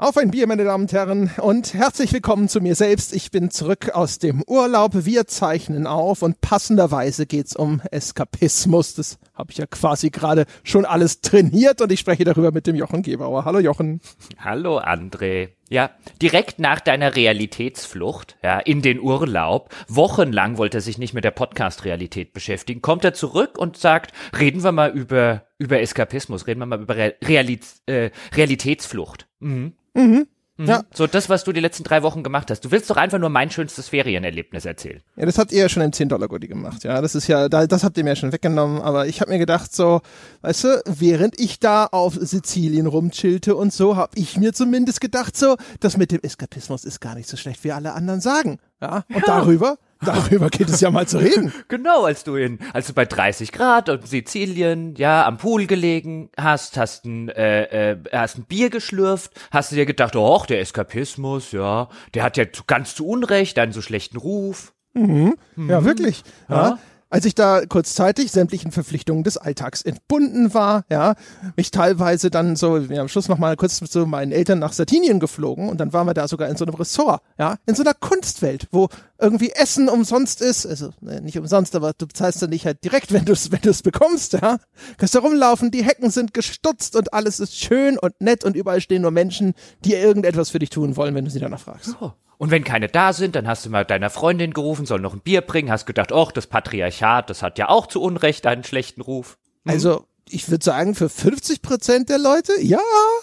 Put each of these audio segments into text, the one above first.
Auf ein Bier, meine Damen und Herren, und herzlich willkommen zu mir selbst. Ich bin zurück aus dem Urlaub. Wir zeichnen auf und passenderweise geht's um Eskapismus. Das habe ich ja quasi gerade schon alles trainiert und ich spreche darüber mit dem Jochen Gebauer. Hallo Jochen. Hallo André. Ja, direkt nach deiner Realitätsflucht, ja, in den Urlaub, wochenlang wollte er sich nicht mit der Podcast-Realität beschäftigen, kommt er zurück und sagt, reden wir mal über Eskapismus, reden wir mal über Realitätsflucht. Mhm. Mhm. Ja. So das, was du die letzten 3 Wochen gemacht hast. Du willst doch einfach nur mein schönstes Ferienerlebnis erzählen. Ja, das habt ihr ja schon im $10-Goodie gemacht. Ja, das ist ja, das habt ihr mir ja schon weggenommen. Aber ich habe mir gedacht so, weißt du, während ich da auf Sizilien rumchillte und so, habe ich mir zumindest gedacht so, das mit dem Eskapismus ist gar nicht so schlecht, wie alle anderen sagen. Ja, und darüber geht es ja mal zu reden. Genau, als du bei 30 Grad und Sizilien, ja, am Pool gelegen hast ein Bier geschlürft, hast du dir gedacht, oh, der Eskapismus, ja, der hat ja ganz zu Unrecht einen so schlechten Ruf. Mhm. Ja, wirklich. Ja. Als ich da kurzzeitig sämtlichen Verpflichtungen des Alltags entbunden war, ja, mich teilweise dann so, am Schluss noch mal kurz zu meinen Eltern nach Sardinien geflogen und dann waren wir da sogar in so einem Ressort, ja, in so einer Kunstwelt, wo irgendwie Essen umsonst ist, also nicht umsonst, aber du bezahlst dann nicht halt direkt, wenn du es bekommst, ja, kannst da rumlaufen, die Hecken sind gestutzt und alles ist schön und nett und überall stehen nur Menschen, die irgendetwas für dich tun wollen, wenn du sie danach fragst. Oh. Und wenn keine da sind, dann hast du mal deiner Freundin gerufen, soll noch ein Bier bringen, hast gedacht, och, das Patriarchat, das hat ja auch zu Unrecht einen schlechten Ruf. Also, ich würde sagen, für 50% der Leute, ja.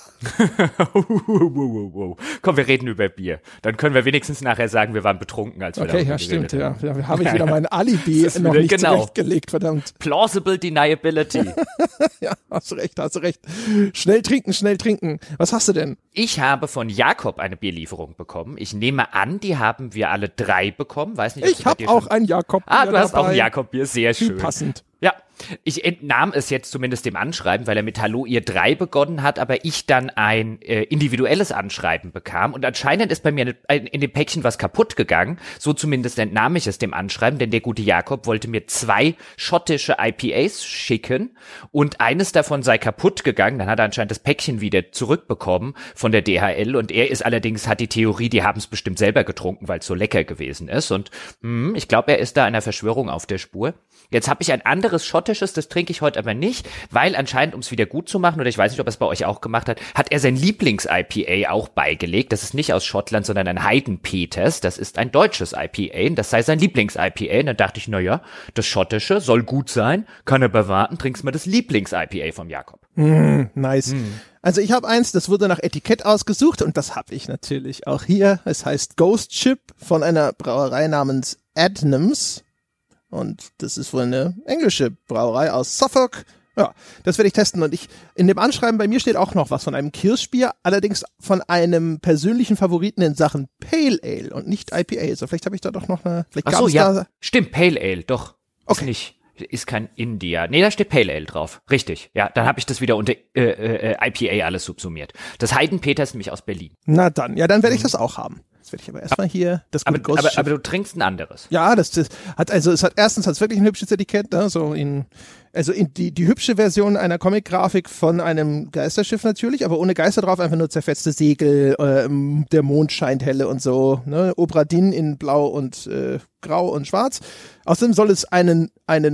Komm, wir reden über Bier. Dann können wir wenigstens nachher sagen, wir waren betrunken, als wir okay, ja, stimmt, ja. Da habe ich wieder mein Alibi noch nicht zurechtgelegt, verdammt. Plausible Deniability. Ja, hast du recht. Schnell trinken. Was hast du denn? Ich habe von Jakob eine Bierlieferung bekommen. Ich nehme an, die haben wir alle 3 bekommen. Weiß nicht, ich habe auch ein Jakob-Bier. Du hast auch ein Jakob-Bier, sehr schön. Wie passend. Ja, ich entnahm es jetzt zumindest dem Anschreiben, weil er mit Hallo ihr 3 begonnen hat, aber ich dann ein individuelles Anschreiben bekam und anscheinend ist bei mir in dem Päckchen was kaputt gegangen, so zumindest entnahm ich es dem Anschreiben, denn der gute Jakob wollte mir 2 schottische IPAs schicken und eines davon sei kaputt gegangen, dann hat er anscheinend das Päckchen wieder zurückbekommen von der DHL und er hat die Theorie, die haben es bestimmt selber getrunken, weil es so lecker gewesen ist und ich glaube, er ist da einer Verschwörung auf der Spur. Jetzt habe ich ein anderes schottisches, das trinke ich heute aber nicht, weil anscheinend, um es wieder gut zu machen, oder ich weiß nicht, ob er es bei euch auch gemacht hat, hat er sein Lieblings-IPA auch beigelegt. Das ist nicht aus Schottland, sondern ein Heidenpeters. Das ist ein deutsches IPA, das sei sein Lieblings-IPA. Und dann dachte ich, naja, das schottische soll gut sein, kann aber warten, trinkst mal das Lieblings-IPA vom Jakob. Nice. Also ich habe eins, das wurde nach Etikett ausgesucht und das habe ich natürlich auch hier. Es heißt Ghost Ship von einer Brauerei namens Adnams. Und das ist wohl eine englische Brauerei aus Suffolk. Ja, das werde ich testen. Und in dem Anschreiben bei mir steht auch noch was von einem Kirschbier, allerdings von einem persönlichen Favoriten in Sachen Pale Ale und nicht IPA. Also vielleicht habe ich da doch noch eine, vielleicht gab es da. Stimmt, Pale Ale, doch. Okay. Ist kein India. Nee, da steht Pale Ale drauf. Richtig. Ja, dann habe ich das wieder unter IPA alles subsumiert. Das Heidenpeter ist nämlich aus Berlin. Na dann, ja, dann werde ich das auch haben. Jetzt werde ich aber erstmal hier das aber du trinkst ein anderes. Ja, es hat wirklich ein hübsches Etikett, ne? Die hübsche Version einer Comic-Grafik von einem Geisterschiff natürlich, aber ohne Geister drauf, einfach nur zerfetzte Segel, der Mond scheint helle und so, ne? Obradin in blau und grau und schwarz. Außerdem soll es einen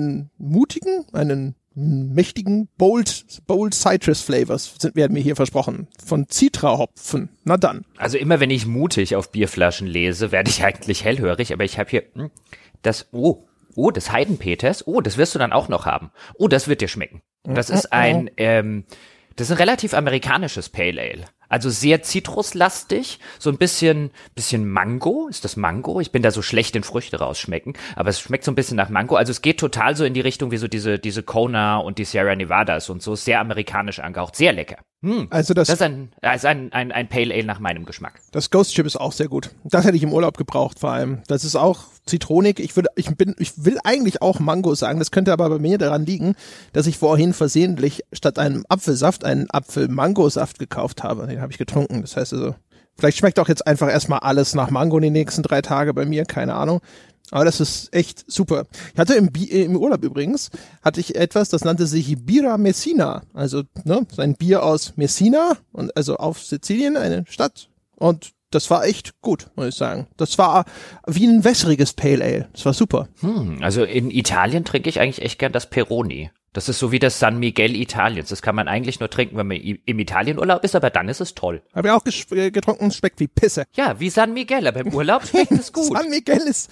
mächtigen Bold Citrus Flavors werden mir hier versprochen. Von Citra-Hopfen. Na dann. Also immer wenn ich mutig auf Bierflaschen lese, werde ich eigentlich hellhörig, aber ich habe hier das Heidenpeters. Oh, das wirst du dann auch noch haben. Oh, das wird dir schmecken. Das ist ein relativ amerikanisches Pale Ale. Also sehr zitruslastig, so ein bisschen Mango. Ist das Mango? Ich bin da so schlecht in Früchte rausschmecken, aber es schmeckt so ein bisschen nach Mango. Also es geht total so in die Richtung wie so diese Kona und die Sierra Nevadas und so, sehr amerikanisch angehaucht, sehr lecker. Also das ist ein Pale Ale nach meinem Geschmack. Das Ghost Ship ist auch sehr gut. Das hätte ich im Urlaub gebraucht vor allem. Das ist auch zitronig. Ich will eigentlich auch Mango sagen. Das könnte aber bei mir daran liegen, dass ich vorhin versehentlich statt einem Apfelsaft einen Apfel-Mango-Saft gekauft habe. Den habe ich getrunken. Das heißt also, Vielleicht schmeckt auch jetzt einfach erstmal alles nach Mango die nächsten 3 Tage bei mir, keine Ahnung. Aber das ist echt super. Ich hatte im Urlaub übrigens, hatte ich etwas, das nannte sich Birra Messina. Also, ne, so ein Bier aus Messina, und also auf Sizilien, eine Stadt. Und das war echt gut, muss ich sagen. Das war wie ein wässriges Pale Ale. Das war super. Also in Italien trinke ich eigentlich echt gern das Peroni. Das ist so wie das San Miguel Italiens. Das kann man eigentlich nur trinken, wenn man im Italienurlaub ist, aber dann ist es toll. Habe ich auch getrunken, es schmeckt wie Pisse. Ja, wie San Miguel, aber im Urlaub schmeckt es gut. San Miguel ist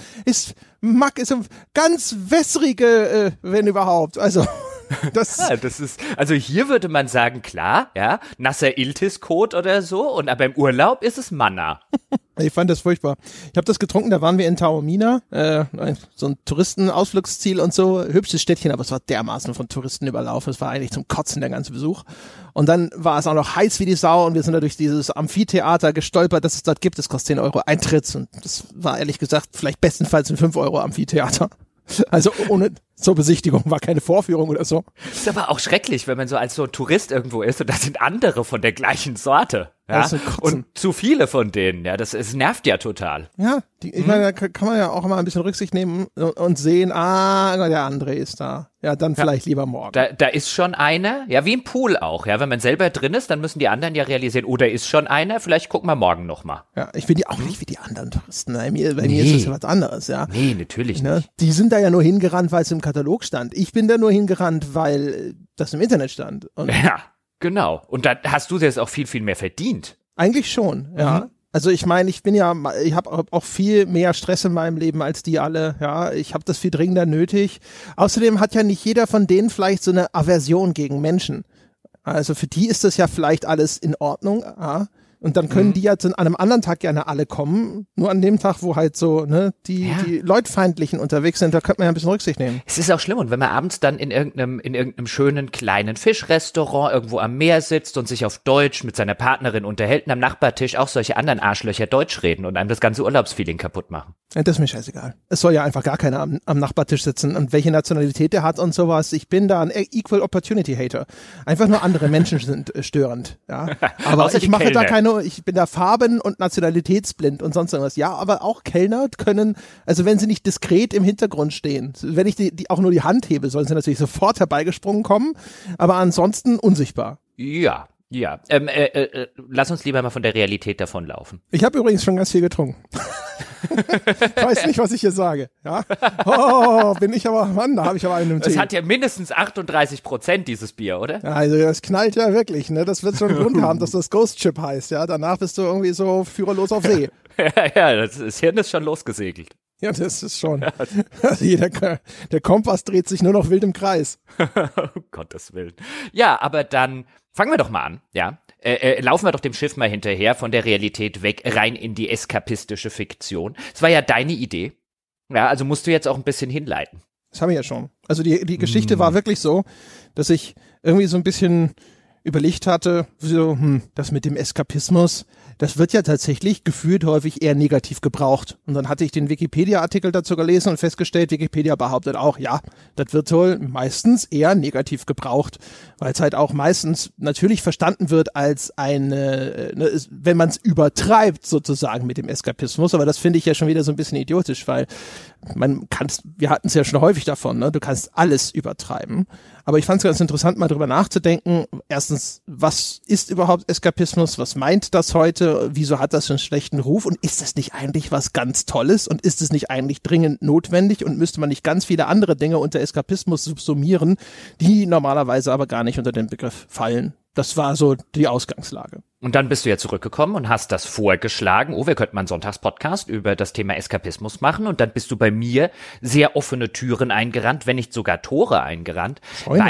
ganz wässrige, wenn überhaupt. Also das ist, also hier würde man sagen, klar, ja, Nasser Iltis-Kot oder so, aber im Urlaub ist es Manna. Ich fand das furchtbar. Ich habe das getrunken, da waren wir in Taormina, so ein Touristenausflugsziel und so, hübsches Städtchen, aber es war dermaßen von Touristen überlaufen, es war eigentlich zum Kotzen, der ganze Besuch. Und dann war es auch noch heiß wie die Sau und wir sind da durch dieses Amphitheater gestolpert, das es dort gibt, das kostet 10 Euro Eintritt und das war ehrlich gesagt vielleicht bestenfalls ein 5 Euro Amphitheater. Also ohne zur Besichtigung, war keine Vorführung oder so. Ist aber auch schrecklich, wenn man so als so Tourist irgendwo ist und da sind andere von der gleichen Sorte. Ja? Und zu viele von denen, ja, es nervt ja total. Ja, ich meine, da kann man ja auch mal ein bisschen Rücksicht nehmen und sehen, der André ist da. Ja, dann vielleicht lieber morgen. Da ist schon einer, ja, wie im Pool auch, ja, wenn man selber drin ist, dann müssen die anderen ja realisieren, da ist schon einer, vielleicht gucken wir morgen nochmal. Ja, ich bin ja auch nicht wie die anderen Touristen, bei mir ist das ja was anderes, ja. Nee, natürlich nicht. Die sind da ja nur hingerannt, weil es im Katalog stand. Ich bin da nur hingerannt, weil das im Internet stand. Und ja, genau. Und da hast du jetzt auch viel, viel mehr verdient. Eigentlich schon, ja. Also ich meine, ich habe auch viel mehr Stress in meinem Leben als die alle, ja. Ich habe das viel dringender nötig. Außerdem hat ja nicht jeder von denen vielleicht so eine Aversion gegen Menschen. Also für die ist das ja vielleicht alles in Ordnung, ja. Und dann können die ja an einem anderen Tag gerne alle kommen. Nur an dem Tag, wo halt so, ne, die Leutfeindlichen unterwegs sind, da könnte man ja ein bisschen Rücksicht nehmen. Es ist auch schlimm. Und wenn man abends dann in irgendeinem schönen kleinen Fischrestaurant irgendwo am Meer sitzt und sich auf Deutsch mit seiner Partnerin unterhält und am Nachbartisch auch solche anderen Arschlöcher Deutsch reden und einem das ganze Urlaubsfeeling kaputt machen. Ja, das ist mir scheißegal. Es soll ja einfach gar keiner am Nachbartisch sitzen und welche Nationalität der hat und sowas. Ich bin da ein Equal Opportunity Hater. Einfach nur andere Menschen sind störend, ja. Aber ich mache da ich bin da farben- und nationalitätsblind und sonst irgendwas. Ja, aber auch Kellner können, also wenn sie nicht diskret im Hintergrund stehen, wenn ich die auch nur die Hand hebe, sollen sie natürlich sofort herbeigesprungen kommen, aber ansonsten unsichtbar. Ja. Lass uns lieber mal von der Realität davonlaufen. Ich habe übrigens schon ganz viel getrunken. Ich weiß nicht, was ich hier sage. Ja? Oh, da habe ich aber einen Tee. Das hat ja mindestens 38% dieses Bier, oder? Ja, also das knallt ja wirklich, ne? Das wird schon einen Grund haben, dass das Ghost Chip heißt, ja? Danach bist du irgendwie so führerlos auf See. Ja, das Hirn ist schon losgesegelt. Ja, das ist schon. Also der Kompass dreht sich nur noch wild im Kreis. Um Gottes Willen. Ja, aber dann fangen wir doch mal an, ja. Laufen wir doch dem Schiff mal hinterher, von der Realität weg, rein in die eskapistische Fiktion. Es war ja deine Idee. Ja, also musst du jetzt auch ein bisschen hinleiten. Das habe ich ja schon. Also die Geschichte war wirklich so, dass ich irgendwie so ein bisschen überlegt hatte, so, das mit dem Eskapismus, das wird ja tatsächlich gefühlt häufig eher negativ gebraucht. Und dann hatte ich den Wikipedia-Artikel dazu gelesen und festgestellt, Wikipedia behauptet auch, ja, das wird wohl meistens eher negativ gebraucht, weil es halt auch meistens natürlich verstanden wird als wenn man es übertreibt sozusagen mit dem Eskapismus, aber das finde ich ja schon wieder so ein bisschen idiotisch, weil wir hatten es ja schon häufig davon, ne? Du kannst alles übertreiben. Aber ich fand es ganz interessant, mal drüber nachzudenken. Erstens, was ist überhaupt Eskapismus? Was meint das heute? Wieso hat das einen schlechten Ruf? Und ist das nicht eigentlich was ganz Tolles? Und ist es nicht eigentlich dringend notwendig? Und müsste man nicht ganz viele andere Dinge unter Eskapismus subsumieren, die normalerweise aber gar nicht unter den Begriff fallen? Das war so die Ausgangslage. Und dann bist du ja zurückgekommen und hast das vorgeschlagen. Wir könnten mal einen Sonntagspodcast über das Thema Eskapismus machen. Und dann bist du bei mir sehr offene Türen eingerannt, wenn nicht sogar Tore eingerannt,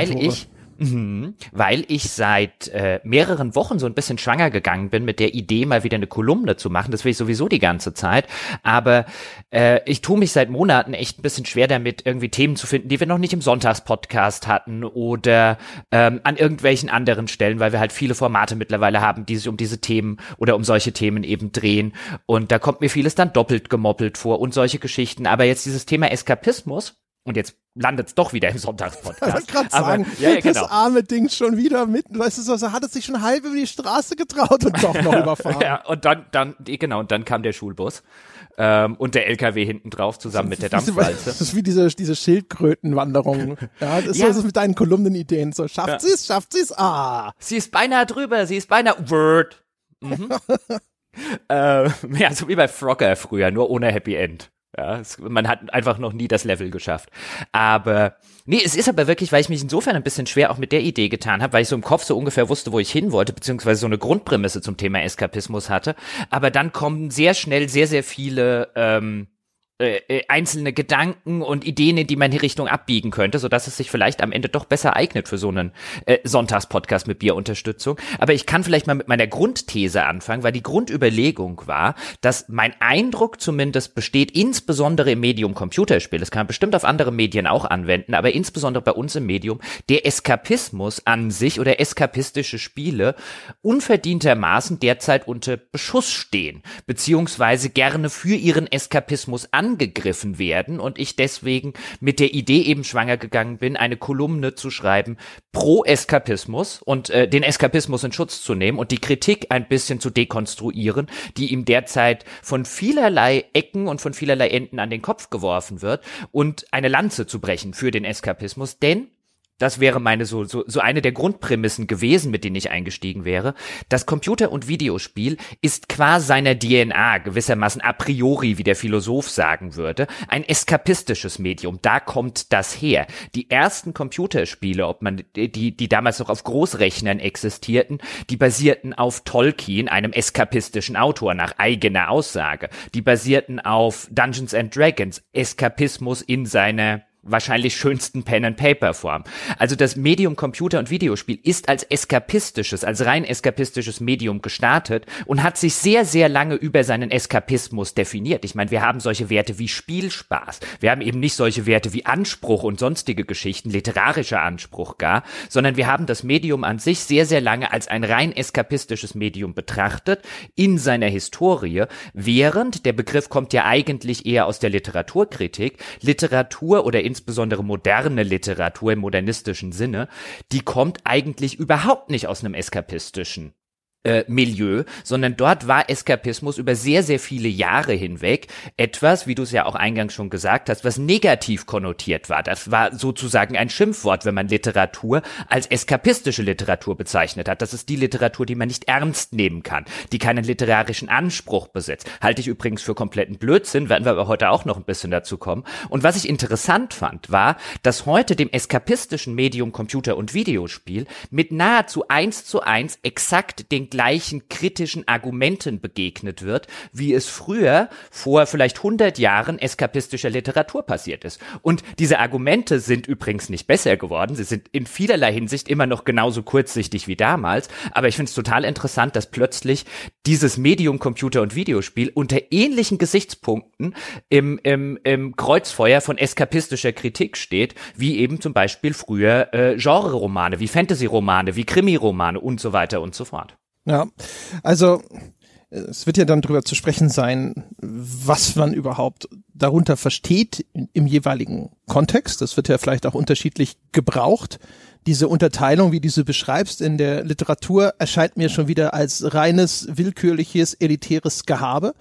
weil ich seit mehreren Wochen so ein bisschen schwanger gegangen bin mit der Idee, mal wieder eine Kolumne zu machen. Das will ich sowieso die ganze Zeit. Aber ich tue mich seit Monaten echt ein bisschen schwer damit, irgendwie Themen zu finden, die wir noch nicht im Sonntagspodcast hatten oder an irgendwelchen anderen Stellen, weil wir halt viele Formate mittlerweile haben, die sich um diese Themen oder um solche Themen eben drehen. Und da kommt mir vieles dann doppelt gemoppelt vor und solche Geschichten. Aber jetzt dieses Thema Eskapismus, und jetzt landet es doch wieder im Sonntagspodcast. Ich wollte gerade sagen, genau. Das arme Ding schon wieder mitten, weißt du, so hat es sich schon halb über die Straße getraut und doch noch überfahren. Ja, und dann kam der Schulbus und der LKW hinten drauf zusammen mit der Dampfwalze. Das ist wie diese Schildkrötenwanderung. Ja, das ist mit deinen Kolumnenideen so. Schafft sie's? Sie ist beinahe drüber, Word. Mhm. So wie bei Frogger früher, nur ohne Happy End. Ja, man hat einfach noch nie das Level geschafft. Aber, es ist aber wirklich, weil ich mich insofern ein bisschen schwer auch mit der Idee getan habe, weil ich so im Kopf so ungefähr wusste, wo ich hin wollte, beziehungsweise so eine Grundprämisse zum Thema Eskapismus hatte. Aber dann kommen sehr schnell sehr, sehr viele einzelne Gedanken und Ideen, in die man in die Richtung abbiegen könnte, sodass es sich vielleicht am Ende doch besser eignet für so einen Sonntagspodcast mit Bierunterstützung. Aber ich kann vielleicht mal mit meiner Grundthese anfangen, weil die Grundüberlegung war, dass mein Eindruck zumindest besteht, insbesondere im Medium Computerspiel, das kann man bestimmt auf andere Medien auch anwenden, aber insbesondere bei uns im Medium, der Eskapismus an sich oder eskapistische Spiele unverdientermaßen derzeit unter Beschuss stehen, beziehungsweise gerne für ihren Eskapismus angegriffen werden und ich deswegen mit der Idee eben schwanger gegangen bin, eine Kolumne zu schreiben pro Eskapismus und den Eskapismus in Schutz zu nehmen und die Kritik ein bisschen zu dekonstruieren, die ihm derzeit von vielerlei Ecken und von vielerlei Enden an den Kopf geworfen wird und eine Lanze zu brechen für den Eskapismus, denn das wäre meine so eine der Grundprämissen gewesen, mit denen ich eingestiegen wäre. Das Computer- und Videospiel ist qua seiner DNA gewissermaßen a priori, wie der Philosoph sagen würde, ein eskapistisches Medium. Da kommt das her. Die ersten Computerspiele, ob man die damals noch auf Großrechnern existierten, die basierten auf Tolkien, einem eskapistischen Autor nach eigener Aussage. Die basierten auf Dungeons and Dragons, Eskapismus in seiner wahrscheinlich schönsten Pen-and-Paper-Form. Also das Medium Computer- und Videospiel ist als rein eskapistisches Medium gestartet und hat sich sehr, sehr lange über seinen Eskapismus definiert. Ich meine, wir haben solche Werte wie Spielspaß. Wir haben eben nicht solche Werte wie Anspruch und sonstige Geschichten, literarischer Anspruch gar, sondern wir haben das Medium an sich sehr, sehr lange als ein rein eskapistisches Medium betrachtet in seiner Historie, während der Begriff kommt ja eigentlich eher aus der Literaturkritik. Literatur oder insbesondere moderne Literatur im modernistischen Sinne, die kommt eigentlich überhaupt nicht aus einem eskapistischen Milieu, sondern dort war Eskapismus über sehr, sehr viele Jahre hinweg etwas, wie du es ja auch eingangs schon gesagt hast, was negativ konnotiert war. Das war sozusagen ein Schimpfwort, wenn man Literatur als eskapistische Literatur bezeichnet hat. Das ist die Literatur, die man nicht ernst nehmen kann, die keinen literarischen Anspruch besitzt. Halte ich übrigens für kompletten Blödsinn, werden wir aber heute auch noch ein bisschen dazu kommen. Und was ich interessant fand, war, dass heute dem eskapistischen Medium Computer- und Videospiel mit nahezu 1:1 exakt den gleichen kritischen Argumenten begegnet wird, wie es früher vor vielleicht 100 Jahren eskapistischer Literatur passiert ist. Und diese Argumente sind übrigens nicht besser geworden. Sie sind in vielerlei Hinsicht immer noch genauso kurzsichtig wie damals. Aber ich finde es total interessant, dass plötzlich dieses Medium Computer- und Videospiel unter ähnlichen Gesichtspunkten im Kreuzfeuer von eskapistischer Kritik steht, wie eben zum Beispiel früher Genre-Romane, wie Fantasy-Romane, wie Krimi-Romane und so weiter und so fort. Ja, also es wird ja dann drüber zu sprechen sein, was man überhaupt darunter versteht im jeweiligen Kontext. Das wird ja vielleicht auch unterschiedlich gebraucht. Diese Unterteilung, wie du sie beschreibst in der Literatur, erscheint mir schon wieder als reines, willkürliches, elitäres Gehabe.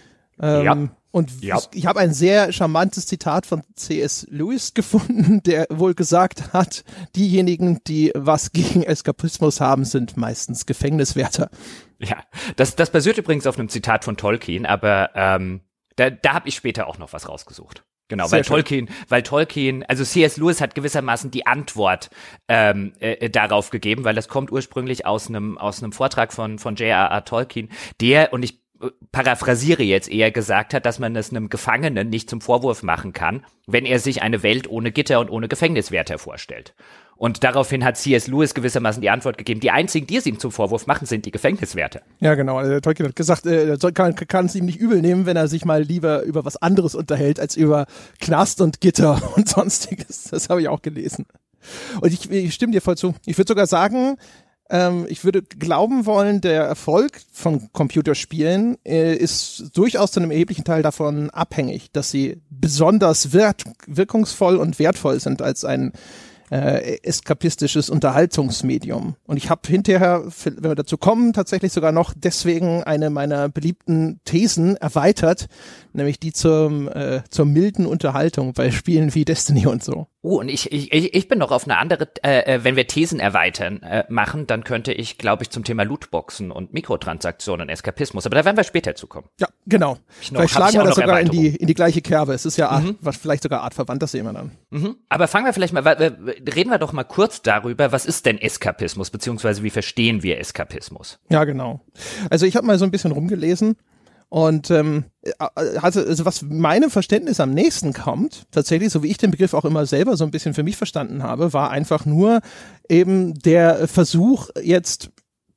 Und ich habe ein sehr charmantes Zitat von C.S. Lewis gefunden, der wohl gesagt hat, diejenigen, die was gegen Eskapismus haben, sind meistens Gefängniswärter. Ja, das basiert übrigens auf einem Zitat von Tolkien, aber da habe ich später auch noch was rausgesucht. Genau, weil Tolkien, also C.S. Lewis hat gewissermaßen die Antwort darauf gegeben, weil das kommt ursprünglich aus einem Vortrag von J.R.R. Tolkien, und ich paraphrasiere jetzt eher gesagt hat, dass man es einem Gefangenen nicht zum Vorwurf machen kann, wenn er sich eine Welt ohne Gitter und ohne Gefängniswärter vorstellt. Und daraufhin hat C.S. Lewis gewissermaßen die Antwort gegeben, die einzigen, die es ihm zum Vorwurf machen, sind die Gefängniswärter. Ja, genau. Tolkien hat gesagt, kann es ihm nicht übel nehmen, wenn er sich mal lieber über was anderes unterhält, als über Knast und Gitter und sonstiges. Das habe ich auch gelesen. Und ich stimme dir voll zu. Ich würde sogar sagen, Ich würde glauben wollen, der Erfolg von Computerspielen ist durchaus zu einem erheblichen Teil davon abhängig, dass sie besonders wirkungsvoll und wertvoll sind als ein eskapistisches Unterhaltungsmedium. Und ich habe hinterher, wenn wir dazu kommen, tatsächlich sogar noch deswegen eine meiner beliebten Thesen erweitert, nämlich die zur milden Unterhaltung bei Spielen wie Destiny und so. Oh, und ich bin noch auf eine andere, wenn wir Thesen erweitern machen, dann könnte ich, glaube ich, zum Thema Lootboxen und Mikrotransaktionen, Eskapismus, aber da werden wir später zukommen. Ja, genau. Vielleicht schlagen wir das sogar in die gleiche Kerbe. Es ist ja vielleicht sogar artverwandt, das sehen wir dann. Aber fangen wir vielleicht mal, reden wir doch mal kurz darüber, was ist denn Eskapismus, beziehungsweise wie verstehen wir Eskapismus? Ja, genau. Also ich habe mal so ein bisschen rumgelesen. Und also was meinem Verständnis am nächsten kommt, tatsächlich, so wie ich den Begriff auch immer selber so ein bisschen für mich verstanden habe, war einfach nur eben der Versuch jetzt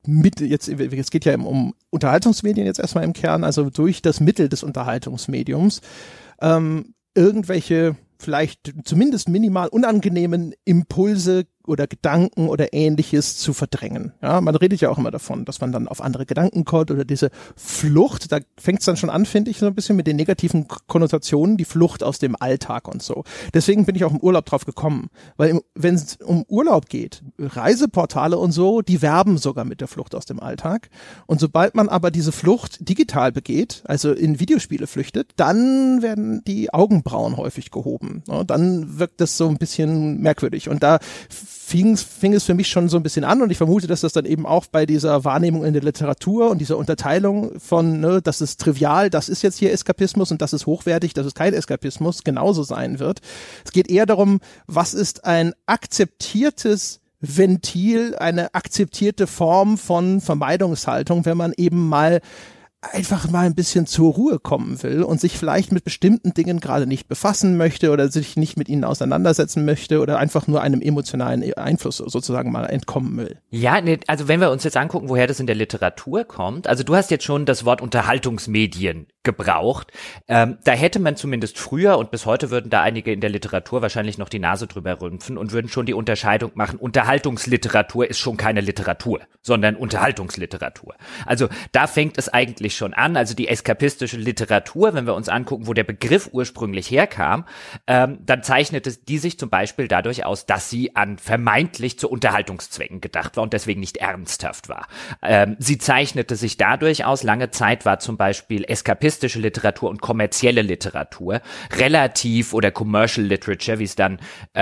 geht ja um Unterhaltungsmedien jetzt erstmal im Kern, also durch das Mittel des Unterhaltungsmediums irgendwelche vielleicht zumindest minimal unangenehmen Impulse oder Gedanken oder Ähnliches zu verdrängen. Ja, man redet ja auch immer davon, dass man dann auf andere Gedanken kommt oder diese Flucht, da fängt es dann schon an, finde ich, so ein bisschen mit den negativen Konnotationen, die Flucht aus dem Alltag und so. Deswegen bin ich auch im Urlaub drauf gekommen, weil wenn es um Urlaub geht, Reiseportale und so, die werben sogar mit der Flucht aus dem Alltag. Und sobald man aber diese Flucht digital begeht, also in Videospiele flüchtet, dann werden die Augenbrauen häufig gehoben. Ja, dann wirkt das so ein bisschen merkwürdig. Und da fing es für mich schon so ein bisschen an und ich vermute, dass das dann eben auch bei dieser Wahrnehmung in der Literatur und dieser Unterteilung von, ne, das ist trivial, das ist jetzt hier Eskapismus und das ist hochwertig, das ist kein Eskapismus, genauso sein wird. Es geht eher darum, was ist ein akzeptiertes Ventil, eine akzeptierte Form von Vermeidungshaltung, wenn man eben einfach mal ein bisschen zur Ruhe kommen will und sich vielleicht mit bestimmten Dingen gerade nicht befassen möchte oder sich nicht mit ihnen auseinandersetzen möchte oder einfach nur einem emotionalen Einfluss sozusagen mal entkommen will. Ja, also wenn wir uns jetzt angucken, woher das in der Literatur kommt, also du hast jetzt schon das Wort Unterhaltungsmedien gebraucht. Da hätte man zumindest früher und bis heute würden da einige in der Literatur wahrscheinlich noch die Nase drüber rümpfen und würden schon die Unterscheidung machen, Unterhaltungsliteratur ist schon keine Literatur, sondern Unterhaltungsliteratur. Also da fängt es eigentlich schon an, also die eskapistische Literatur, wenn wir uns angucken, wo der Begriff ursprünglich herkam, dann zeichnete die sich zum Beispiel dadurch aus, dass sie an vermeintlich zu Unterhaltungszwecken gedacht war und deswegen nicht ernsthaft war. Sie zeichnete sich dadurch aus, lange Zeit war zum Beispiel eskapistische Literatur und kommerzielle Literatur relativ oder Commercial Literature, wie es dann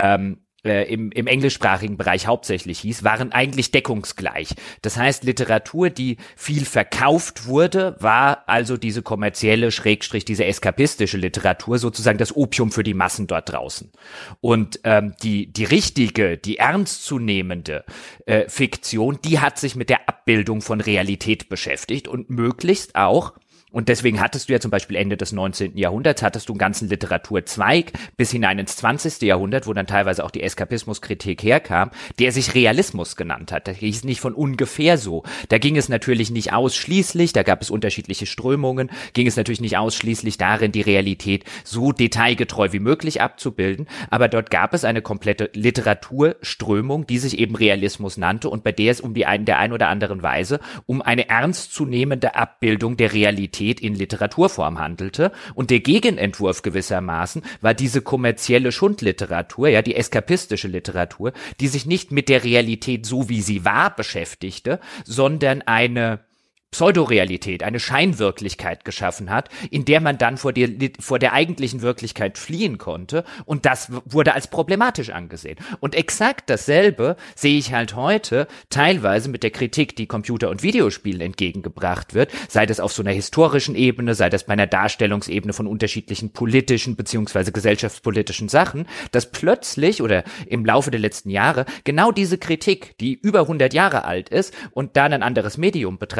im englischsprachigen Bereich hauptsächlich hieß, waren eigentlich deckungsgleich. Das heißt, Literatur, die viel verkauft wurde, war also diese kommerzielle, diese eskapistische Literatur sozusagen das Opium für die Massen dort draußen. Und die richtige, die ernstzunehmende Fiktion, die hat sich mit der Abbildung von Realität beschäftigt und möglichst auch. Und deswegen hattest du ja zum Beispiel Ende des 19. Jahrhunderts, hattest du einen ganzen Literaturzweig bis hinein ins 20. Jahrhundert, wo dann teilweise auch die Eskapismuskritik herkam, der sich Realismus genannt hat. Das hieß nicht von ungefähr so. Da ging es natürlich nicht ausschließlich, da gab es unterschiedliche Strömungen, ging es natürlich nicht ausschließlich darin, die Realität so detailgetreu wie möglich abzubilden, aber dort gab es eine komplette Literaturströmung, die sich eben Realismus nannte und bei der es der ein oder anderen Weise um eine ernstzunehmende Abbildung der Realität in Literaturform handelte und der Gegenentwurf gewissermaßen war diese kommerzielle Schundliteratur, ja, die eskapistische Literatur, die sich nicht mit der Realität so wie sie war beschäftigte, sondern eine Pseudorealität, eine Scheinwirklichkeit geschaffen hat, in der man dann vor der eigentlichen Wirklichkeit fliehen konnte und das wurde als problematisch angesehen. Und exakt dasselbe sehe ich halt heute teilweise mit der Kritik, die Computer- und Videospielen entgegengebracht wird, sei das auf so einer historischen Ebene, sei das bei einer Darstellungsebene von unterschiedlichen politischen beziehungsweise gesellschaftspolitischen Sachen, dass plötzlich oder im Laufe der letzten Jahre genau diese Kritik, die über 100 Jahre alt ist und dann ein anderes Medium betraf, wieder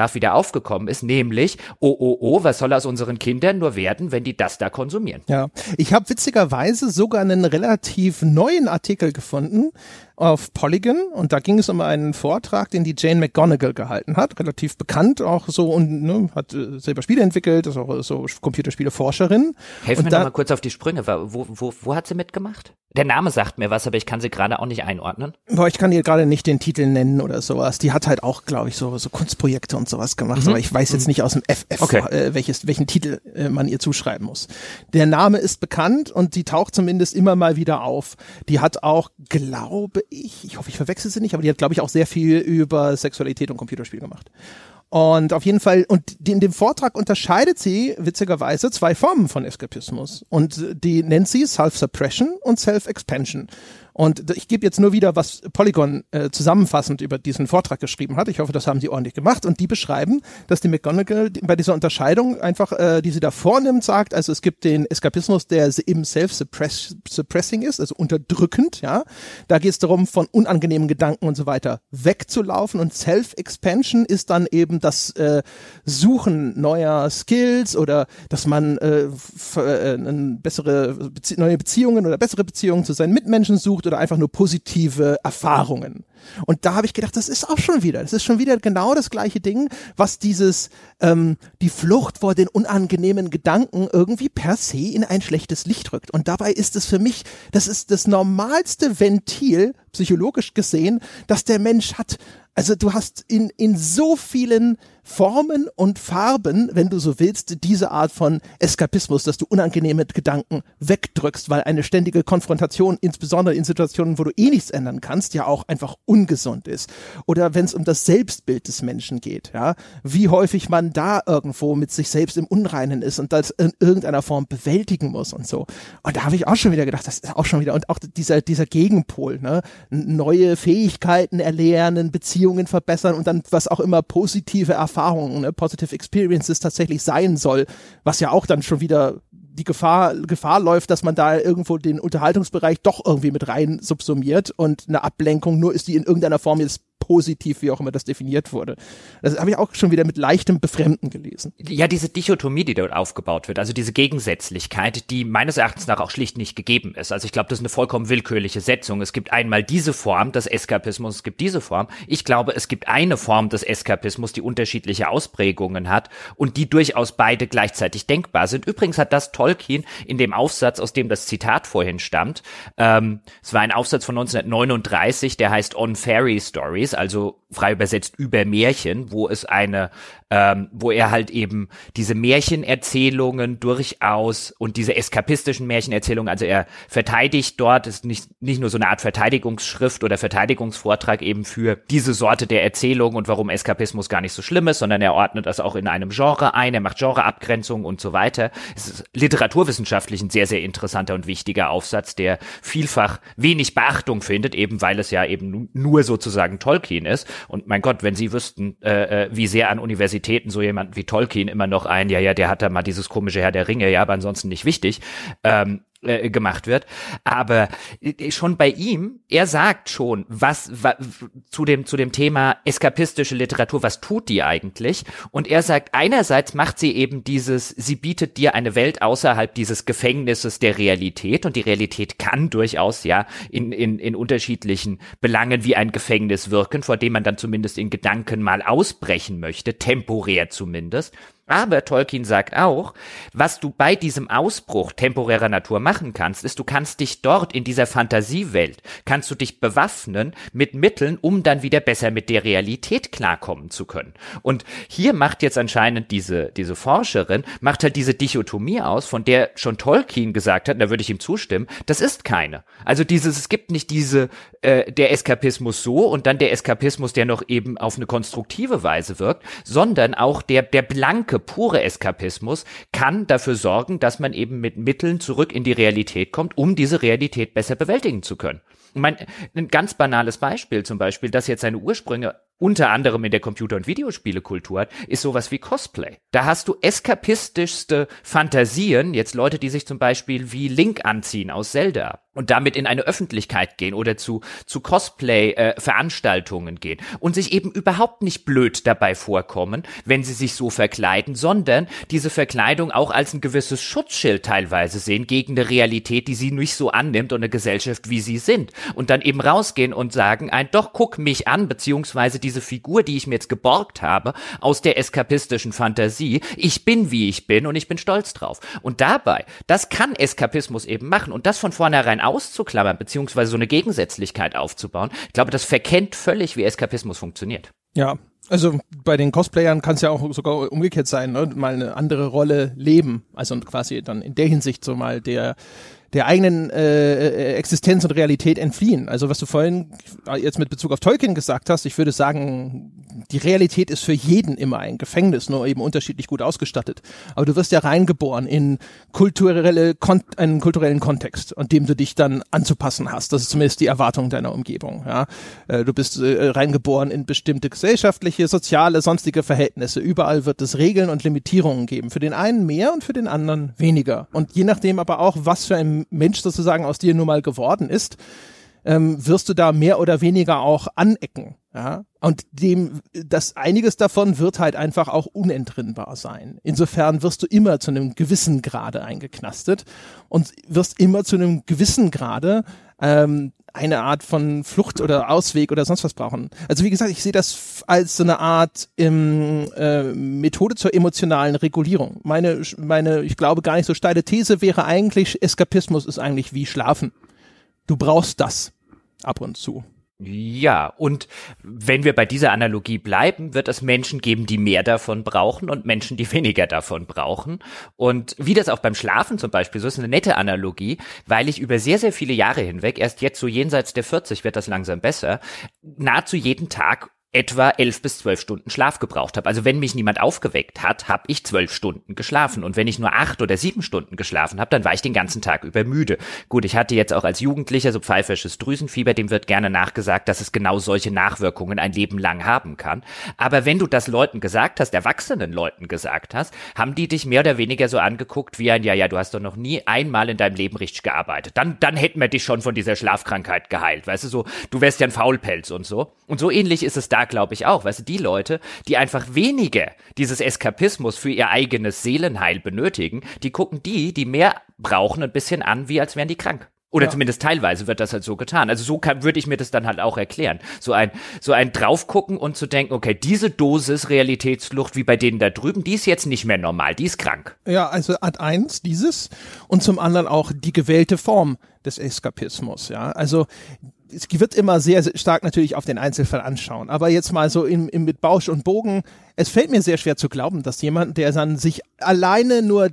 draufgekommen ist, nämlich, was soll aus unseren Kindern nur werden, wenn die das da konsumieren? Ja, ich habe witzigerweise sogar einen relativ neuen Artikel gefunden auf Polygon und da ging es um einen Vortrag, den die Jane McGonigal gehalten hat, relativ bekannt auch so und ne, hat selber Spiele entwickelt, ist auch so Computerspiele-Forscherin. Helf mir noch mal kurz auf die Sprünge, wo hat sie mitgemacht? Der Name sagt mir was, aber ich kann sie gerade auch nicht einordnen. Boah, ich kann ihr gerade nicht den Titel nennen oder sowas. Die hat halt auch, glaube ich, so Kunstprojekte und sowas gemacht, aber ich weiß jetzt nicht aus dem FF, welchen Titel man ihr zuschreiben muss. Der Name ist bekannt und die taucht zumindest immer mal wieder auf. Die hat auch, glaube ich hoffe, ich verwechsel sie nicht, aber die hat, glaube ich, auch sehr viel über Sexualität und Computerspiel gemacht. Und auf jeden Fall, in dem Vortrag unterscheidet sie witzigerweise 2 Formen von Eskapismus. Und die nennt sie Self-Suppression und Self-Expansion. Und ich gebe jetzt nur wieder, was Polygon zusammenfassend über diesen Vortrag geschrieben hat. Ich hoffe, das haben sie ordentlich gemacht. Und die beschreiben, dass die McGonigal bei dieser Unterscheidung einfach, die sie da vornimmt, sagt, also es gibt den Eskapismus, der eben self-suppressing ist, also unterdrückend, ja. Da geht es darum, von unangenehmen Gedanken und so weiter wegzulaufen. Und Self-Expansion ist dann eben das Suchen neuer Skills oder dass man neue Beziehungen oder bessere Beziehungen zu seinen Mitmenschen sucht oder einfach nur positive Erfahrungen. Und da habe ich gedacht, das ist schon wieder genau das gleiche Ding, was dieses, die Flucht vor den unangenehmen Gedanken irgendwie per se in ein schlechtes Licht rückt. Und dabei ist es für mich, das ist das normalste Ventil, psychologisch gesehen, das der Mensch hat. Also du hast in so vielen Formen und Farben, wenn du so willst, diese Art von Eskapismus, dass du unangenehme Gedanken wegdrückst, weil eine ständige Konfrontation, insbesondere in Situationen, wo du eh nichts ändern kannst, ja auch einfach ungesund ist. Oder wenn es um das Selbstbild des Menschen geht, ja, wie häufig man da irgendwo mit sich selbst im Unreinen ist und das in irgendeiner Form bewältigen muss und so. Und da habe ich auch schon wieder gedacht, das ist auch schon wieder, und auch dieser Gegenpol, ne, neue Fähigkeiten erlernen, Beziehungen verbessern und dann was auch immer positive Erfahrungen, ne, Positive Experiences tatsächlich sein soll, was ja auch dann schon wieder die Gefahr läuft, dass man da irgendwo den Unterhaltungsbereich doch irgendwie mit rein subsumiert und eine Ablenkung nur ist, die in irgendeiner Form jetzt positiv, wie auch immer das definiert wurde. Das habe ich auch schon wieder mit leichtem Befremden gelesen. Ja, diese Dichotomie, die dort aufgebaut wird, also diese Gegensätzlichkeit, die meines Erachtens nach auch schlicht nicht gegeben ist. Also ich glaube, das ist eine vollkommen willkürliche Setzung. Es gibt einmal diese Form des Eskapismus, es gibt diese Form. Ich glaube, es gibt eine Form des Eskapismus, die unterschiedliche Ausprägungen hat und die durchaus beide gleichzeitig denkbar sind. Übrigens hat das Tolkien in dem Aufsatz, aus dem das Zitat vorhin stammt, es war ein Aufsatz von 1939, der heißt On Fairy Stories, also frei übersetzt über Märchen, wo er halt eben diese Märchenerzählungen durchaus und diese eskapistischen Märchenerzählungen, also er verteidigt dort, ist nicht nur so eine Art Verteidigungsschrift oder Verteidigungsvortrag eben für diese Sorte der Erzählung und warum Eskapismus gar nicht so schlimm ist, sondern er ordnet das auch in einem Genre ein, er macht Genreabgrenzungen und so weiter. Es ist literaturwissenschaftlich ein sehr, sehr interessanter und wichtiger Aufsatz, der vielfach wenig Beachtung findet, eben weil es ja eben nur sozusagen Tolkien ist. Und mein Gott, wenn Sie wüssten, wie sehr an Universitäten so jemand wie Tolkien immer noch der hat da mal dieses komische Herr der Ringe, ja, aber ansonsten nicht wichtig, gemacht wird. Aber schon bei ihm, er sagt schon, was zu dem Thema eskapistische Literatur, was tut die eigentlich? Und er sagt, einerseits macht sie eben sie bietet dir eine Welt außerhalb dieses Gefängnisses der Realität und die Realität kann durchaus ja in unterschiedlichen Belangen wie ein Gefängnis wirken, vor dem man dann zumindest in Gedanken mal ausbrechen möchte, temporär zumindest. Aber Tolkien sagt auch, was du bei diesem Ausbruch temporärer Natur machen kannst, ist, du kannst dich dort in dieser Fantasiewelt, kannst du dich bewaffnen mit Mitteln, um dann wieder besser mit der Realität klarkommen zu können. Und hier macht jetzt anscheinend diese Forscherin, macht halt diese Dichotomie aus, von der schon Tolkien gesagt hat, da würde ich ihm zustimmen, das ist keine. Also es gibt nicht der Eskapismus so und dann der Eskapismus, der noch eben auf eine konstruktive Weise wirkt, sondern auch der blanke, pure Eskapismus kann dafür sorgen, dass man eben mit Mitteln zurück in die Realität kommt, um diese Realität besser bewältigen zu können. Ein ganz banales Beispiel zum Beispiel, das jetzt seine Ursprünge unter anderem in der Computer- und Videospielekultur hat, ist sowas wie Cosplay. Da hast du eskapistischste Fantasien, jetzt Leute, die sich zum Beispiel wie Link anziehen aus Zelda und damit in eine Öffentlichkeit gehen oder zu Cosplay-Veranstaltungen gehen und sich eben überhaupt nicht blöd dabei vorkommen, wenn sie sich so verkleiden, sondern diese Verkleidung auch als ein gewisses Schutzschild teilweise sehen gegen eine Realität, die sie nicht so annimmt und eine Gesellschaft, wie sie sind. Und dann eben rausgehen und sagen, doch, guck mich an, beziehungsweise diese Figur, die ich mir jetzt geborgt habe, aus der eskapistischen Fantasie, ich bin, wie ich bin und ich bin stolz drauf. Und dabei, das kann Eskapismus eben machen und das von vornherein auszuklammern, beziehungsweise so eine Gegensätzlichkeit aufzubauen, ich glaube, das verkennt völlig, wie Eskapismus funktioniert. Ja, also bei den Cosplayern kann es ja auch sogar umgekehrt sein, ne? Mal eine andere Rolle leben, also quasi dann in der Hinsicht so mal der eigenen Existenz und Realität entfliehen. Also was du vorhin jetzt mit Bezug auf Tolkien gesagt hast, ich würde sagen, die Realität ist für jeden immer ein Gefängnis, nur eben unterschiedlich gut ausgestattet. Aber du wirst ja reingeboren in einen kulturellen Kontext, an dem du dich dann anzupassen hast. Das ist zumindest die Erwartung deiner Umgebung. Ja? Du bist reingeboren in bestimmte gesellschaftliche, soziale, sonstige Verhältnisse. Überall wird es Regeln und Limitierungen geben. Für den einen mehr und für den anderen weniger. Und je nachdem aber auch, was für ein Mensch sozusagen aus dir nun mal geworden ist, wirst du da mehr oder weniger auch anecken. Ja? Und einiges davon wird halt einfach auch unentrinnbar sein. Insofern wirst du immer zu einem gewissen Grade eingeknastet und wirst immer zu einem gewissen Grade eine Art von Flucht oder Ausweg oder sonst was brauchen. Also wie gesagt, ich sehe das als so eine Art Methode zur emotionalen Regulierung. Meine, ich glaube, gar nicht so steile These wäre eigentlich, Eskapismus ist eigentlich wie Schlafen. Du brauchst das ab und zu. Ja, und wenn wir bei dieser Analogie bleiben, wird es Menschen geben, die mehr davon brauchen und Menschen, die weniger davon brauchen. Und wie das auch beim Schlafen zum Beispiel so ist, eine nette Analogie, weil ich über sehr, sehr viele Jahre hinweg, erst jetzt so jenseits der 40 wird das langsam besser, nahezu jeden Tag etwa 11 bis 12 Stunden Schlaf gebraucht habe. Also wenn mich niemand aufgeweckt hat, habe ich 12 Stunden geschlafen. Und wenn ich nur 8 oder 7 Stunden geschlafen habe, dann war ich den ganzen Tag über müde. Gut, ich hatte jetzt auch als Jugendlicher so pfeifersches Drüsenfieber, dem wird gerne nachgesagt, dass es genau solche Nachwirkungen ein Leben lang haben kann. Aber wenn du das Leuten gesagt hast, erwachsenen Leuten gesagt hast, haben die dich mehr oder weniger so angeguckt wie ein, ja, du hast doch noch nie einmal in deinem Leben richtig gearbeitet. Dann hätten wir dich schon von dieser Schlafkrankheit geheilt. Weißt du, so, du wärst ja ein Faulpelz und so. Und so ähnlich ist es da, glaube ich, auch. Weißt du, die Leute, die einfach weniger dieses Eskapismus für ihr eigenes Seelenheil benötigen, die gucken die mehr brauchen, ein bisschen an, wie als wären die krank. Oder zumindest teilweise wird das halt so getan. Also so würde ich mir das dann halt auch erklären. So ein Draufgucken und zu denken, okay, diese Dosis Realitätsflucht wie bei denen da drüben, die ist jetzt nicht mehr normal, die ist krank. Ja, also Art 1 dieses und zum anderen auch die gewählte Form des Eskapismus. Ja, also es wird immer sehr, sehr stark natürlich auf den Einzelfall anschauen, aber jetzt mal so mit Bausch und Bogen, es fällt mir sehr schwer zu glauben, dass jemand, der dann sich alleine nur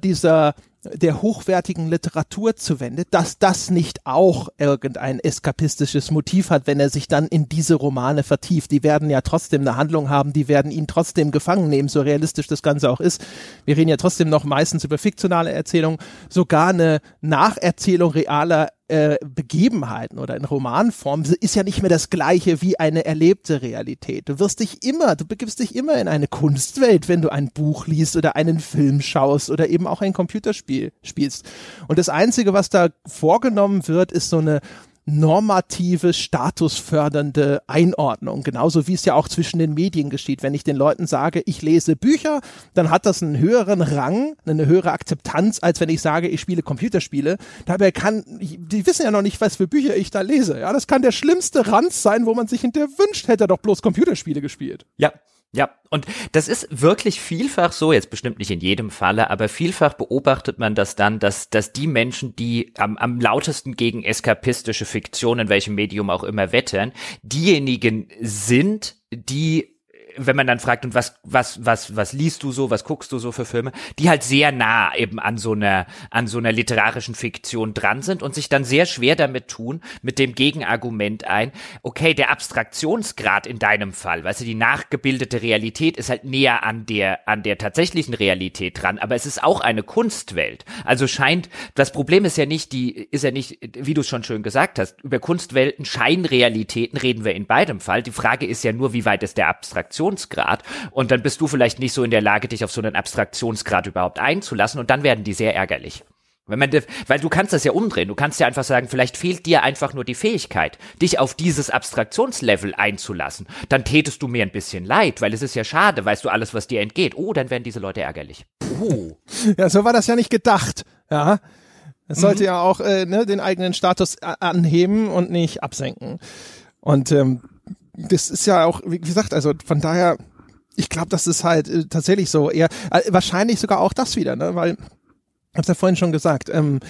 der hochwertigen Literatur zuwendet, dass das nicht auch irgendein eskapistisches Motiv hat, wenn er sich dann in diese Romane vertieft. Die werden ja trotzdem eine Handlung haben, die werden ihn trotzdem gefangen nehmen, so realistisch das Ganze auch ist. Wir reden ja trotzdem noch meistens über fiktionale Erzählungen, sogar eine Nacherzählung realer Begebenheiten oder in Romanform ist ja nicht mehr das Gleiche wie eine erlebte Realität. Du begibst dich immer in eine Kunstwelt, wenn du ein Buch liest oder einen Film schaust oder eben auch ein Computerspiel spielst. Und das Einzige, was da vorgenommen wird, ist so eine normative, statusfördernde Einordnung, genauso wie es ja auch zwischen den Medien geschieht. Wenn ich den Leuten sage, ich lese Bücher, dann hat das einen höheren Rang, eine höhere Akzeptanz, als wenn ich sage, ich spiele Computerspiele. Dabei die wissen ja noch nicht, was für Bücher ich da lese. Ja, das kann der schlimmste Ranz sein, wo man sich hinterher wünscht, hätte er doch bloß Computerspiele gespielt. Ja, und das ist wirklich vielfach so, jetzt bestimmt nicht in jedem Falle, aber vielfach beobachtet man das dann, dass die Menschen, die am lautesten gegen eskapistische Fiktion in welchem Medium auch immer wettern, diejenigen sind, die, wenn man dann fragt, und was liest du so, was guckst du so für Filme, die halt sehr nah eben an so einer literarischen Fiktion dran sind und sich dann sehr schwer damit tun, mit dem Gegenargument okay, der Abstraktionsgrad in deinem Fall, weißt du, die nachgebildete Realität ist halt näher an der tatsächlichen Realität dran, aber es ist auch eine Kunstwelt. Also das Problem ist ja nicht, wie du es schon schön gesagt hast, über Kunstwelten, Scheinrealitäten reden wir in beidem Fall. Die Frage ist ja nur, wie weit ist der Abstraktionsgrad? Und dann bist du vielleicht nicht so in der Lage, dich auf so einen Abstraktionsgrad überhaupt einzulassen und dann werden die sehr ärgerlich. Weil du kannst das ja umdrehen. Du kannst ja einfach sagen, vielleicht fehlt dir einfach nur die Fähigkeit, dich auf dieses Abstraktionslevel einzulassen. Dann tätest du mir ein bisschen leid, weil es ist ja schade, weißt du, alles, was dir entgeht. Oh, dann werden diese Leute ärgerlich. Ja, so war das ja nicht gedacht. Ja, es sollte ja auch den eigenen Status anheben und nicht absenken. Und das ist ja auch, wie gesagt, also von daher, ich glaube, das ist halt tatsächlich so eher, wahrscheinlich sogar auch das wieder, ne, weil ich hab's ja vorhin schon gesagt,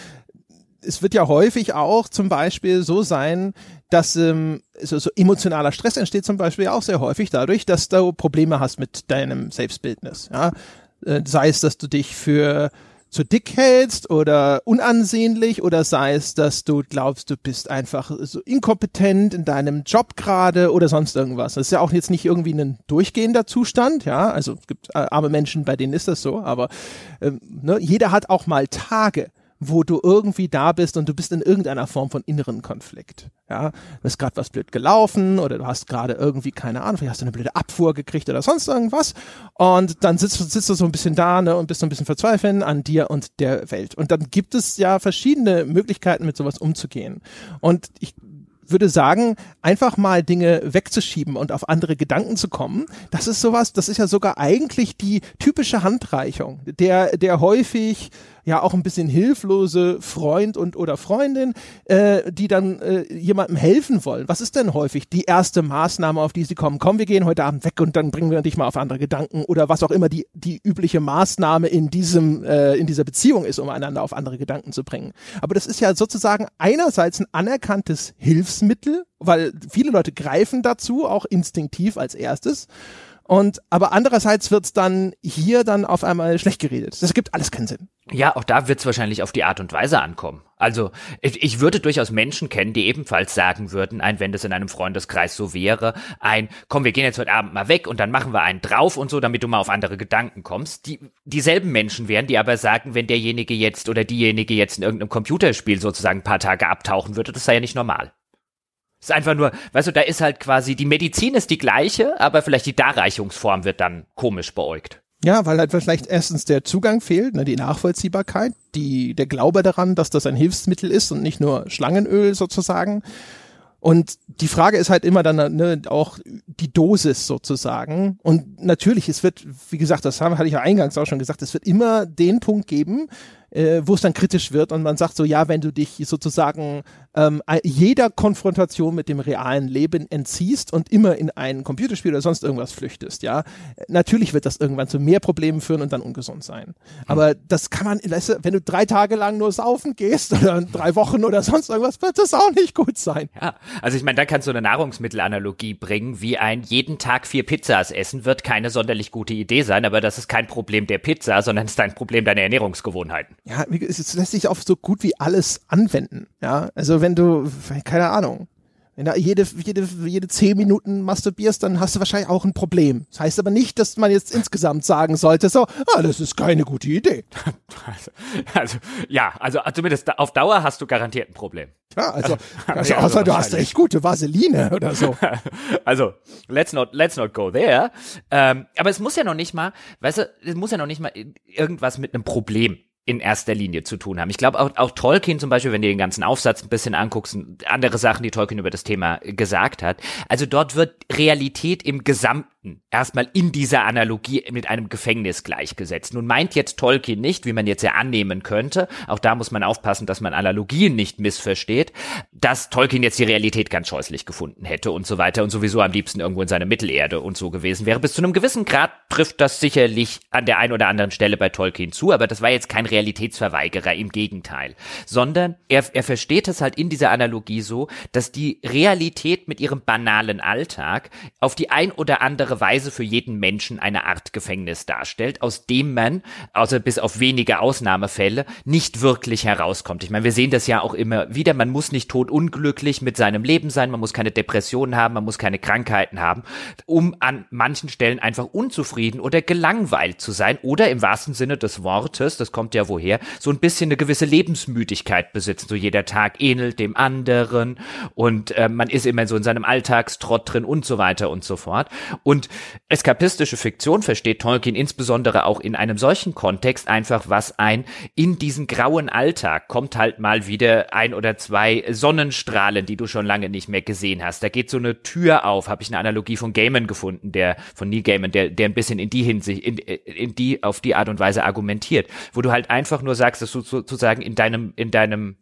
es wird ja häufig auch zum Beispiel so sein, dass so emotionaler Stress entsteht zum Beispiel auch sehr häufig dadurch, dass du Probleme hast mit deinem Selbstbildnis. Ja? Sei es, dass du dich für zu dick hältst oder unansehnlich oder sei es, dass du glaubst, du bist einfach so inkompetent in deinem Job gerade oder sonst irgendwas. Das ist ja auch jetzt nicht irgendwie ein durchgehender Zustand, ja, also es gibt arme Menschen, bei denen ist das so, aber jeder hat auch mal Tage, wo du irgendwie da bist und du bist in irgendeiner Form von inneren Konflikt. Ja, du ist gerade was blöd gelaufen oder du hast gerade irgendwie, keine Ahnung, vielleicht hast du eine blöde Abfuhr gekriegt oder sonst irgendwas und dann sitzt du so ein bisschen da, ne, und bist so ein bisschen verzweifeln an dir und der Welt. Und dann gibt es ja verschiedene Möglichkeiten, mit sowas umzugehen. Und ich würde sagen, einfach mal Dinge wegzuschieben und auf andere Gedanken zu kommen, das ist sowas, das ist ja sogar eigentlich die typische Handreichung, der häufig ja auch ein bisschen hilflose Freund und oder Freundin, die dann jemandem helfen wollen. Was ist denn häufig die erste Maßnahme, auf die sie kommen? Komm, wir gehen heute Abend weg und dann bringen wir dich mal auf andere Gedanken oder was auch immer die übliche Maßnahme in dieser Beziehung ist, um einander auf andere Gedanken zu bringen. Aber das ist ja sozusagen einerseits ein anerkanntes Hilfsmittel, weil viele Leute greifen dazu, auch instinktiv als erstes. Aber andererseits wird's dann hier dann auf einmal schlecht geredet. Das gibt alles keinen Sinn. Ja, auch da wird's wahrscheinlich auf die Art und Weise ankommen. Also ich würde durchaus Menschen kennen, die ebenfalls sagen würden, wenn das in einem Freundeskreis so wäre, komm, wir gehen jetzt heute Abend mal weg und dann machen wir einen drauf und so, damit du mal auf andere Gedanken kommst. Dieselben Menschen wären, die aber sagen, wenn derjenige jetzt oder diejenige jetzt in irgendeinem Computerspiel sozusagen ein paar Tage abtauchen würde, das sei ja nicht normal. Ist einfach nur, weißt du, da ist halt quasi, die Medizin ist die gleiche, aber vielleicht die Darreichungsform wird dann komisch beäugt. Ja, weil halt vielleicht erstens der Zugang fehlt, ne, die Nachvollziehbarkeit, der Glaube daran, dass das ein Hilfsmittel ist und nicht nur Schlangenöl sozusagen. Und die Frage ist halt immer dann auch die Dosis sozusagen. Und natürlich, es wird, wie gesagt, hatte ich ja eingangs auch schon gesagt, es wird immer den Punkt geben, wo es dann kritisch wird und man sagt so, ja, wenn du dich sozusagen jeder Konfrontation mit dem realen Leben entziehst und immer in ein Computerspiel oder sonst irgendwas flüchtest, ja, natürlich wird das irgendwann zu mehr Problemen führen und dann ungesund sein. Aber das kann man, weißt du, wenn du 3 Tage lang nur saufen gehst oder 3 Wochen oder sonst irgendwas, wird das auch nicht gut sein. Ja, also ich meine, da kannst du eine Nahrungsmittelanalogie bringen, wie jeden Tag 4 Pizzas essen, wird keine sonderlich gute Idee sein, aber das ist kein Problem der Pizza, sondern es ist ein Problem deiner Ernährungsgewohnheiten. Ja, es lässt sich auf so gut wie alles anwenden, ja, also wenn du, keine Ahnung, wenn du jede 10 Minuten masturbierst, dann hast du wahrscheinlich auch ein Problem. Das heißt aber nicht, dass man jetzt insgesamt sagen sollte, so, das ist keine gute Idee. Also zumindest auf Dauer hast du garantiert ein Problem. Ja, also außer du hast echt gute Vaseline oder so. Also, let's not go there. Aber es muss ja noch nicht mal, weißt du, es muss ja noch nicht mal irgendwas mit einem Problem in erster Linie zu tun haben. Ich glaube auch Tolkien zum Beispiel, wenn du den ganzen Aufsatz ein bisschen anguckst, andere Sachen, die Tolkien über das Thema gesagt hat. Also dort wird Realität im Gesamten erstmal in dieser Analogie mit einem Gefängnis gleichgesetzt. Nun meint jetzt Tolkien nicht, wie man jetzt ja annehmen könnte, auch da muss man aufpassen, dass man Analogien nicht missversteht, dass Tolkien jetzt die Realität ganz scheußlich gefunden hätte und so weiter und sowieso am liebsten irgendwo in seiner Mittelerde und so gewesen wäre. Bis zu einem gewissen Grad trifft das sicherlich an der einen oder anderen Stelle bei Tolkien zu, aber das war jetzt kein Realitätsverweigerer, im Gegenteil, sondern er versteht es halt in dieser Analogie so, dass die Realität mit ihrem banalen Alltag auf die ein oder andere Weise für jeden Menschen eine Art Gefängnis darstellt, aus dem man, außer bis auf wenige Ausnahmefälle, nicht wirklich herauskommt. Ich meine, wir sehen das ja auch immer wieder, man muss nicht todunglücklich mit seinem Leben sein, man muss keine Depressionen haben, man muss keine Krankheiten haben, um an manchen Stellen einfach unzufrieden oder gelangweilt zu sein oder im wahrsten Sinne des Wortes, das kommt ja woher, so ein bisschen eine gewisse Lebensmüdigkeit besitzen, so jeder Tag ähnelt dem anderen und man ist immer so in seinem Alltagstrott drin und so weiter und so fort. Und Und eskapistische Fiktion versteht Tolkien insbesondere auch in einem solchen Kontext einfach, was in diesen grauen Alltag kommt halt mal wieder 1 oder 2 Sonnenstrahlen, die du schon lange nicht mehr gesehen hast. Da geht so eine Tür auf, habe ich eine Analogie von Gaiman gefunden, von Neil Gaiman, der ein bisschen in die Hinsicht, auf die Art und Weise argumentiert, wo du halt einfach nur sagst, dass du sozusagen in deinem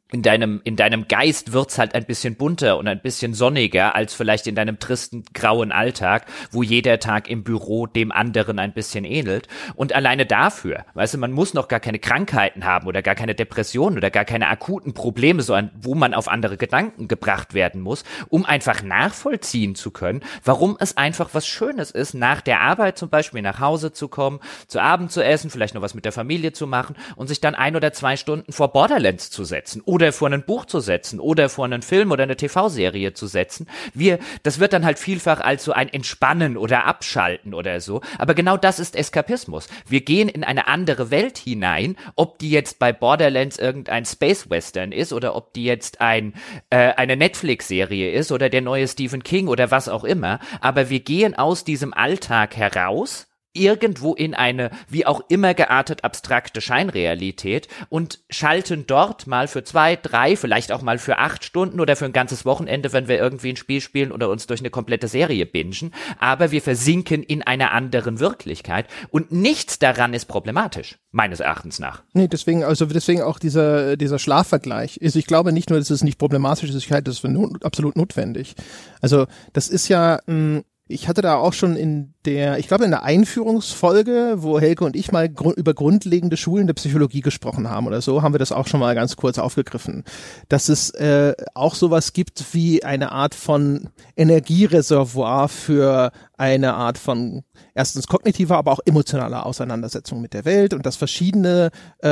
Geist wird's halt ein bisschen bunter und ein bisschen sonniger als vielleicht in deinem tristen grauen Alltag, wo jeder Tag im Büro dem anderen ein bisschen ähnelt. Und alleine dafür, weißt du, man muss noch gar keine Krankheiten haben oder gar keine Depressionen oder gar keine akuten Probleme, wo man auf andere Gedanken gebracht werden muss, um einfach nachvollziehen zu können, warum es einfach was Schönes ist, nach der Arbeit zum Beispiel nach Hause zu kommen, zu Abend zu essen, vielleicht noch was mit der Familie zu machen und sich dann 1 oder 2 Stunden vor Borderlands zu setzen oder vor ein Buch zu setzen oder vor einen Film oder eine TV-Serie zu setzen. Das wird dann halt vielfach als so ein Entspannen oder Abschalten oder so. Aber genau das ist Eskapismus. Wir gehen in eine andere Welt hinein, ob die jetzt bei Borderlands irgendein Space-Western ist oder ob die jetzt eine Netflix-Serie ist oder der neue Stephen King oder was auch immer. Aber wir gehen aus diesem Alltag heraus, irgendwo in eine, wie auch immer geartet, abstrakte Scheinrealität und schalten dort mal für 2, 3, vielleicht auch mal für 8 Stunden oder für ein ganzes Wochenende, wenn wir irgendwie ein Spiel spielen oder uns durch eine komplette Serie bingen, aber wir versinken in einer anderen Wirklichkeit und nichts daran ist problematisch, meines Erachtens nach. Nee, deswegen auch dieser Schlafvergleich. Also ich glaube nicht nur, dass es nicht problematisch ist, ich halte das für absolut notwendig. Also das ist ja, ich hatte da auch schon in der Einführungsfolge, wo Helge und ich mal über grundlegende Schulen der Psychologie gesprochen haben oder so, haben wir das auch schon mal ganz kurz aufgegriffen, dass es auch sowas gibt wie eine Art von Energiereservoir für eine Art von erstens kognitiver, aber auch emotionaler Auseinandersetzung mit der Welt und dass verschiedene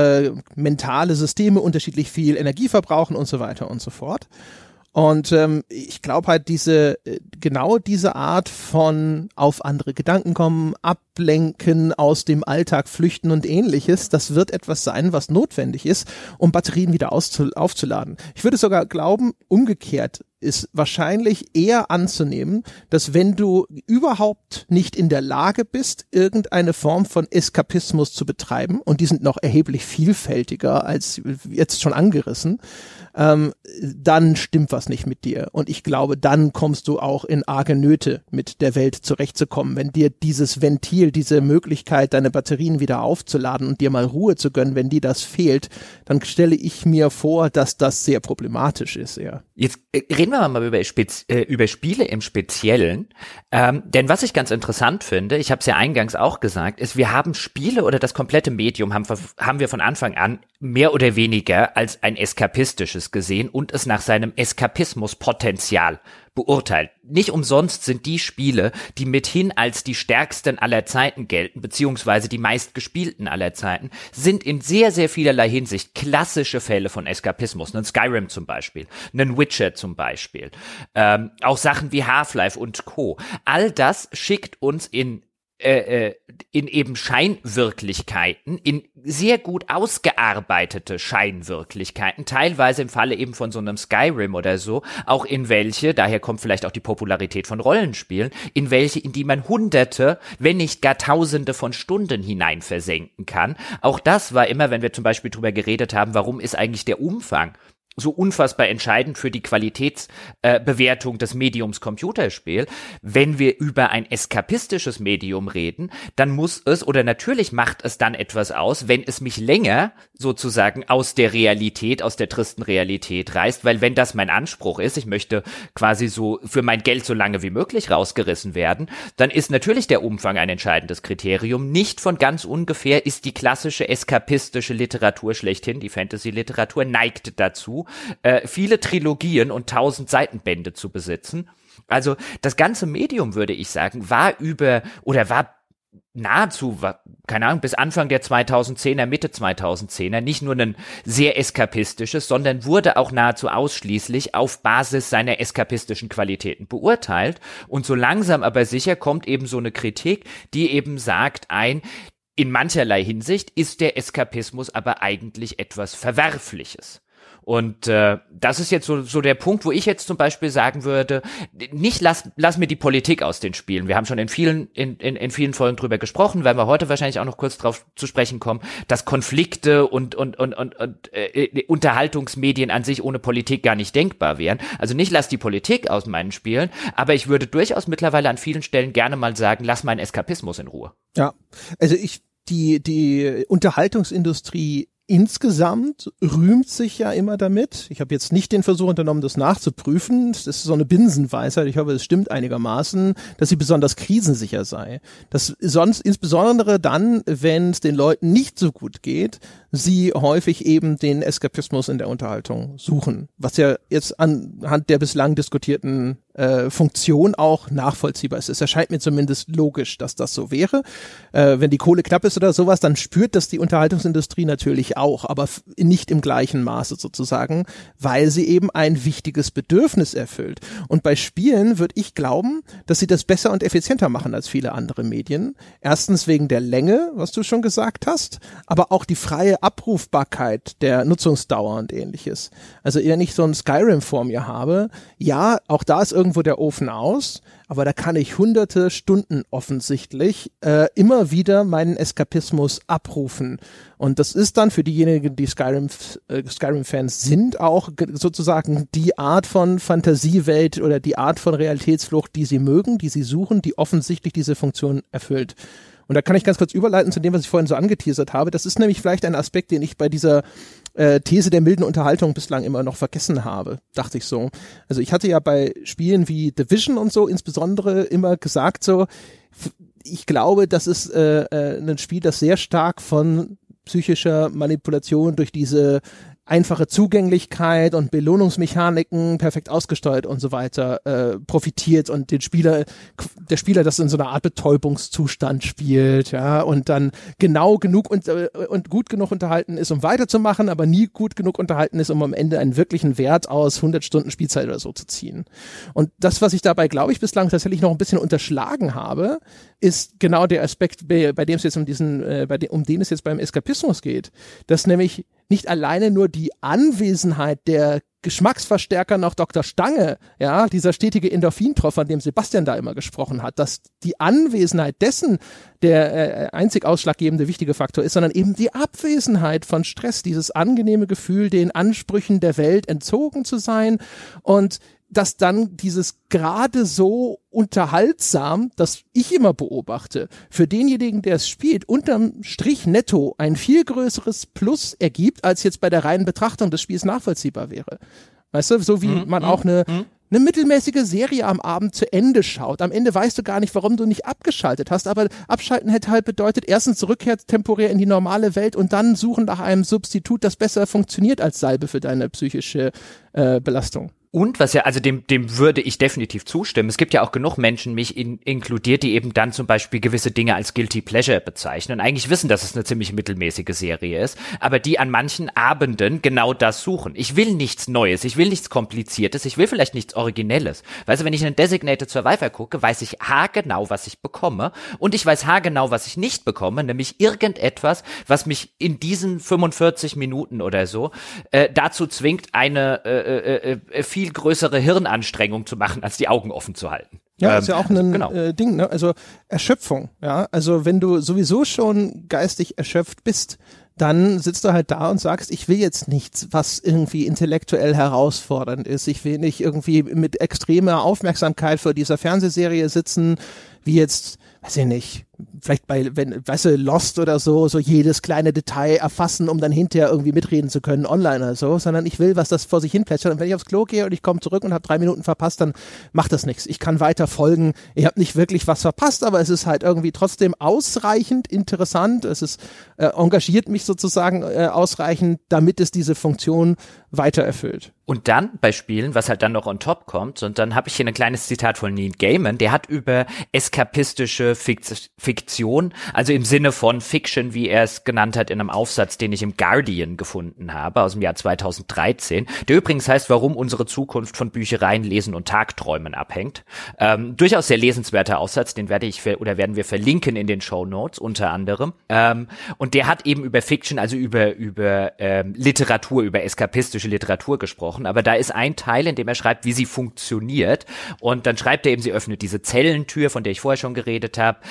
mentale Systeme unterschiedlich viel Energie verbrauchen und so weiter und so fort. Und ich glaube halt genau diese Art von auf andere Gedanken kommen, ablenken, aus dem Alltag flüchten und ähnliches, das wird etwas sein, was notwendig ist, um Batterien wieder aufzuladen. Ich würde sogar glauben, umgekehrt ist wahrscheinlich eher anzunehmen, dass wenn du überhaupt nicht in der Lage bist, irgendeine Form von Eskapismus zu betreiben, und die sind noch erheblich vielfältiger als jetzt schon angerissen, dann stimmt was nicht mit dir. Und ich glaube, dann kommst du auch in arge Nöte, mit der Welt zurechtzukommen. Wenn dir dieses Ventil, diese Möglichkeit, deine Batterien wieder aufzuladen und dir mal Ruhe zu gönnen, wenn dir das fehlt, dann stelle ich mir vor, dass das sehr problematisch ist, ja. Jetzt reden wir mal über Spiele im Speziellen, denn was ich ganz interessant finde, ich habe es ja eingangs auch gesagt, ist, wir haben Spiele oder das komplette Medium haben wir von Anfang an mehr oder weniger als ein eskapistisches gesehen und es nach seinem Eskapismuspotenzial beurteilt. Nicht umsonst sind die Spiele, die mithin als die stärksten aller Zeiten gelten, beziehungsweise die meistgespielten aller Zeiten, sind in sehr, sehr vielerlei Hinsicht klassische Fälle von Eskapismus. Ein Skyrim zum Beispiel, ein Witcher zum Beispiel, auch Sachen wie Half-Life und Co. All das schickt uns in eben Scheinwirklichkeiten, in sehr gut ausgearbeitete Scheinwirklichkeiten, teilweise im Falle eben von so einem Skyrim oder so, auch in welche, daher kommt vielleicht auch die Popularität von Rollenspielen, in die man Hunderte, wenn nicht gar Tausende von Stunden hinein versenken kann. Auch das war immer, wenn wir zum Beispiel drüber geredet haben, warum ist eigentlich der Umfang so unfassbar entscheidend für die Qualitätsbewertung des Mediums Computerspiel. Wenn wir über ein eskapistisches Medium reden, dann muss es, oder natürlich macht es dann etwas aus, wenn es mich länger sozusagen aus der Realität, aus der tristen Realität reißt, weil wenn das mein Anspruch ist, ich möchte quasi so für mein Geld so lange wie möglich rausgerissen werden, dann ist natürlich der Umfang ein entscheidendes Kriterium. Nicht von ganz ungefähr ist die klassische eskapistische Literatur schlechthin, die Fantasy-Literatur neigt dazu, viele Trilogien und 1000 Seitenbände zu besitzen. Also das ganze Medium, würde ich sagen, war nahezu, keine Ahnung, bis Anfang der 2010er, Mitte 2010er nicht nur ein sehr eskapistisches, sondern wurde auch nahezu ausschließlich auf Basis seiner eskapistischen Qualitäten beurteilt. Und so langsam aber sicher kommt eben so eine Kritik, die eben sagt, in mancherlei Hinsicht ist der Eskapismus aber eigentlich etwas Verwerfliches. Und das ist jetzt so der Punkt, wo ich jetzt zum Beispiel sagen würde, nicht lass mir die Politik aus den Spielen. Wir haben schon in vielen Folgen drüber gesprochen, werden wir heute wahrscheinlich auch noch kurz drauf zu sprechen kommen, dass Konflikte und Unterhaltungsmedien an sich ohne Politik gar nicht denkbar wären. Also nicht lass die Politik aus meinen Spielen, aber ich würde durchaus mittlerweile an vielen Stellen gerne mal sagen, lass meinen Eskapismus in Ruhe. Ja, also die Unterhaltungsindustrie insgesamt rühmt sich ja immer damit. Ich habe jetzt nicht den Versuch unternommen, das nachzuprüfen. Das ist so eine Binsenweisheit. Ich hoffe, es stimmt einigermaßen, dass sie besonders krisensicher sei. Dass sonst insbesondere dann, wenn es den Leuten nicht so gut geht, sie häufig eben den Eskapismus in der Unterhaltung suchen. Was ja jetzt anhand der bislang diskutierten Funktion auch nachvollziehbar ist. Es erscheint mir zumindest logisch, dass das so wäre. Wenn die Kohle knapp ist oder sowas, dann spürt das die Unterhaltungsindustrie natürlich auch, aber nicht im gleichen Maße sozusagen, weil sie eben ein wichtiges Bedürfnis erfüllt. Und bei Spielen würde ich glauben, dass sie das besser und effizienter machen als viele andere Medien. Erstens wegen der Länge, was du schon gesagt hast, aber auch die freie Abrufbarkeit der Nutzungsdauer und ähnliches. Also eher nicht so ein Skyrim vor mir habe. Ja, auch da ist irgendwo der Ofen aus, aber da kann ich hunderte Stunden offensichtlich immer wieder meinen Eskapismus abrufen. Und das ist dann für diejenigen, die Skyrim-Fans sind, auch sozusagen die Art von Fantasiewelt oder die Art von Realitätsflucht, die sie mögen, die sie suchen, die offensichtlich diese Funktion erfüllt. Und da kann ich ganz kurz überleiten zu dem, was ich vorhin so angeteasert habe. Das ist nämlich vielleicht ein Aspekt, den ich bei dieser These der milden Unterhaltung bislang immer noch vergessen habe, dachte ich so. Also ich hatte ja bei Spielen wie Division und so insbesondere immer gesagt so, ich glaube, das ist ein Spiel, das sehr stark von psychischer Manipulation durch diese einfache Zugänglichkeit und Belohnungsmechaniken perfekt ausgesteuert und so weiter profitiert und der Spieler das in so einer Art Betäubungszustand spielt, ja, und dann genau genug und gut genug unterhalten ist, um weiterzumachen, aber nie gut genug unterhalten ist, um am Ende einen wirklichen Wert aus 100 Stunden Spielzeit oder so zu ziehen. Und das, was ich dabei, glaube ich, bislang tatsächlich noch ein bisschen unterschlagen habe, ist genau der Aspekt, bei dem es jetzt um den es jetzt beim Eskapismus geht, dass nämlich nicht alleine nur die Anwesenheit der Geschmacksverstärker nach Dr. Stange, ja, dieser stetige Endorphintropf, von dem Sebastian da immer gesprochen hat, dass die Anwesenheit dessen der einzig ausschlaggebende wichtige Faktor ist, sondern eben die Abwesenheit von Stress, dieses angenehme Gefühl, den Ansprüchen der Welt entzogen zu sein und dass dann dieses gerade so unterhaltsam, das ich immer beobachte, für denjenigen, der es spielt, unterm Strich netto ein viel größeres Plus ergibt, als jetzt bei der reinen Betrachtung des Spiels nachvollziehbar wäre. Weißt du, so wie man auch eine mittelmäßige Serie am Abend zu Ende schaut. Am Ende weißt du gar nicht, warum du nicht abgeschaltet hast, aber abschalten hätte halt bedeutet, erstens Rückkehr temporär in die normale Welt und dann suchen nach einem Substitut, das besser funktioniert als Salbe für deine psychische Belastung. Und was ja, also dem würde ich definitiv zustimmen. Es gibt ja auch genug Menschen, mich inkludiert, die eben dann zum Beispiel gewisse Dinge als Guilty Pleasure bezeichnen und eigentlich wissen, dass es eine ziemlich mittelmäßige Serie ist, aber die an manchen Abenden genau das suchen. Ich will nichts Neues, ich will nichts Kompliziertes, ich will vielleicht nichts Originelles. Weißt du, wenn ich einen Designated Survivor gucke, weiß ich haargenau, was ich bekomme und ich weiß haargenau, was ich nicht bekomme, nämlich irgendetwas, was mich in diesen 45 Minuten oder so dazu zwingt, eine viel größere Hirnanstrengung zu machen, als die Augen offen zu halten. Ja, ist ja auch ein Ding, ne? Also Erschöpfung, ja. Also wenn du sowieso schon geistig erschöpft bist, dann sitzt du halt da und sagst, ich will jetzt nichts, was irgendwie intellektuell herausfordernd ist. Ich will nicht irgendwie mit extremer Aufmerksamkeit vor dieser Fernsehserie sitzen, wie jetzt, weiß ich nicht, vielleicht weißt du, Lost oder so jedes kleine Detail erfassen, um dann hinterher irgendwie mitreden zu können online oder so, sondern ich will, was das vor sich hin plätschert. Und wenn ich aufs Klo gehe und ich komme zurück und habe 3 Minuten verpasst, dann macht das nichts. Ich kann weiter folgen. Ich habe nicht wirklich was verpasst, aber es ist halt irgendwie trotzdem ausreichend interessant. Es ist engagiert mich sozusagen ausreichend, damit es diese Funktion weiter erfüllt. Und dann bei Spielen, was halt dann noch on top kommt, und dann habe ich hier ein kleines Zitat von Neil Gaiman, der hat über eskapistische Fiktion, also im Sinne von Fiction, wie er es genannt hat in einem Aufsatz, den ich im Guardian gefunden habe, aus dem Jahr 2013, der übrigens heißt, warum unsere Zukunft von Büchereien, Lesen und Tagträumen abhängt. Durchaus sehr lesenswerter Aufsatz, den werden wir verlinken in den Shownotes unter anderem. Und der hat eben über Fiction, also über Literatur, über eskapistische Literatur gesprochen, aber da ist ein Teil, in dem er schreibt, wie sie funktioniert, und dann schreibt er eben, sie öffnet diese Zellentür, von der ich vorher schon geredet habe,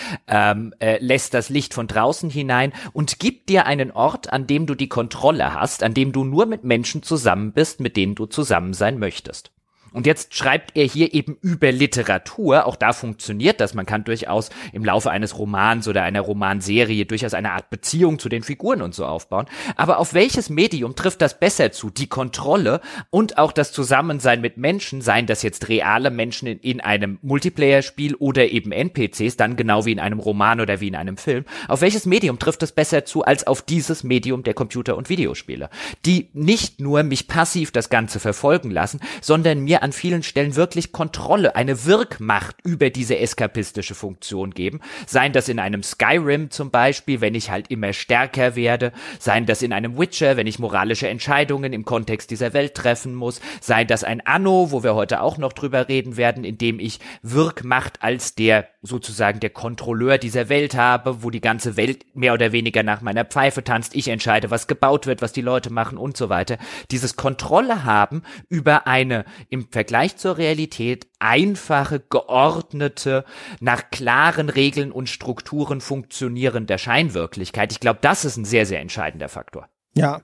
lässt das Licht von draußen hinein und gibt dir einen Ort, an dem du die Kontrolle hast, an dem du nur mit Menschen zusammen bist, mit denen du zusammen sein möchtest. Und jetzt schreibt er hier eben über Literatur, auch da funktioniert das, man kann durchaus im Laufe eines Romans oder einer Romanserie durchaus eine Art Beziehung zu den Figuren und so aufbauen, aber auf welches Medium trifft das besser zu? Die Kontrolle und auch das Zusammensein mit Menschen, seien das jetzt reale Menschen in einem Multiplayer-Spiel oder eben NPCs, dann genau wie in einem Roman oder wie in einem Film, auf welches Medium trifft es besser zu als auf dieses Medium der Computer- und Videospiele, die nicht nur mich passiv das Ganze verfolgen lassen, sondern mir an vielen Stellen wirklich Kontrolle, eine Wirkmacht über diese eskapistische Funktion geben. Seien das in einem Skyrim zum Beispiel, wenn ich halt immer stärker werde, seien das in einem Witcher, wenn ich moralische Entscheidungen im Kontext dieser Welt treffen muss, sei das ein Anno, wo wir heute auch noch drüber reden werden, in dem ich Wirkmacht als sozusagen der Kontrolleur dieser Welt habe, wo die ganze Welt mehr oder weniger nach meiner Pfeife tanzt, ich entscheide, was gebaut wird, was die Leute machen und so weiter. Dieses Kontrolle haben über eine im Vergleich zur Realität einfache, geordnete, nach klaren Regeln und Strukturen funktionierende Scheinwirklichkeit. Ich glaube, das ist ein sehr, sehr entscheidender Faktor. Ja,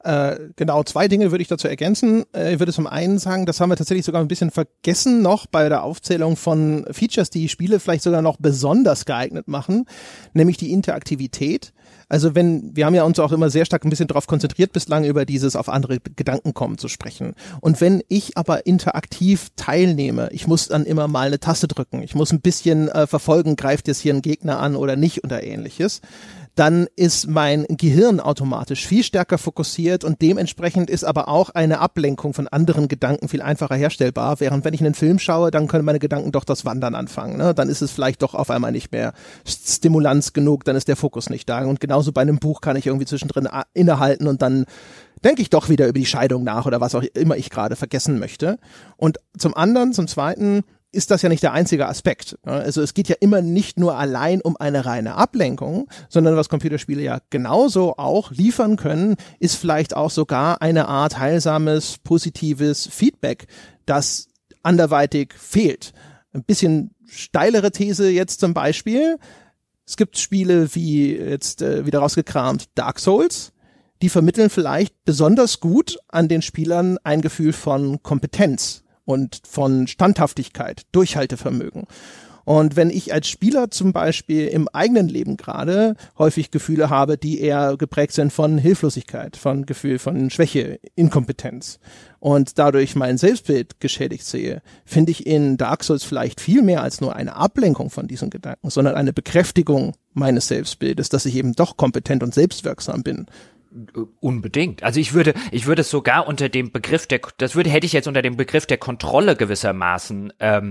genau, 2 Dinge würde ich dazu ergänzen. Ich würde zum einen sagen, das haben wir tatsächlich sogar ein bisschen vergessen noch bei der Aufzählung von Features, die Spiele vielleicht sogar noch besonders geeignet machen, nämlich die Interaktivität. Also wir haben ja uns auch immer sehr stark ein bisschen darauf konzentriert, bislang über dieses auf andere Gedanken kommen zu sprechen. Und wenn ich aber interaktiv teilnehme, ich muss dann immer mal eine Taste drücken, ich muss ein bisschen verfolgen, greift jetzt hier ein Gegner an oder nicht oder ähnliches, dann ist mein Gehirn automatisch viel stärker fokussiert und dementsprechend ist aber auch eine Ablenkung von anderen Gedanken viel einfacher herstellbar, während wenn ich einen Film schaue, dann können meine Gedanken doch das Wandern anfangen, ne? Dann ist es vielleicht doch auf einmal nicht mehr Stimulanz genug, dann ist der Fokus nicht da und genauso bei einem Buch kann ich irgendwie zwischendrin innehalten und dann denke ich doch wieder über die Scheidung nach oder was auch immer ich gerade vergessen möchte. Und zum Zweiten, ist das ja nicht der einzige Aspekt. Also es geht ja immer nicht nur allein um eine reine Ablenkung, sondern was Computerspiele ja genauso auch liefern können, ist vielleicht auch sogar eine Art heilsames, positives Feedback, das anderweitig fehlt. Ein bisschen steilere These jetzt zum Beispiel. Es gibt Spiele wie jetzt wieder rausgekramt Dark Souls, die vermitteln vielleicht besonders gut an den Spielern ein Gefühl von Kompetenz und von Standhaftigkeit, Durchhaltevermögen. Und wenn ich als Spieler zum Beispiel im eigenen Leben gerade häufig Gefühle habe, die eher geprägt sind von Hilflosigkeit, von Gefühl von Schwäche, Inkompetenz und dadurch mein Selbstbild geschädigt sehe, finde ich in Dark Souls vielleicht viel mehr als nur eine Ablenkung von diesen Gedanken, sondern eine Bekräftigung meines Selbstbildes, dass ich eben doch kompetent und selbstwirksam bin. Unbedingt. Also ich würde es sogar unter dem Begriff hätte ich jetzt unter dem Begriff der Kontrolle gewissermaßen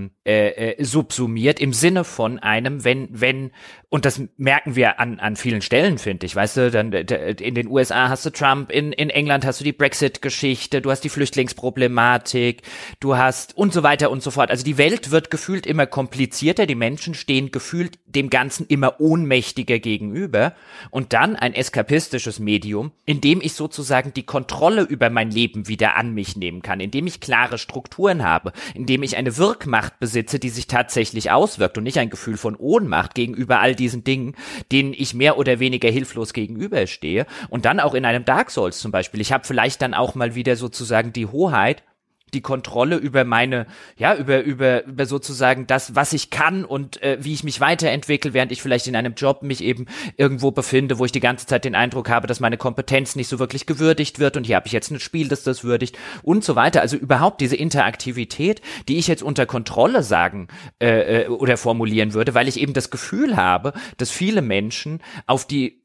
subsumiert, im Sinne von einem, wenn, und das merken wir an vielen Stellen, finde ich, weißt du, dann in den USA hast du Trump, in England hast du die Brexit-Geschichte, du hast die Flüchtlingsproblematik, du hast und so weiter und so fort. Also die Welt wird gefühlt immer komplizierter, die Menschen stehen gefühlt dem Ganzen immer ohnmächtiger gegenüber und dann ein eskapistisches Medium, indem ich sozusagen die Kontrolle über mein Leben wieder an mich nehmen kann, indem ich klare Strukturen habe, indem ich eine Wirkmacht besitze, die sich tatsächlich auswirkt und nicht ein Gefühl von Ohnmacht gegenüber all diesen Dingen, denen ich mehr oder weniger hilflos gegenüberstehe. Und dann auch in einem Dark Souls zum Beispiel. Ich habe vielleicht dann auch mal wieder sozusagen die Hoheit, die Kontrolle über meine, über sozusagen das, was ich kann und wie ich mich weiterentwickle, während ich vielleicht in einem Job mich eben irgendwo befinde, wo ich die ganze Zeit den Eindruck habe, dass meine Kompetenz nicht so wirklich gewürdigt wird und hier habe ich jetzt ein Spiel, das das würdigt und so weiter. Also überhaupt diese Interaktivität, die ich jetzt unter Kontrolle sagen oder formulieren würde, weil ich eben das Gefühl habe, dass viele Menschen auf die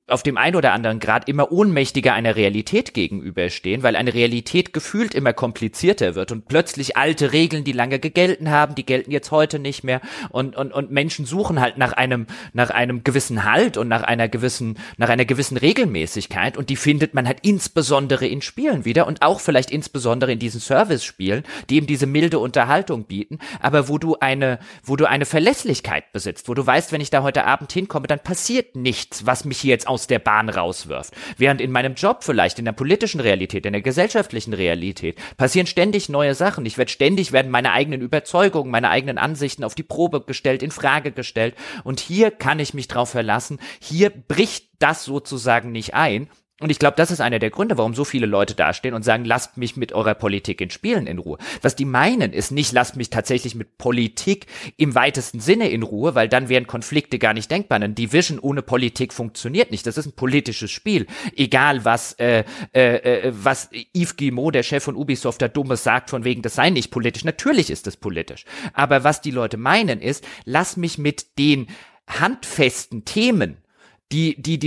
auf dem einen oder anderen Grad immer ohnmächtiger einer Realität gegenüberstehen, weil eine Realität gefühlt immer komplizierter wird und plötzlich alte Regeln, die lange gegelten haben, die gelten jetzt heute nicht mehr und Menschen suchen halt nach einem gewissen Halt und nach einer gewissen Regelmäßigkeit und die findet man halt insbesondere in Spielen wieder und auch vielleicht insbesondere in diesen Service-Spielen, die eben diese milde Unterhaltung bieten, aber wo du eine Verlässlichkeit besitzt, wo du weißt, wenn ich da heute Abend hinkomme, dann passiert nichts, was mich hier jetzt aus der Bahn rauswirft. Während in meinem Job vielleicht, in der politischen Realität, in der gesellschaftlichen Realität, passieren ständig neue Sachen. Werden meine eigenen Überzeugungen, meine eigenen Ansichten auf die Probe gestellt, in Frage gestellt. Und hier kann ich mich drauf verlassen. Hier bricht das sozusagen nicht ein. Und ich glaube, das ist einer der Gründe, warum so viele Leute dastehen und sagen, lasst mich mit eurer Politik in Spielen in Ruhe. Was die meinen, ist nicht, lasst mich tatsächlich mit Politik im weitesten Sinne in Ruhe, weil dann wären Konflikte gar nicht denkbar. Ein Division ohne Politik funktioniert nicht. Das ist ein politisches Spiel. Egal was Yves Guillemot, der Chef von Ubisoft, da Dummes sagt, von wegen, das sei nicht politisch. Natürlich ist es politisch. Aber was die Leute meinen ist, lass mich mit den handfesten Themen, die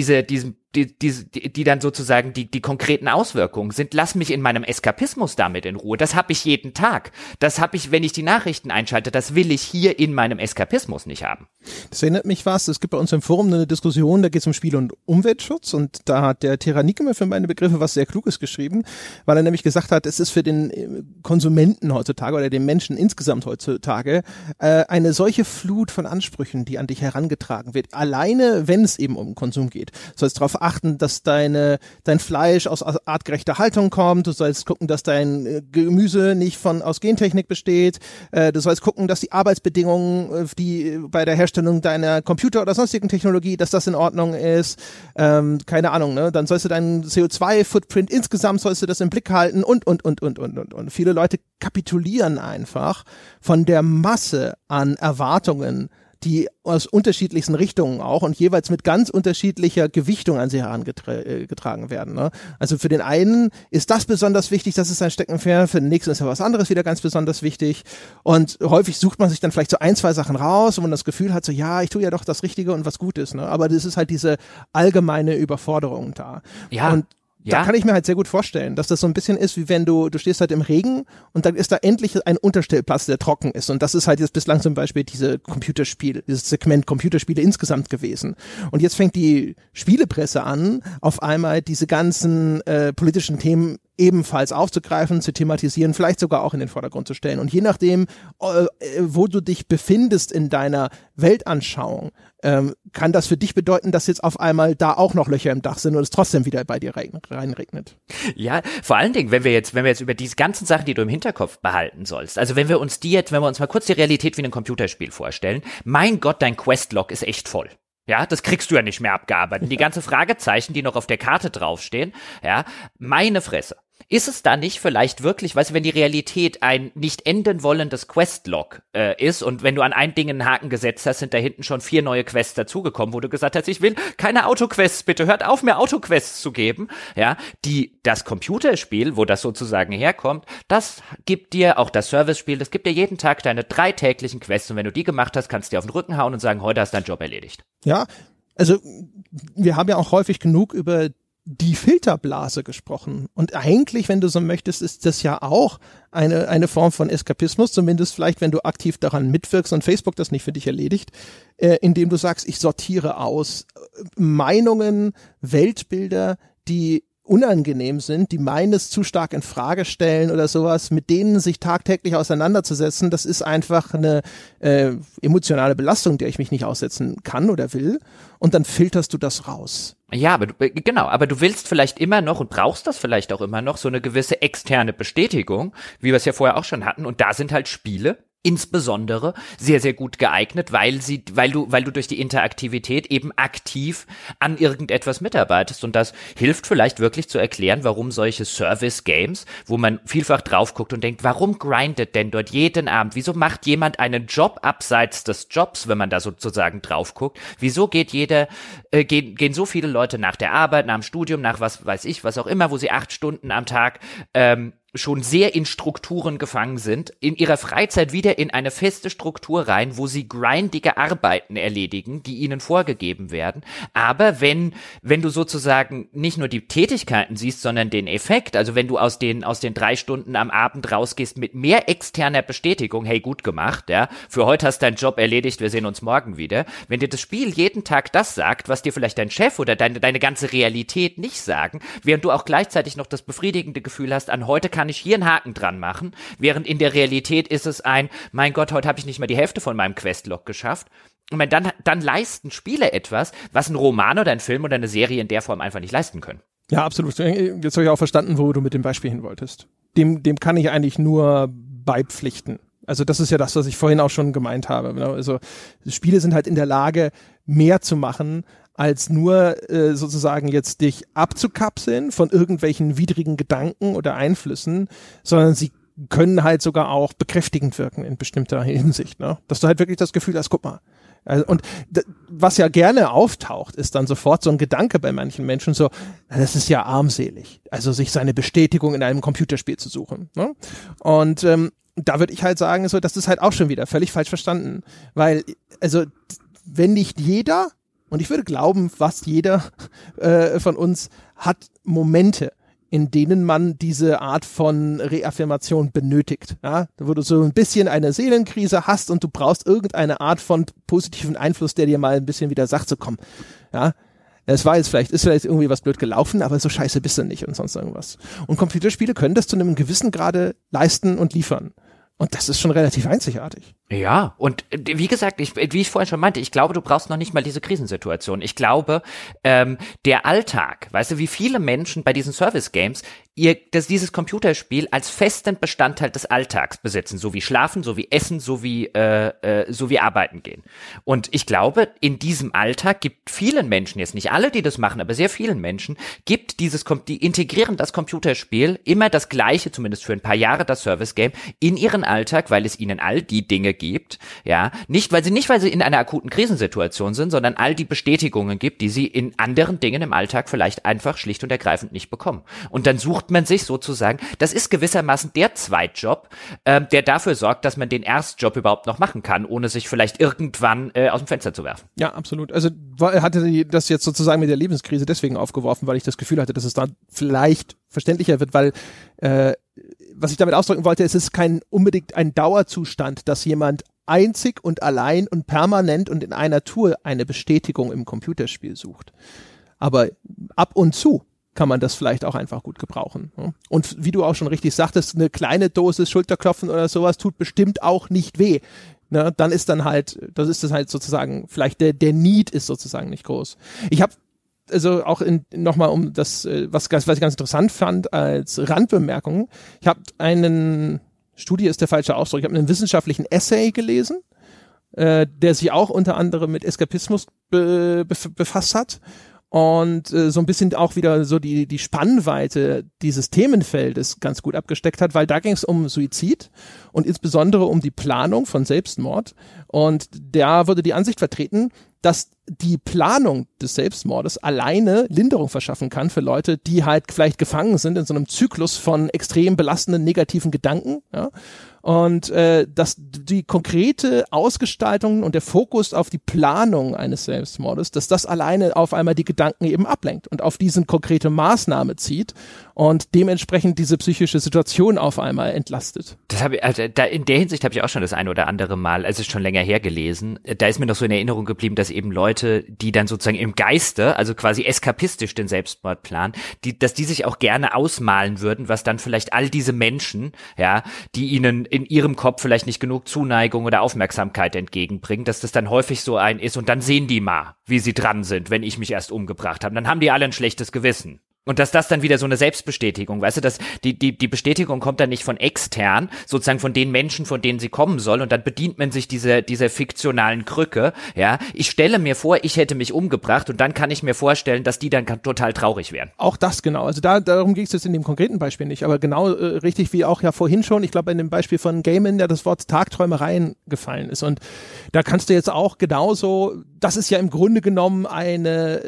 dann sozusagen die konkreten Auswirkungen sind, lass mich in meinem Eskapismus damit in Ruhe. Das habe ich jeden Tag. Das habe ich, wenn ich die Nachrichten einschalte. Das will ich hier in meinem Eskapismus nicht haben. Das erinnert mich es gibt bei uns im Forum eine Diskussion, da geht es um Spiel- und Umweltschutz und da hat der Terranigme für meine Begriffe was sehr Kluges geschrieben, weil er nämlich gesagt hat, es ist für den Konsumenten heutzutage oder den Menschen insgesamt heutzutage eine solche Flut von Ansprüchen, die an dich herangetragen wird, alleine wenn es eben um Konsum geht. Du sollst darauf achten, dass dein Fleisch aus artgerechter Haltung kommt, du sollst gucken, dass dein Gemüse nicht aus Gentechnik besteht, du sollst gucken, dass die Arbeitsbedingungen, die bei der Herstellung deiner Computer oder sonstigen Technologie, dass das in Ordnung ist, keine Ahnung, ne? Dann sollst du deinen CO2-Footprint insgesamt sollst du das im Blick halten und. Viele Leute kapitulieren einfach von der Masse an Erwartungen, die aus unterschiedlichsten Richtungen auch und jeweils mit ganz unterschiedlicher Gewichtung an sie herangetragen werden. Ne? Also für den einen ist das besonders wichtig, das ist sein Steckenpferd, für den nächsten ist ja was anderes wieder ganz besonders wichtig und häufig sucht man sich dann vielleicht so 1-2 Sachen raus, wo man das Gefühl hat, so ja, ich tue ja doch das Richtige und was Gutes. Ne? Aber das ist halt diese allgemeine Überforderung da. Ja. Und da kann ich mir halt sehr gut vorstellen, dass das so ein bisschen ist, wie wenn du stehst halt im Regen und dann ist da endlich ein Unterstellplatz, der trocken ist. Und das ist halt jetzt bislang zum Beispiel dieses Segment Computerspiele insgesamt gewesen. Und jetzt fängt die Spielepresse an, auf einmal diese ganzen politischen Themen ebenfalls aufzugreifen, zu thematisieren, vielleicht sogar auch in den Vordergrund zu stellen. Und je nachdem, wo du dich befindest in deiner Weltanschauung, kann das für dich bedeuten, dass jetzt auf einmal da auch noch Löcher im Dach sind und es trotzdem wieder bei dir reinregnet. Ja, vor allen Dingen, wenn wir jetzt über diese ganzen Sachen, die du im Hinterkopf behalten sollst, also wenn wir uns mal kurz die Realität wie ein Computerspiel vorstellen, mein Gott, dein Questlog ist echt voll. Ja, das kriegst du ja nicht mehr abgearbeitet. Die ganze Fragezeichen, die noch auf der Karte draufstehen, ja, meine Fresse. Ist es da nicht vielleicht wirklich, weißt du, wenn die Realität ein nicht enden wollendes Questlog ist und wenn du an ein Ding einen Haken gesetzt hast, sind da hinten schon 4 neue Quests dazugekommen, wo du gesagt hast, ich will keine Autoquests, bitte hört auf, mir Autoquests zu geben, ja, das Computerspiel, wo das sozusagen herkommt, das gibt dir, auch das Servicespiel, das gibt dir jeden Tag deine 3 täglichen Quests und wenn du die gemacht hast, kannst du dir auf den Rücken hauen und sagen, heute hast du deinen Job erledigt. Ja, also wir haben ja auch häufig genug über die Filterblase gesprochen. Und eigentlich, wenn du so möchtest, ist das ja auch eine Form von Eskapismus, zumindest vielleicht, wenn du aktiv daran mitwirkst und Facebook das nicht für dich erledigt, indem du sagst, ich sortiere aus Meinungen, Weltbilder, die unangenehm sind, die meines zu stark in Frage stellen oder sowas, mit denen sich tagtäglich auseinanderzusetzen, das ist einfach eine emotionale Belastung, der ich mich nicht aussetzen kann oder will. Und dann filterst du das raus. Ja, aber du willst vielleicht immer noch und brauchst das vielleicht auch immer noch so eine gewisse externe Bestätigung, wie wir es ja vorher auch schon hatten. Und da sind halt Spiele insbesondere sehr, sehr gut geeignet, weil du durch die Interaktivität eben aktiv an irgendetwas mitarbeitest und das hilft vielleicht wirklich zu erklären, warum solche Service-Games, wo man vielfach drauf guckt und denkt, warum grindet denn dort jeden Abend, wieso macht jemand einen Job abseits des Jobs, wenn man da sozusagen drauf guckt, wieso gehen so viele Leute nach der Arbeit, nach dem Studium, nach was weiß ich, was auch immer, wo sie 8 Stunden am Tag schon sehr in Strukturen gefangen sind, in ihrer Freizeit wieder in eine feste Struktur rein, wo sie grindige Arbeiten erledigen, die ihnen vorgegeben werden. Aber wenn du sozusagen nicht nur die Tätigkeiten siehst, sondern den Effekt, also wenn du aus den 3 Stunden am Abend rausgehst mit mehr externer Bestätigung, hey, gut gemacht, ja, für heute hast du deinen Job erledigt, wir sehen uns morgen wieder. Wenn dir das Spiel jeden Tag das sagt, was dir vielleicht dein Chef oder deine ganze Realität nicht sagen, während du auch gleichzeitig noch das befriedigende Gefühl hast, an heute kann ich hier einen Haken dran machen, während in der Realität ist es mein Gott, heute habe ich nicht mal die Hälfte von meinem Questlog geschafft. Und dann leisten Spiele etwas, was ein Roman oder ein Film oder eine Serie in der Form einfach nicht leisten können. Ja, absolut. Jetzt habe ich auch verstanden, wo du mit dem Beispiel hin wolltest. Dem kann ich eigentlich nur beipflichten. Also das ist ja das, was ich vorhin auch schon gemeint habe. Also Spiele sind halt in der Lage, mehr zu machen, als nur sozusagen jetzt dich abzukapseln von irgendwelchen widrigen Gedanken oder Einflüssen, sondern sie können halt sogar auch bekräftigend wirken in bestimmter Hinsicht, ne? Dass du halt wirklich das Gefühl hast, guck mal. Also, und was ja gerne auftaucht, ist dann sofort so ein Gedanke bei manchen Menschen so, das ist ja armselig, also sich seine Bestätigung in einem Computerspiel zu suchen, ne? Und da würde ich halt sagen, so, das ist halt auch schon wieder völlig falsch verstanden, weil, also wenn nicht jeder, und ich würde glauben, fast jeder von uns hat Momente, in denen man diese Art von Reaffirmation benötigt, ja, wo du so ein bisschen eine Seelenkrise hast und du brauchst irgendeine Art von positiven Einfluss, der dir mal ein bisschen wieder sagt, so komm, ja, ist vielleicht irgendwie was blöd gelaufen, aber so scheiße bist du nicht und sonst irgendwas. Und Computerspiele können das zu einem gewissen Grade leisten und liefern. Und das ist schon relativ einzigartig. Ja, und wie gesagt, wie ich vorhin schon meinte, ich glaube, du brauchst noch nicht mal diese Krisensituation. Ich glaube, der Alltag, weißt du, wie viele Menschen bei diesen Service-Games dieses Computerspiel als festen Bestandteil des Alltags besitzen, so wie Schlafen, so wie Essen, so wie Arbeiten gehen. Und ich glaube, in diesem Alltag gibt vielen Menschen, jetzt nicht alle, die das machen, aber sehr vielen Menschen, die integrieren das Computerspiel immer das Gleiche, zumindest für ein paar Jahre das Service-Game, in ihren Alltag, weil es ihnen all die Dinge gibt, ja, nicht weil sie in einer akuten Krisensituation sind, sondern all die Bestätigungen gibt, die sie in anderen Dingen im Alltag vielleicht einfach schlicht und ergreifend nicht bekommen. Und dann sucht man sich sozusagen, das ist gewissermaßen der Zweitjob, der dafür sorgt, dass man den Erstjob überhaupt noch machen kann, ohne sich vielleicht irgendwann aus dem Fenster zu werfen. Ja, absolut. Also hatte das jetzt sozusagen mit der Lebenskrise deswegen aufgeworfen, weil ich das Gefühl hatte, dass es dann vielleicht verständlicher wird, weil was ich damit ausdrücken wollte, es ist kein unbedingt ein Dauerzustand, dass jemand einzig und allein und permanent und in einer Tour eine Bestätigung im Computerspiel sucht. Aber ab und zu kann man das vielleicht auch einfach gut gebrauchen. Und wie du auch schon richtig sagtest, eine kleine Dosis Schulterklopfen oder sowas tut bestimmt auch nicht weh. Ne? Dann ist das halt sozusagen, vielleicht der Need ist sozusagen nicht groß. Ich habe also auch nochmal um das, was ich ganz interessant fand als Randbemerkung, ich habe Studie ist der falsche Ausdruck, ich habe einen wissenschaftlichen Essay gelesen, der sich auch unter anderem mit Eskapismus befasst hat und so ein bisschen auch wieder so die Spannweite dieses Themenfeldes ganz gut abgesteckt hat, weil da ging es um Suizid und insbesondere um die Planung von Selbstmord und da wurde die Ansicht vertreten, dass die Planung des Selbstmordes alleine Linderung verschaffen kann für Leute, die halt vielleicht gefangen sind in so einem Zyklus von extrem belastenden negativen Gedanken, ja. Und dass die konkrete Ausgestaltung und der Fokus auf die Planung eines Selbstmordes, dass das alleine auf einmal die Gedanken eben ablenkt und auf diesen konkrete Maßnahme zieht und dementsprechend diese psychische Situation auf einmal entlastet. In der Hinsicht habe ich auch schon das ein oder andere Mal, es ist schon länger her gelesen, da ist mir noch so in Erinnerung geblieben, dass eben Leute, die dann sozusagen im Geiste, also quasi eskapistisch den Selbstmord planen, dass die sich auch gerne ausmalen würden, was dann vielleicht all diese Menschen, ja, die ihnen in ihrem Kopf vielleicht nicht genug Zuneigung oder Aufmerksamkeit entgegenbringen, dass das dann häufig so ein ist und dann sehen die mal, wie sie dran sind, wenn ich mich erst umgebracht habe. Dann haben die alle ein schlechtes Gewissen. Und dass das dann wieder so eine Selbstbestätigung, weißt du, dass die Bestätigung kommt dann nicht von extern, sozusagen von den Menschen, von denen sie kommen soll, und dann bedient man sich dieser fiktionalen Krücke, ja. Ich stelle mir vor, ich hätte mich umgebracht und dann kann ich mir vorstellen, dass die dann total traurig wären. Auch das genau, also darum ging es jetzt in dem konkreten Beispiel nicht, aber genau richtig wie auch ja vorhin schon, ich glaube in dem Beispiel von Gaiman, ja das Wort Tagträumereien gefallen ist und da kannst du jetzt auch genauso, das ist ja im Grunde genommen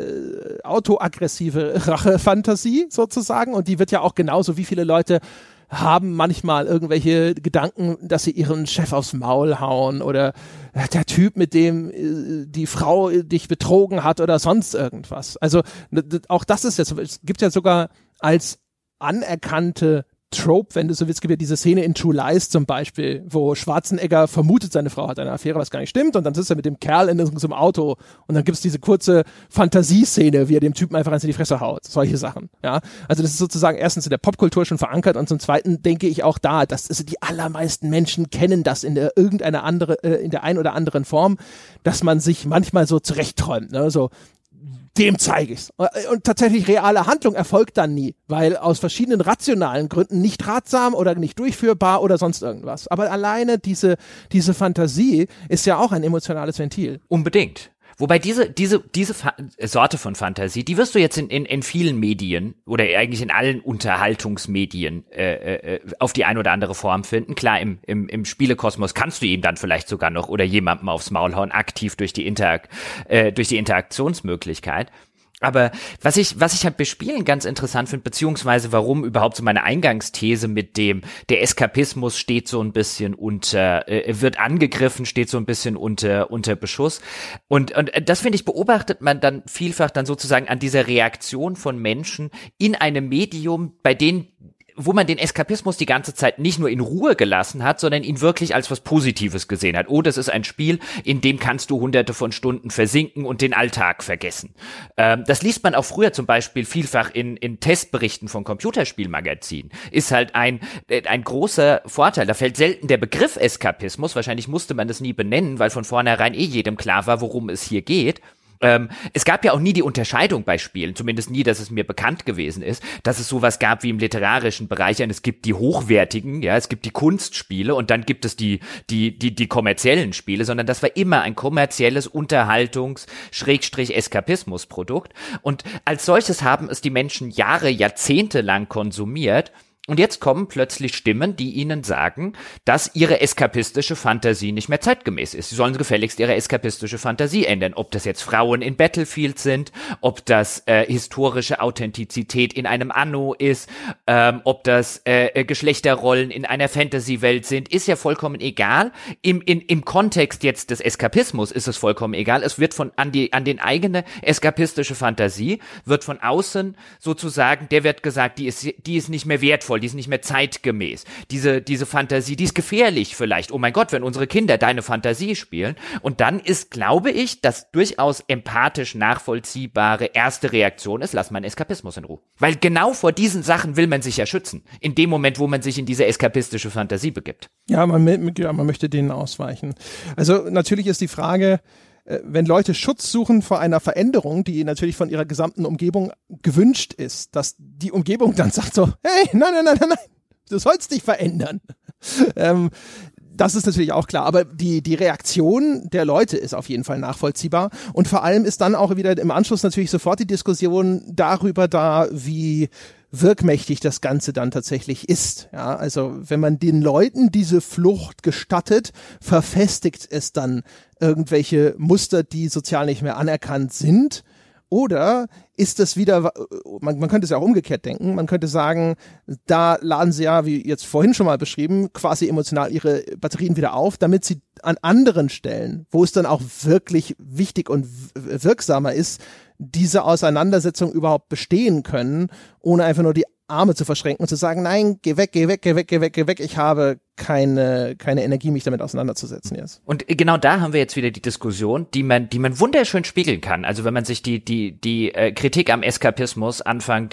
eine autoaggressive Rachefantasie sozusagen und die wird ja auch genauso, wie viele Leute haben manchmal irgendwelche Gedanken, dass sie ihren Chef aufs Maul hauen oder der Typ, mit dem die Frau dich betrogen hat oder sonst irgendwas. Also auch das ist jetzt, es gibt ja sogar als anerkannte Trope, wenn du so willst, gibt ja diese Szene in True Lies zum Beispiel, wo Schwarzenegger vermutet, seine Frau hat eine Affäre, was gar nicht stimmt, und dann sitzt er mit dem Kerl in so einem Auto und dann gibt es diese kurze Fantasieszene, wie er dem Typen einfach eins in die Fresse haut. Solche Sachen, ja. Also das ist sozusagen erstens in der Popkultur schon verankert und zum Zweiten denke ich auch da, dass die allermeisten Menschen kennen das in der in der ein oder anderen Form, dass man sich manchmal so zurechtträumt, ne, so dem zeige ich's. Und tatsächlich reale Handlung erfolgt dann nie, weil aus verschiedenen rationalen Gründen nicht ratsam oder nicht durchführbar oder sonst irgendwas. Aber alleine diese Fantasie ist ja auch ein emotionales Ventil. Unbedingt. Wobei diese Sorte von Fantasie, die wirst du jetzt in vielen Medien oder eigentlich in allen Unterhaltungsmedien auf die eine oder andere Form finden. Klar, im Spielekosmos kannst du ihm dann vielleicht sogar noch oder jemandem aufs Maul hauen, aktiv durch die Interaktionsmöglichkeit. Aber was ich halt bei Spielen ganz interessant finde, beziehungsweise warum überhaupt so meine Eingangsthese mit dem, der Eskapismus steht so ein bisschen wird angegriffen, steht so ein bisschen unter Beschuss. Und das, finde ich, beobachtet man dann vielfach dann sozusagen an dieser Reaktion von Menschen in einem Medium, wo man den Eskapismus die ganze Zeit nicht nur in Ruhe gelassen hat, sondern ihn wirklich als was Positives gesehen hat. Oh, das ist ein Spiel, in dem kannst du hunderte von Stunden versinken und den Alltag vergessen. Das liest man auch früher zum Beispiel vielfach in Testberichten von Computerspielmagazinen. Ist halt ein großer Vorteil. Da fällt selten der Begriff Eskapismus. Wahrscheinlich musste man das nie benennen, weil von vornherein jedem klar war, worum es hier geht. Es gab ja auch nie die Unterscheidung bei Spielen, zumindest nie, dass es mir bekannt gewesen ist, dass es sowas gab wie im literarischen Bereich. Und es gibt die hochwertigen, ja, es gibt die Kunstspiele und dann gibt es die kommerziellen Spiele, sondern das war immer ein kommerzielles Unterhaltungs-Eskapismus-Produkt. Und als solches haben es die Menschen Jahrzehnte lang konsumiert. Und jetzt kommen plötzlich Stimmen, die ihnen sagen, dass ihre eskapistische Fantasie nicht mehr zeitgemäß ist. Sie sollen gefälligst ihre eskapistische Fantasie ändern. Ob das jetzt Frauen in Battlefield sind, ob das historische Authentizität in einem Anno ist, ob das Geschlechterrollen in einer Fantasy-Welt sind, ist ja vollkommen egal. Im Kontext jetzt des Eskapismus ist es vollkommen egal. Es wird an den eigene eskapistische Fantasie, wird von außen sozusagen, der wird gesagt, die ist nicht mehr wertvoll, die ist nicht mehr zeitgemäß. Diese Fantasie, die ist gefährlich vielleicht. Oh mein Gott, wenn unsere Kinder deine Fantasie spielen. Und dann ist, glaube ich, das durchaus empathisch nachvollziehbare erste Reaktion ist, lass meinen Eskapismus in Ruhe. Weil genau vor diesen Sachen will man sich ja schützen. In dem Moment, wo man sich in diese eskapistische Fantasie begibt. Ja, man möchte denen ausweichen. Also natürlich ist die Frage, wenn Leute Schutz suchen vor einer Veränderung, die natürlich von ihrer gesamten Umgebung gewünscht ist, dass die Umgebung dann sagt so, hey, nein, du sollst dich verändern. Das ist natürlich auch klar, aber die Reaktion der Leute ist auf jeden Fall nachvollziehbar und vor allem ist dann auch wieder im Anschluss natürlich sofort die Diskussion darüber da, wie wirkmächtig das Ganze dann tatsächlich ist. Ja, also wenn man den Leuten diese Flucht gestattet, verfestigt es dann irgendwelche Muster, die sozial nicht mehr anerkannt sind. Oder ist es wieder, man könnte es ja auch umgekehrt denken, man könnte sagen, da laden sie ja, wie jetzt vorhin schon mal beschrieben, quasi emotional ihre Batterien wieder auf, damit sie an anderen Stellen, wo es dann auch wirklich wichtig und wirksamer ist, diese Auseinandersetzung überhaupt bestehen können, ohne einfach nur die Arme zu verschränken und zu sagen, nein, geh weg, ich habe keine Energie, mich damit auseinanderzusetzen jetzt. Und genau da haben wir jetzt wieder die Diskussion, die man wunderschön spiegeln kann. Also wenn man sich die Kritik am Eskapismus Anfang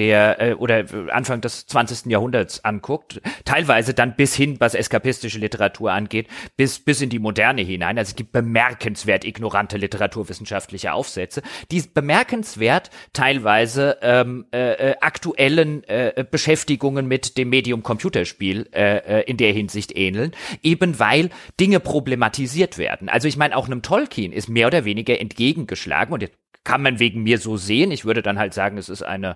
des 20. Jahrhunderts anguckt, teilweise dann bis hin, was eskapistische Literatur angeht, bis in die Moderne hinein. Also es gibt bemerkenswert ignorante literaturwissenschaftliche Aufsätze, die bemerkenswert teilweise aktuellen Beschäftigungen mit dem Medium Computerspiel in der Hinsicht ähneln, eben weil Dinge problematisiert werden. Also ich meine, auch einem Tolkien ist mehr oder weniger entgegengeschlagen und jetzt kann man wegen mir so sehen. Ich würde dann halt sagen, es ist eine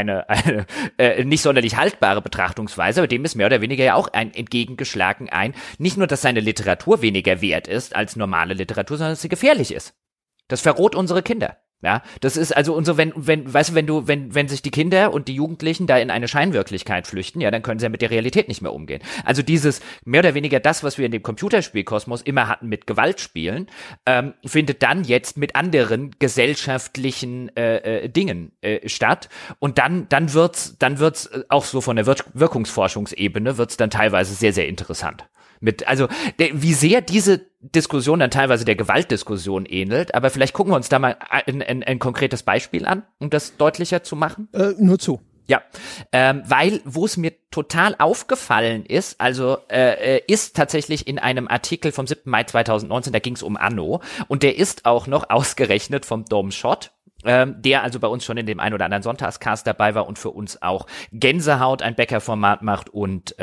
nicht sonderlich haltbare Betrachtungsweise, aber dem ist mehr oder weniger ja auch entgegengeschlagen nicht nur, dass seine Literatur weniger wert ist als normale Literatur, sondern dass sie gefährlich ist. Das verroht unsere Kinder. Ja, das ist also und so, wenn sich die Kinder und die Jugendlichen da in eine Scheinwirklichkeit flüchten, ja, dann können sie ja mit der Realität nicht mehr umgehen. Also dieses, mehr oder weniger das, was wir in dem Computerspielkosmos immer hatten mit Gewaltspielen, findet dann jetzt mit anderen gesellschaftlichen Dingen statt. Und dann wird's auch so von der Wirkungsforschungsebene wird's dann teilweise sehr, sehr interessant. Wie sehr diese Diskussion dann teilweise der Gewaltdiskussion ähnelt, aber vielleicht gucken wir uns da mal ein konkretes Beispiel an, um das deutlicher zu machen. Nur zu. Ja, weil, wo es mir total aufgefallen ist, ist tatsächlich in einem Artikel vom 7. Mai 2019, da ging es um Anno, und der ist auch noch ausgerechnet vom Dom Schott, der also bei uns schon in dem ein oder anderen Sonntagscast dabei war und für uns auch Gänsehaut, ein Bäcker-Format macht und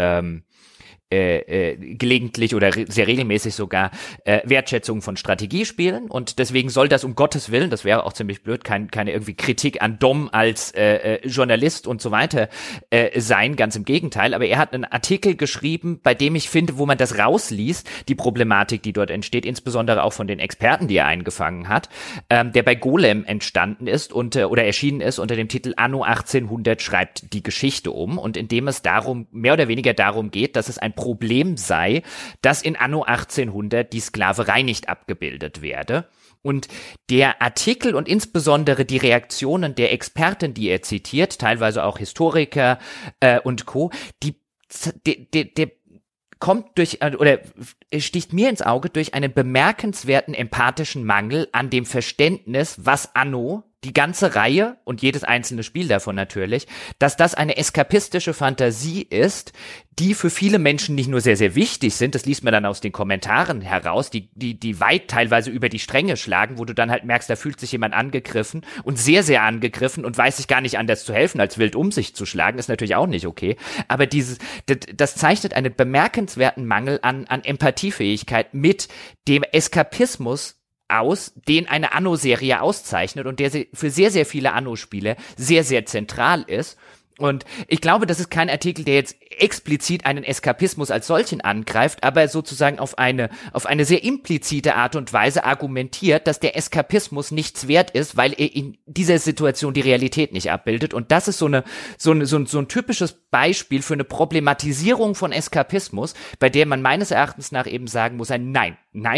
gelegentlich oder sehr regelmäßig sogar Wertschätzung von Strategiespielen, und deswegen soll das um Gottes Willen, das wäre auch ziemlich blöd, keine irgendwie Kritik an Dom als Journalist und so weiter sein, ganz im Gegenteil, aber er hat einen Artikel geschrieben, bei dem ich finde, wo man das rausliest, die Problematik, die dort entsteht, insbesondere auch von den Experten, die er eingefangen hat, der bei Golem entstanden ist oder erschienen ist unter dem Titel Anno 1800 schreibt die Geschichte um, und in dem es mehr oder weniger darum geht, dass es ein Problem sei, dass in Anno 1800 die Sklaverei nicht abgebildet werde. Und der Artikel und insbesondere die Reaktionen der Experten, die er zitiert, teilweise auch Historiker und Co., der kommt sticht mir ins Auge durch einen bemerkenswerten empathischen Mangel an dem Verständnis, was Anno, die ganze Reihe und jedes einzelne Spiel davon natürlich, dass das eine eskapistische Fantasie ist, die für viele Menschen nicht nur sehr, sehr wichtig sind, das liest man dann aus den Kommentaren heraus, die weit teilweise über die Stränge schlagen, wo du dann halt merkst, da fühlt sich jemand angegriffen und sehr, sehr angegriffen und weiß sich gar nicht anders zu helfen, als wild um sich zu schlagen, ist natürlich auch nicht okay. Aber das zeichnet einen bemerkenswerten Mangel an Empathiefähigkeit mit dem Eskapismus aus, den eine Anno-Serie auszeichnet und der für sehr, sehr viele Anno-Spiele sehr, sehr zentral ist. Und ich glaube, das ist kein Artikel, der jetzt explizit einen Eskapismus als solchen angreift, aber sozusagen auf eine sehr implizite Art und Weise argumentiert, dass der Eskapismus nichts wert ist, weil er in dieser Situation die Realität nicht abbildet. Und das ist so ein typisches Beispiel für eine Problematisierung von Eskapismus, bei der man meines Erachtens nach eben sagen muss, nein,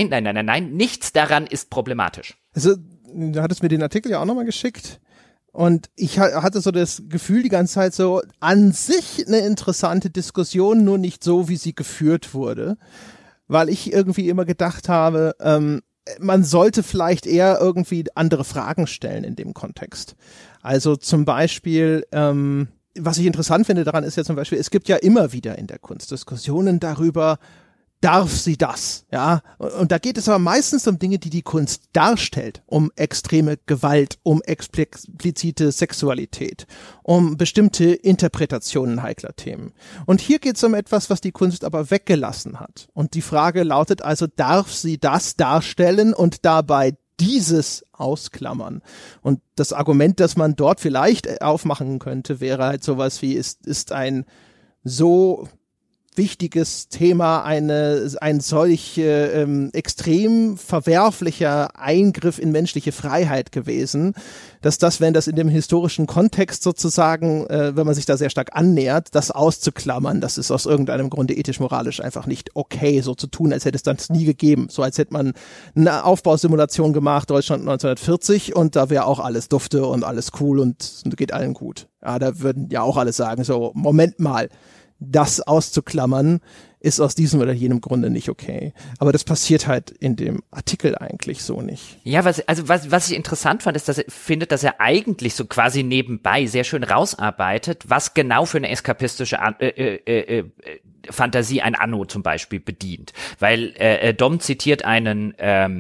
nichts daran ist problematisch. Also, du hattest mir den Artikel ja auch nochmal geschickt. Und ich hatte so das Gefühl die ganze Zeit so, an sich eine interessante Diskussion, nur nicht so, wie sie geführt wurde. Weil ich irgendwie immer gedacht habe, man sollte vielleicht eher irgendwie andere Fragen stellen in dem Kontext. Also zum Beispiel, was ich interessant finde daran ist ja zum Beispiel, es gibt ja immer wieder in der Kunst Diskussionen darüber, darf sie das, ja? Und da geht es aber meistens um Dinge, die die Kunst darstellt, um extreme Gewalt, um explizite Sexualität, um bestimmte Interpretationen heikler Themen. Und hier geht es um etwas, was die Kunst aber weggelassen hat. Und die Frage lautet also, darf sie das darstellen und dabei dieses ausklammern? Und das Argument, das man dort vielleicht aufmachen könnte, wäre halt sowas wie, ist ein so wichtiges Thema ein solch extrem verwerflicher Eingriff in menschliche Freiheit gewesen, dass das, wenn das in dem historischen Kontext sozusagen, wenn man sich da sehr stark annähert, das auszuklammern, das ist aus irgendeinem Grunde ethisch-moralisch einfach nicht okay, so zu tun, als hätte es das nie gegeben. So als hätte man eine Aufbausimulation gemacht, Deutschland 1940, und da wäre auch alles dufte und alles cool und geht allen gut. Ja, da würden ja auch alle sagen, so, Moment mal, das auszuklammern, ist aus diesem oder jenem Grunde nicht okay. Aber das passiert halt in dem Artikel eigentlich so nicht. Ja, was ich interessant fand, ist, dass er eigentlich so quasi nebenbei sehr schön rausarbeitet, was genau für eine eskapistische Fantasie ein Anno zum Beispiel bedient. Weil Dom zitiert einen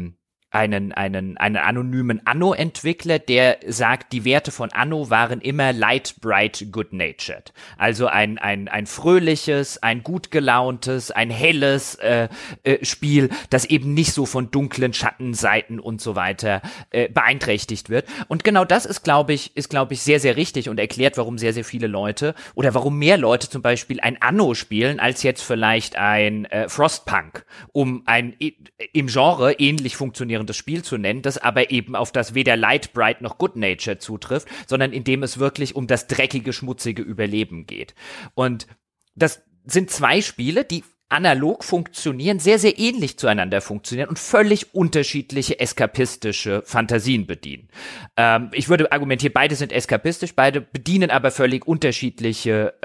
anonymen Anno-Entwickler, der sagt, die Werte von Anno waren immer light, bright, good-natured. Also ein fröhliches, ein gut gelauntes, ein helles Spiel, das eben nicht so von dunklen Schattenseiten und so weiter beeinträchtigt wird. Und genau das ist, glaube ich, sehr, sehr richtig und erklärt, warum sehr, sehr viele Leute oder warum mehr Leute zum Beispiel ein Anno spielen, als jetzt vielleicht ein Frostpunk, um ein im Genre ähnlich funktionierendes aufklärendes Spiel zu nennen, das aber eben auf das weder Light, Bright noch Good Nature zutrifft, sondern in dem es wirklich um das dreckige, schmutzige Überleben geht. Und das sind zwei Spiele, die analog funktionieren, sehr, sehr ähnlich zueinander funktionieren und völlig unterschiedliche eskapistische Fantasien bedienen. Ich würde argumentieren, beide sind eskapistisch, beide bedienen aber völlig unterschiedliche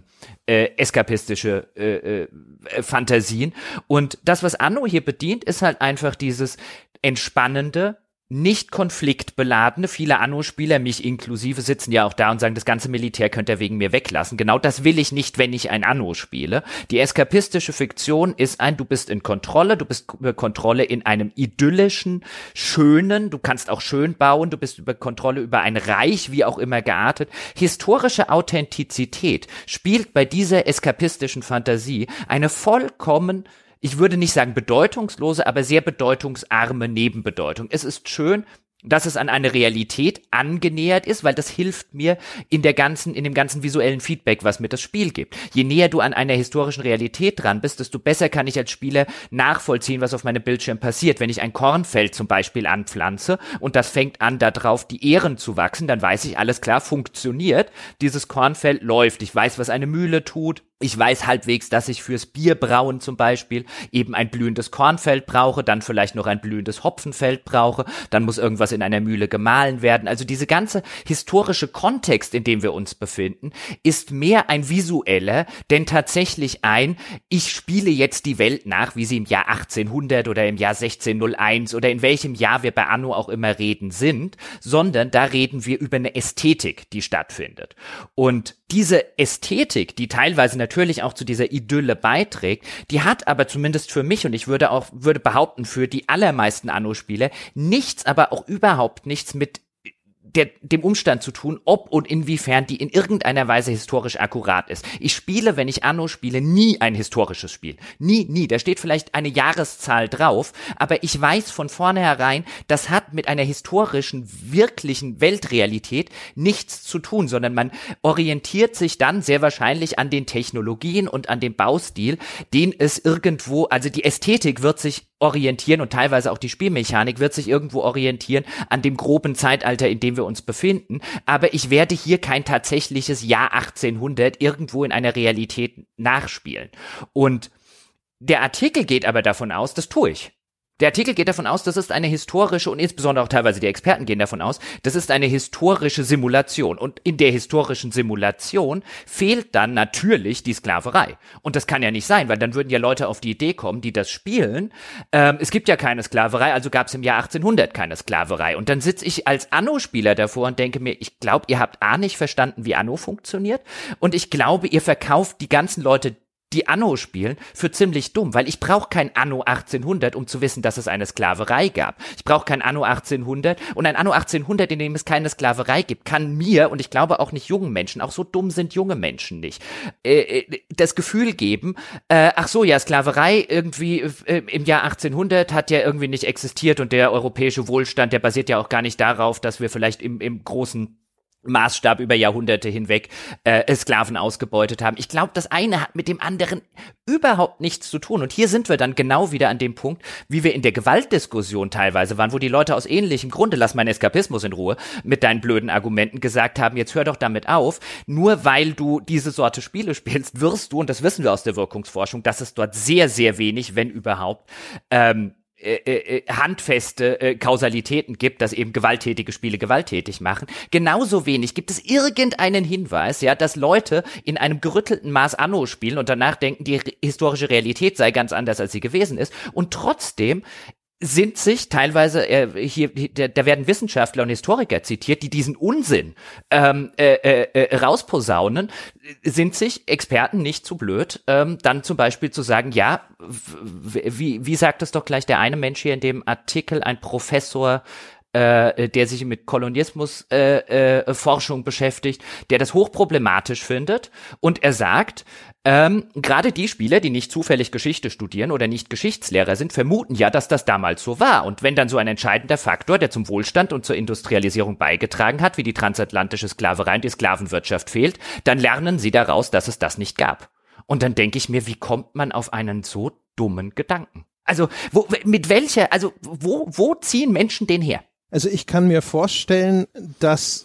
eskapistische Fantasien. Und das, was Anno hier bedient, ist halt einfach dieses entspannende, nicht konfliktbeladene. Viele Anno-Spieler, mich inklusive, sitzen ja auch da und sagen, das ganze Militär könnt ihr wegen mir weglassen. Genau das will ich nicht, wenn ich ein Anno spiele. Die eskapistische Fiktion ist du bist in Kontrolle, du bist über Kontrolle in einem idyllischen, schönen, du kannst auch schön bauen, du bist über Kontrolle über ein Reich, wie auch immer geartet. Historische Authentizität spielt bei dieser eskapistischen Fantasie eine vollkommen, ich würde nicht sagen bedeutungslose, aber sehr bedeutungsarme Nebenbedeutung. Es ist schön, dass es an eine Realität angenähert ist, weil das hilft mir in dem ganzen visuellen Feedback, was mir das Spiel gibt. Je näher du an einer historischen Realität dran bist, desto besser kann ich als Spieler nachvollziehen, was auf meinem Bildschirm passiert. Wenn ich ein Kornfeld zum Beispiel anpflanze und das fängt an, darauf die Ähren zu wachsen, dann weiß ich, alles klar, funktioniert. Dieses Kornfeld läuft. Ich weiß, was eine Mühle tut. Ich weiß halbwegs, dass ich fürs Bierbrauen zum Beispiel eben ein blühendes Kornfeld brauche, dann vielleicht noch ein blühendes Hopfenfeld brauche, dann muss irgendwas in einer Mühle gemahlen werden. Also diese ganze historische Kontext, in dem wir uns befinden, ist mehr ein visueller, denn tatsächlich ich spiele jetzt die Welt nach, wie sie im Jahr 1800 oder im Jahr 1601 oder in welchem Jahr wir bei Anno auch immer reden sind, sondern da reden wir über eine Ästhetik, die stattfindet. Und diese Ästhetik, die teilweise natürlich auch zu dieser Idylle beiträgt, die hat aber zumindest für mich und ich würde behaupten für die allermeisten Anno-Spieler nichts, aber auch überhaupt nichts mit dem Umstand zu tun, ob und inwiefern die in irgendeiner Weise historisch akkurat ist. Ich spiele, wenn ich Anno spiele, nie ein historisches Spiel. Nie. Da steht vielleicht eine Jahreszahl drauf, aber ich weiß von vornherein, das hat mit einer historischen, wirklichen Weltrealität nichts zu tun, sondern man orientiert sich dann sehr wahrscheinlich an den Technologien und an dem Baustil, den es irgendwo, also die Ästhetik wird sich orientieren und teilweise auch die Spielmechanik wird sich irgendwo orientieren an dem groben Zeitalter, in dem wir uns befinden, aber ich werde hier kein tatsächliches Jahr 1800 irgendwo in einer Realität nachspielen. Und der Artikel geht aber davon aus, das tue ich. Der Artikel geht davon aus, das ist eine historische und insbesondere auch teilweise die Experten gehen davon aus, das ist eine historische Simulation. Und in der historischen Simulation fehlt dann natürlich die Sklaverei. Und das kann ja nicht sein, weil dann würden ja Leute auf die Idee kommen, die das spielen. Es gibt ja keine Sklaverei, also gab es im Jahr 1800 keine Sklaverei. Und dann sitze ich als Anno-Spieler davor und denke mir, ich glaube, ihr habt nicht verstanden, wie Anno funktioniert. Und ich glaube, ihr verkauft die ganzen Leute, die Anno spielen, für ziemlich dumm, weil ich brauche kein Anno 1800, um zu wissen, dass es eine Sklaverei gab. Ich brauche kein Anno 1800 und ein Anno 1800, in dem es keine Sklaverei gibt, kann mir, und ich glaube auch nicht jungen Menschen, auch so dumm sind junge Menschen nicht, das Gefühl geben, ach so, ja, Sklaverei irgendwie im Jahr 1800 hat ja irgendwie nicht existiert und der europäische Wohlstand, der basiert ja auch gar nicht darauf, dass wir vielleicht im großen Maßstab über Jahrhunderte hinweg Sklaven ausgebeutet haben. Ich glaube, das eine hat mit dem anderen überhaupt nichts zu tun. Und hier sind wir dann genau wieder an dem Punkt, wie wir in der Gewaltdiskussion teilweise waren, wo die Leute aus ähnlichem Grunde, lass meinen Eskapismus in Ruhe, mit deinen blöden Argumenten gesagt haben, jetzt hör doch damit auf, nur weil du diese Sorte Spiele spielst, wirst du, und das wissen wir aus der Wirkungsforschung, dass es dort sehr, sehr wenig, wenn überhaupt, handfeste Kausalitäten gibt, dass eben gewalttätige Spiele gewalttätig machen. Genauso wenig gibt es irgendeinen Hinweis, ja, dass Leute in einem gerüttelten Maß Anno spielen und danach denken, die historische Realität sei ganz anders, als sie gewesen ist. Und trotzdem sind sich teilweise, da werden Wissenschaftler und Historiker zitiert, die diesen Unsinn rausposaunen, sind sich Experten nicht zu blöd, dann zum Beispiel zu sagen, ja, wie sagt es doch gleich der eine Mensch hier in dem Artikel, ein Professor, der sich mit Kolonialismus Forschung beschäftigt, der das hochproblematisch findet, und er sagt, gerade die Spieler, die nicht zufällig Geschichte studieren oder nicht Geschichtslehrer sind, vermuten ja, dass das damals so war. Und wenn dann so ein entscheidender Faktor, der zum Wohlstand und zur Industrialisierung beigetragen hat, wie die transatlantische Sklaverei und die Sklavenwirtschaft fehlt, dann lernen sie daraus, dass es das nicht gab. Und dann denke ich mir, wie kommt man auf einen so dummen Gedanken? Also wo ziehen Menschen den her? Also ich kann mir vorstellen, dass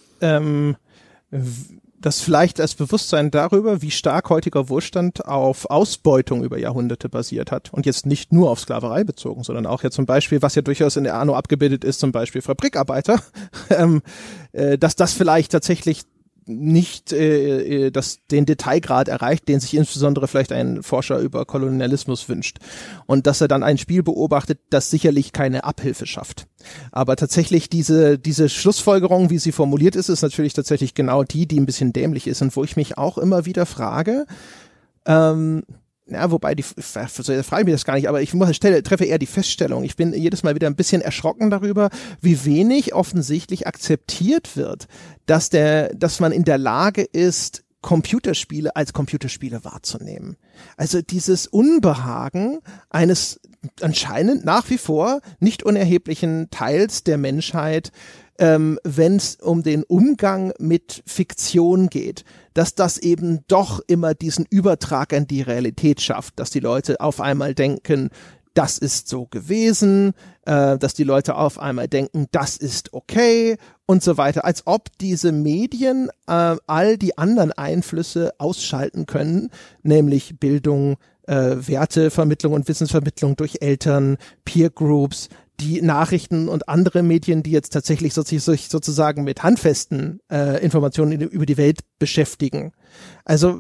das vielleicht das Bewusstsein darüber, wie stark heutiger Wohlstand auf Ausbeutung über Jahrhunderte basiert hat und jetzt nicht nur auf Sklaverei bezogen, sondern auch ja zum Beispiel, was ja durchaus in der ANO abgebildet ist, zum Beispiel Fabrikarbeiter, dass das vielleicht tatsächlich nicht den Detailgrad erreicht, den sich insbesondere vielleicht ein Forscher über Kolonialismus wünscht. Und dass er dann ein Spiel beobachtet, das sicherlich keine Abhilfe schafft. Aber tatsächlich diese Schlussfolgerung, wie sie formuliert ist, ist natürlich tatsächlich genau die ein bisschen dämlich ist und wo ich mich auch immer wieder frage, frage ich mich das gar nicht, aber ich treffe eher die Feststellung. Ich bin jedes Mal wieder ein bisschen erschrocken darüber, wie wenig offensichtlich akzeptiert wird, dass man in der Lage ist, Computerspiele als Computerspiele wahrzunehmen. Also dieses Unbehagen eines anscheinend nach wie vor nicht unerheblichen Teils der Menschheit, wenn es um den Umgang mit Fiktion geht, dass das eben doch immer diesen Übertrag an die Realität schafft, dass die Leute auf einmal denken, das ist so gewesen, dass die Leute auf einmal denken, das ist okay und so weiter, als ob diese Medien all die anderen Einflüsse ausschalten können, nämlich Bildung, Wertevermittlung und Wissensvermittlung durch Eltern, Peer Groups, die Nachrichten und andere Medien, die jetzt tatsächlich sich sozusagen mit handfesten Informationen über die Welt beschäftigen. Also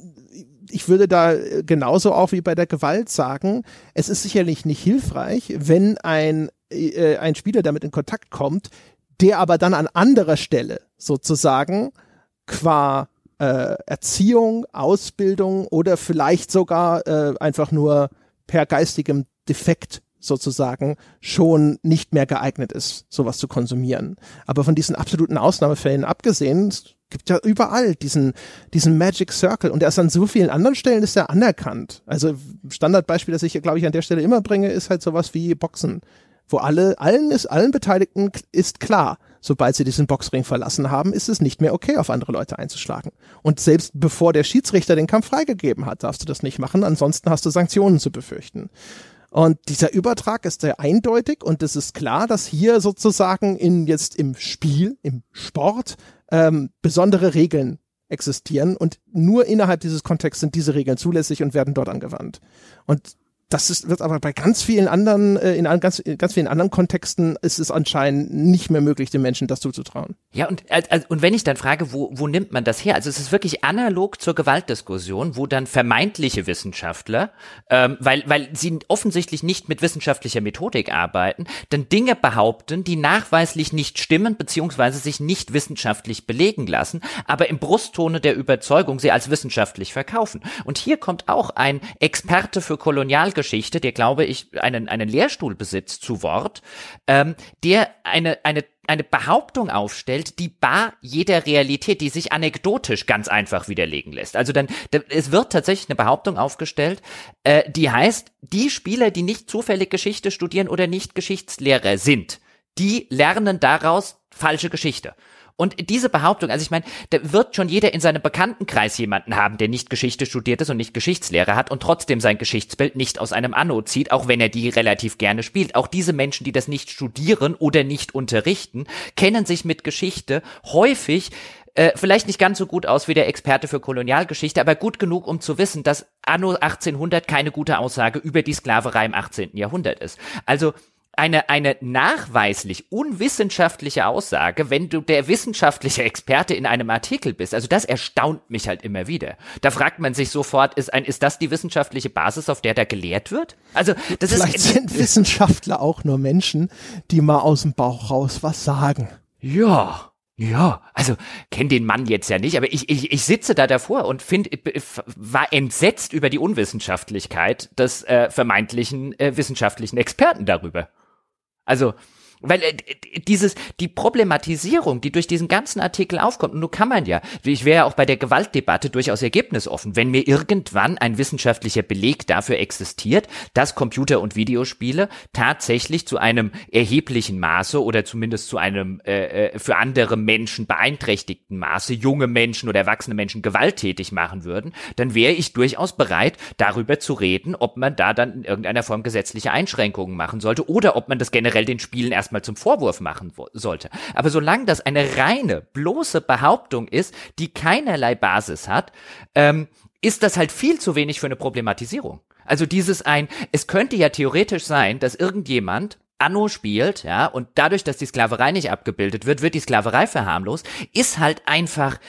ich würde da genauso auch wie bei der Gewalt sagen, es ist sicherlich nicht hilfreich, wenn ein Spieler damit in Kontakt kommt, der aber dann an anderer Stelle sozusagen qua Erziehung, Ausbildung oder vielleicht sogar einfach nur per geistigem Defekt sozusagen schon nicht mehr geeignet ist, sowas zu konsumieren. Aber von diesen absoluten Ausnahmefällen abgesehen, es gibt ja überall diesen Magic Circle und er ist an so vielen anderen Stellen ist er anerkannt. Also Standardbeispiel, das ich, glaube ich, an der Stelle immer bringe, ist halt sowas wie Boxen, wo allen Beteiligten ist klar, sobald sie diesen Boxring verlassen haben, ist es nicht mehr okay, auf andere Leute einzuschlagen. Und selbst bevor der Schiedsrichter den Kampf freigegeben hat, darfst du das nicht machen, ansonsten hast du Sanktionen zu befürchten. Und dieser Übertrag ist sehr eindeutig und es ist klar, dass hier sozusagen jetzt im Spiel, im Sport, besondere Regeln existieren und nur innerhalb dieses Kontexts sind diese Regeln zulässig und werden dort angewandt. Und wird aber bei ganz vielen anderen, in ganz vielen anderen Kontexten ist es anscheinend nicht mehr möglich, den Menschen das zuzutrauen. Ja, und wenn ich dann frage, wo nimmt man das her? Also es ist wirklich analog zur Gewaltdiskussion, wo dann vermeintliche Wissenschaftler, weil sie offensichtlich nicht mit wissenschaftlicher Methodik arbeiten, dann Dinge behaupten, die nachweislich nicht stimmen, beziehungsweise sich nicht wissenschaftlich belegen lassen, aber im Brusttone der Überzeugung sie als wissenschaftlich verkaufen. Und hier kommt auch ein Experte für Kolonialgeschichte, der, glaube ich, einen Lehrstuhl besitzt, zu Wort, der eine Behauptung aufstellt, die bar jeder Realität, die sich anekdotisch ganz einfach widerlegen lässt. Also es wird tatsächlich eine Behauptung aufgestellt, die heißt, die Spieler, die nicht zufällig Geschichte studieren oder nicht Geschichtslehrer sind, die lernen daraus falsche Geschichte. Und diese Behauptung, also ich meine, da wird schon jeder in seinem Bekanntenkreis jemanden haben, der nicht Geschichte studiert ist und nicht Geschichtslehrer hat und trotzdem sein Geschichtsbild nicht aus einem Anno zieht, auch wenn er die relativ gerne spielt. Auch diese Menschen, die das nicht studieren oder nicht unterrichten, kennen sich mit Geschichte häufig vielleicht nicht ganz so gut aus wie der Experte für Kolonialgeschichte, aber gut genug, um zu wissen, dass Anno 1800 keine gute Aussage über die Sklaverei im 18. Jahrhundert ist. Also eine nachweislich unwissenschaftliche Aussage, wenn du der wissenschaftliche Experte in einem Artikel bist, also das erstaunt mich halt immer wieder. Da fragt man sich sofort, ist das die wissenschaftliche Basis, auf der da gelehrt wird? Also das Vielleicht sind Wissenschaftler auch nur Menschen, die mal aus dem Bauch raus was sagen. Ja, also kenn den Mann jetzt ja nicht, aber ich sitze da davor und war entsetzt über die Unwissenschaftlichkeit des vermeintlichen wissenschaftlichen Experten darüber. Also Weil die Problematisierung, die durch diesen ganzen Artikel aufkommt, und nun kann man ja, ich wäre ja auch bei der Gewaltdebatte durchaus ergebnisoffen, wenn mir irgendwann ein wissenschaftlicher Beleg dafür existiert, dass Computer- und Videospiele tatsächlich zu einem erheblichen Maße oder zumindest zu einem für andere Menschen beeinträchtigten Maße junge Menschen oder erwachsene Menschen gewalttätig machen würden, dann wäre ich durchaus bereit, darüber zu reden, ob man da dann in irgendeiner Form gesetzliche Einschränkungen machen sollte oder ob man das generell den Spielen erstmal zum Vorwurf machen sollte. Aber solange das eine reine, bloße Behauptung ist, die keinerlei Basis hat, ist das halt viel zu wenig für eine Problematisierung. Also es könnte ja theoretisch sein, dass irgendjemand Anno spielt, ja, und dadurch, dass die Sklaverei nicht abgebildet wird die Sklaverei verharmlost, ist halt einfach,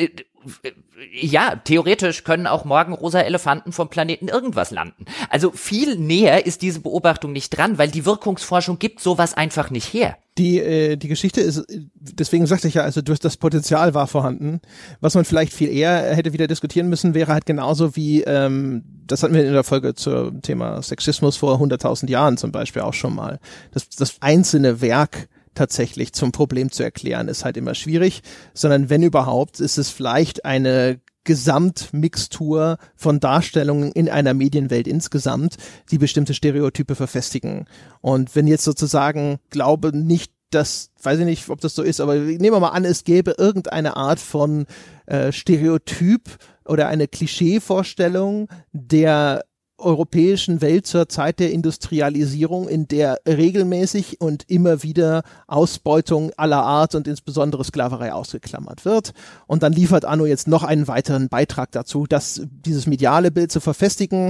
ja, theoretisch können auch morgen rosa Elefanten vom Planeten irgendwas landen. Also viel näher ist diese Beobachtung nicht dran, weil die Wirkungsforschung gibt sowas einfach nicht her. Die Geschichte ist, deswegen sagte ich ja, also das Potenzial war vorhanden. Was man vielleicht viel eher hätte wieder diskutieren müssen, wäre halt genauso wie, das hatten wir in der Folge zum Thema Sexismus vor 100.000 Jahren zum Beispiel auch schon mal, das einzelne Werk tatsächlich zum Problem zu erklären, ist halt immer schwierig, sondern wenn überhaupt, ist es vielleicht eine Gesamtmixtur von Darstellungen in einer Medienwelt insgesamt, die bestimmte Stereotype verfestigen. Und wenn jetzt sozusagen, glaube nicht, dass, weiß ich nicht, ob das so ist, aber nehmen wir mal an, es gäbe irgendeine Art von Stereotyp oder eine Klischeevorstellung der europäischen Welt zur Zeit der Industrialisierung, in der regelmäßig und immer wieder Ausbeutung aller Art und insbesondere Sklaverei ausgeklammert wird. Und dann liefert Anno jetzt noch einen weiteren Beitrag dazu, dieses mediale Bild zu verfestigen,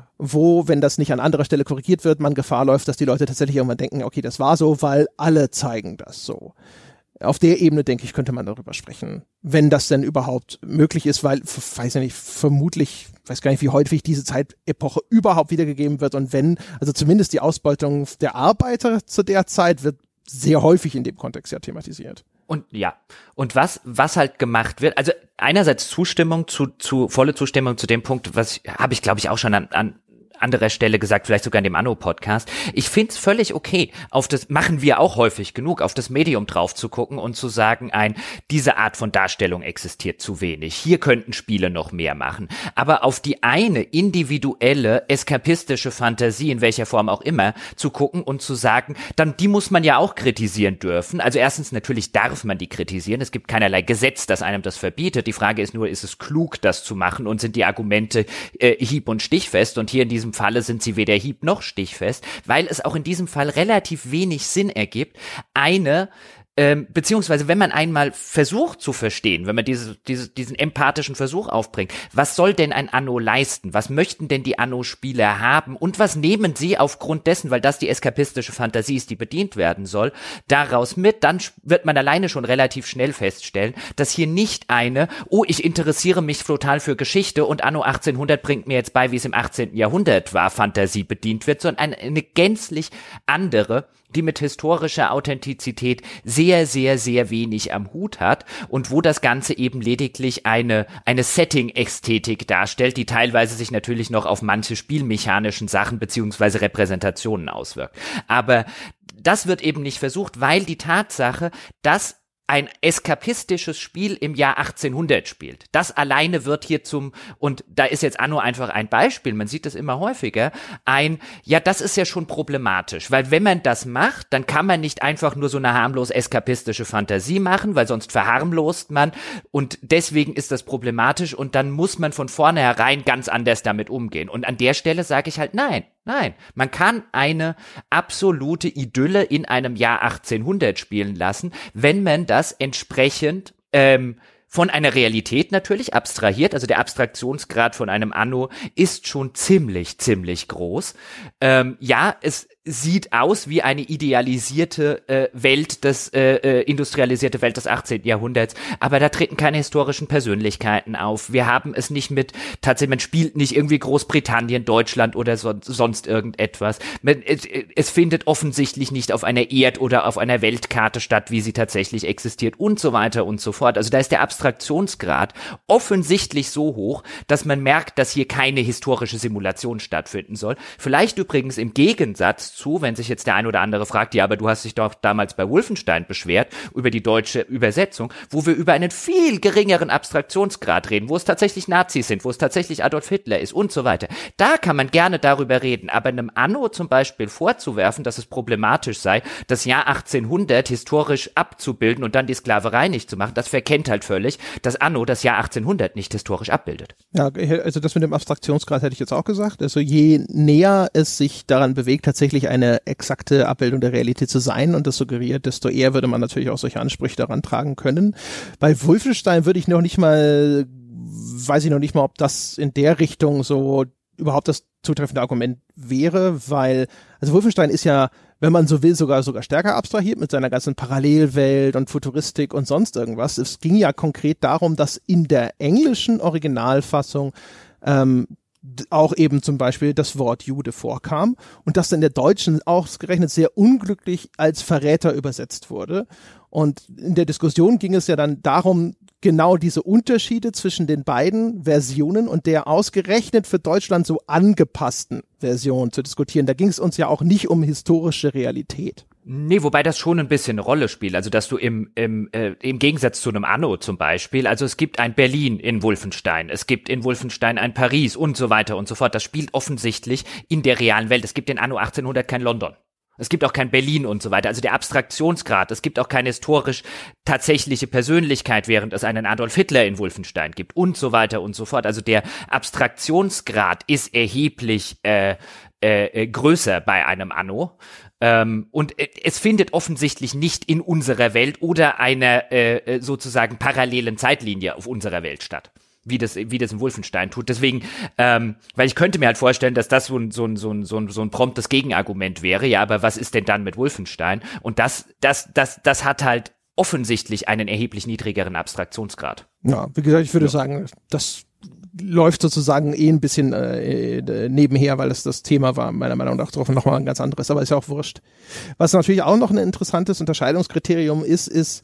wo, wenn das nicht an anderer Stelle korrigiert wird, man Gefahr läuft, dass die Leute tatsächlich irgendwann denken, okay, das war so, weil alle zeigen das so. Auf der Ebene, denke ich, könnte man darüber sprechen, wenn das denn überhaupt möglich ist, weil, weiß ja nicht, vermutlich, weiß gar nicht, wie häufig diese Zeitepoche überhaupt wiedergegeben wird und wenn, also zumindest die Ausbeutung der Arbeiter zu der Zeit wird sehr häufig in dem Kontext ja thematisiert. Und ja, und was halt gemacht wird, also einerseits Zustimmung volle Zustimmung zu dem Punkt, habe ich glaube ich auch schon an anderer Stelle gesagt, vielleicht sogar in dem Anno-Podcast. Ich find's völlig okay, machen wir auch häufig genug, auf das Medium drauf zu gucken und zu sagen, diese Art von Darstellung existiert zu wenig. Hier könnten Spiele noch mehr machen. Aber auf die eine individuelle, eskapistische Fantasie, in welcher Form auch immer, zu gucken und zu sagen, dann die muss man ja auch kritisieren dürfen. Also erstens, natürlich darf man die kritisieren. Es gibt keinerlei Gesetz, das einem das verbietet. Die Frage ist nur, ist es klug, das zu machen und sind die Argumente hieb- und stichfest? Und hier in diesem Falle sind sie weder hieb- noch stichfest, weil es auch in diesem Fall relativ wenig Sinn ergibt, beziehungsweise wenn man einmal versucht zu verstehen, wenn man diesen empathischen Versuch aufbringt, was soll denn ein Anno leisten? Was möchten denn die Anno-Spieler haben? Und was nehmen sie aufgrund dessen, weil das die eskapistische Fantasie ist, die bedient werden soll, daraus mit? Dann wird man alleine schon relativ schnell feststellen, dass hier nicht ich interessiere mich total für Geschichte und Anno 1800 bringt mir jetzt bei, wie es im 18. Jahrhundert war, Fantasie bedient wird, sondern eine gänzlich andere, die mit historischer Authentizität sehr, sehr, sehr wenig am Hut hat und wo das Ganze eben lediglich eine Setting-Ästhetik darstellt, die teilweise sich natürlich noch auf manche spielmechanischen Sachen beziehungsweise Repräsentationen auswirkt. Aber das wird eben nicht versucht, weil die Tatsache, dass ein eskapistisches Spiel im Jahr 1800 spielt. Das alleine wird hier und da ist jetzt Anno einfach ein Beispiel, man sieht das immer häufiger, das ist ja schon problematisch, weil wenn man das macht, dann kann man nicht einfach nur so eine harmlos eskapistische Fantasie machen, weil sonst verharmlost man und deswegen ist das problematisch und dann muss man von vornherein ganz anders damit umgehen. Und an der Stelle sage ich halt nein, man kann eine absolute Idylle in einem Jahr 1800 spielen lassen, wenn man das entsprechend von einer Realität natürlich abstrahiert. Also der Abstraktionsgrad von einem Anno ist schon ziemlich, ziemlich groß. Es sieht aus wie eine idealisierte industrialisierte Welt des 18. Jahrhunderts, aber da treten keine historischen Persönlichkeiten auf. Wir haben es nicht tatsächlich, man spielt nicht irgendwie Großbritannien, Deutschland oder sonst irgendetwas. Es findet offensichtlich nicht auf einer oder auf einer Weltkarte statt, wie sie tatsächlich existiert und so weiter und so fort. Also da ist der Abstraktionsgrad offensichtlich so hoch, dass man merkt, dass hier keine historische Simulation stattfinden soll. Vielleicht übrigens im Gegensatz zu, wenn sich jetzt der ein oder andere fragt, ja, aber du hast dich doch damals bei Wolfenstein beschwert über die deutsche Übersetzung, wo wir über einen viel geringeren Abstraktionsgrad reden, wo es tatsächlich Nazis sind, wo es tatsächlich Adolf Hitler ist und so weiter. Da kann man gerne darüber reden, aber einem Anno zum Beispiel vorzuwerfen, dass es problematisch sei, das Jahr 1800 historisch abzubilden und dann die Sklaverei nicht zu machen, das verkennt halt völlig, dass Anno das Jahr 1800 nicht historisch abbildet. Ja, also das mit dem Abstraktionsgrad hätte ich jetzt auch gesagt. Also je näher es sich daran bewegt, tatsächlich eine exakte Abbildung der Realität zu sein und das suggeriert, desto eher würde man natürlich auch solche Ansprüche daran tragen können. Bei Wolfenstein weiß ich noch nicht mal, ob das in der Richtung so überhaupt das zutreffende Argument wäre, weil, also Wolfenstein ist ja, wenn man so will, sogar stärker abstrahiert mit seiner ganzen Parallelwelt und Futuristik und sonst irgendwas. Es ging ja konkret darum, dass in der englischen Originalfassung auch eben zum Beispiel das Wort Jude vorkam und das in der deutschen ausgerechnet sehr unglücklich als Verräter übersetzt wurde. Und in der Diskussion ging es ja dann darum, genau diese Unterschiede zwischen den beiden Versionen und der ausgerechnet für Deutschland so angepassten Version zu diskutieren. Da ging es uns ja auch nicht um historische Realität. Nee, wobei das schon ein bisschen eine Rolle spielt. Also, dass du im Gegensatz zu einem Anno zum Beispiel, also es gibt ein Berlin in Wolfenstein, es gibt in Wolfenstein ein Paris und so weiter und so fort. Das spielt offensichtlich in der realen Welt. Es gibt in Anno 1800 kein London. Es gibt auch kein Berlin und so weiter. Also der Abstraktionsgrad, es gibt auch keine historisch tatsächliche Persönlichkeit, während es einen Adolf Hitler in Wolfenstein gibt und so weiter und so fort. Also der Abstraktionsgrad ist erheblich größer bei einem Anno. Und es findet offensichtlich nicht in unserer Welt oder einer sozusagen parallelen Zeitlinie auf unserer Welt statt, wie das in Wolfenstein tut. Deswegen, weil ich könnte mir halt vorstellen, dass das so ein promptes Gegenargument wäre. Ja, aber was ist denn dann mit Wolfenstein? Und das hat halt offensichtlich einen erheblich niedrigeren Abstraktionsgrad. Ja, wie gesagt, ich würde sagen, das läuft sozusagen ein bisschen nebenher, weil das Thema war, meiner Meinung nach, drauf nochmal ein ganz anderes, aber ist ja auch wurscht. Was natürlich auch noch ein interessantes Unterscheidungskriterium ist,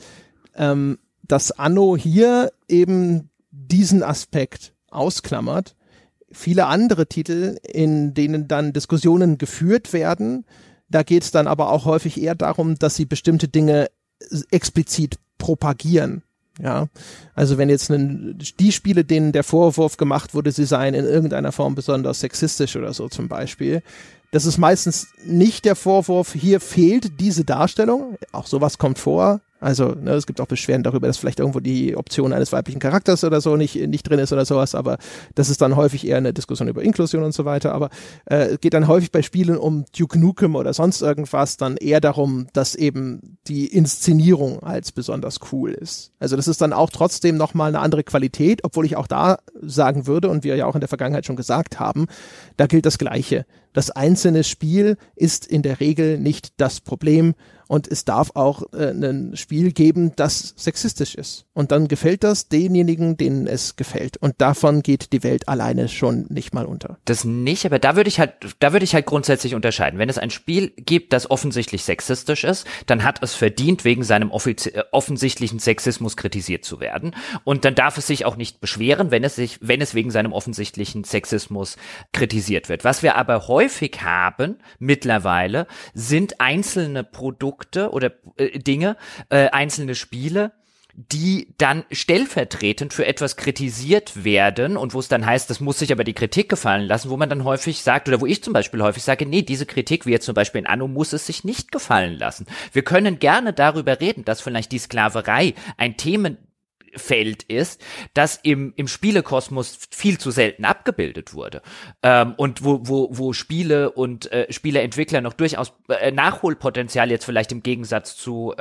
dass Anno hier eben diesen Aspekt ausklammert. Viele andere Titel, in denen dann Diskussionen geführt werden, da geht es dann aber auch häufig eher darum, dass sie bestimmte Dinge explizit propagieren. Ja, also wenn jetzt die Spiele, denen der Vorwurf gemacht wurde, sie seien in irgendeiner Form besonders sexistisch oder so zum Beispiel, das ist meistens nicht der Vorwurf, hier fehlt diese Darstellung, auch sowas kommt vor. Also es gibt auch Beschwerden darüber, dass vielleicht irgendwo die Option eines weiblichen Charakters oder so nicht drin ist oder sowas, aber das ist dann häufig eher eine Diskussion über Inklusion und so weiter, aber es geht dann häufig bei Spielen um Duke Nukem oder sonst irgendwas dann eher darum, dass eben die Inszenierung als besonders cool ist. Also das ist dann auch trotzdem nochmal eine andere Qualität, obwohl ich auch da sagen würde, und wir ja auch in der Vergangenheit schon gesagt haben, da gilt das Gleiche. Das einzelne Spiel ist in der Regel nicht das Problem und es darf auch ein Spiel geben, das sexistisch ist. Und dann gefällt das denjenigen, denen es gefällt. Und davon geht die Welt alleine schon nicht mal unter. Das nicht, aber da würde ich halt grundsätzlich unterscheiden. Wenn es ein Spiel gibt, das offensichtlich sexistisch ist, dann hat es verdient, wegen seinem offensichtlichen Sexismus kritisiert zu werden. Und dann darf es sich auch nicht beschweren, wenn es wegen seinem offensichtlichen Sexismus kritisiert wird. Was wir aber häufig haben mittlerweile, sind einzelne Produkte oder Dinge, einzelne Spiele, die dann stellvertretend für etwas kritisiert werden und wo es dann heißt, das muss sich aber die Kritik gefallen lassen, wo man dann häufig sagt, oder wo ich zum Beispiel häufig sage, nee, diese Kritik, wie jetzt zum Beispiel in Anno, muss es sich nicht gefallen lassen. Wir können gerne darüber reden, dass vielleicht die Sklaverei ein Themenfeld ist, das im Spielekosmos viel zu selten abgebildet wurde. Und wo Spiele und Spieleentwickler noch durchaus Nachholpotenzial jetzt vielleicht im Gegensatz zu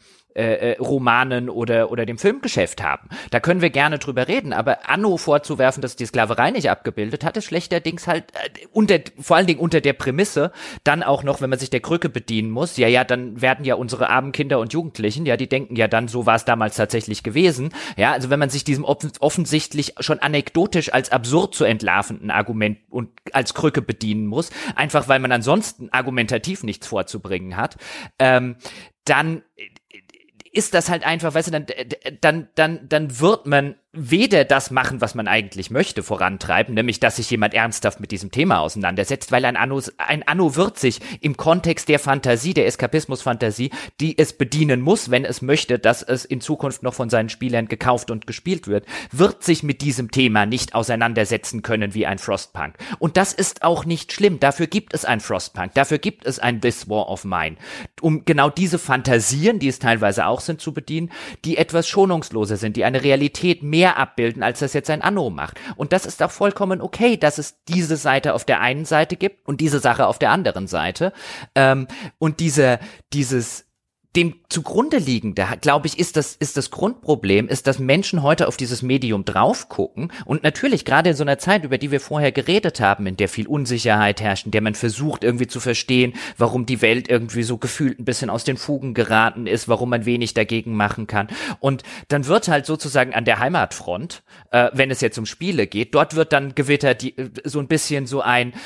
Romanen oder dem Filmgeschäft haben. Da können wir gerne drüber reden, aber Anno vorzuwerfen, dass die Sklaverei nicht abgebildet hat, ist schlechterdings halt vor allen Dingen unter der Prämisse, dann auch noch, wenn man sich der Krücke bedienen muss, ja, dann werden ja unsere armen Kinder und Jugendlichen, ja, die denken ja dann, so war es damals tatsächlich gewesen, ja, also wenn man sich diesem offensichtlich schon anekdotisch als absurd zu entlarvenden Argument und als Krücke bedienen muss, einfach weil man ansonsten argumentativ nichts vorzubringen hat, dann ist das halt einfach, weißt du, dann wird man weder das machen, was man eigentlich möchte, vorantreiben, nämlich, dass sich jemand ernsthaft mit diesem Thema auseinandersetzt, weil ein Anno wird sich im Kontext der Fantasie, der Eskapismus-Fantasie, die es bedienen muss, wenn es möchte, dass es in Zukunft noch von seinen Spielern gekauft und gespielt wird sich mit diesem Thema nicht auseinandersetzen können wie ein Frostpunk. Und das ist auch nicht schlimm. Dafür gibt es ein Frostpunk, dafür gibt es ein This War of Mine, um genau diese Fantasien, die es teilweise auch sind, zu bedienen, die etwas schonungsloser sind, die eine Realität mehr abbilden, als das jetzt ein Anno macht. Und das ist auch vollkommen okay, dass es diese Seite auf der einen Seite gibt und diese Sache auf der anderen Seite. Und dieses dem zugrunde liegende, glaube ich, ist das Grundproblem, ist, dass Menschen heute auf dieses Medium drauf gucken und natürlich gerade in so einer Zeit, über die wir vorher geredet haben, in der viel Unsicherheit herrscht, in der man versucht irgendwie zu verstehen, warum die Welt irgendwie so gefühlt ein bisschen aus den Fugen geraten ist, warum man wenig dagegen machen kann. Und dann wird halt sozusagen an der Heimatfront, wenn es jetzt um Spiele geht, dort wird dann gewittert so ein bisschen so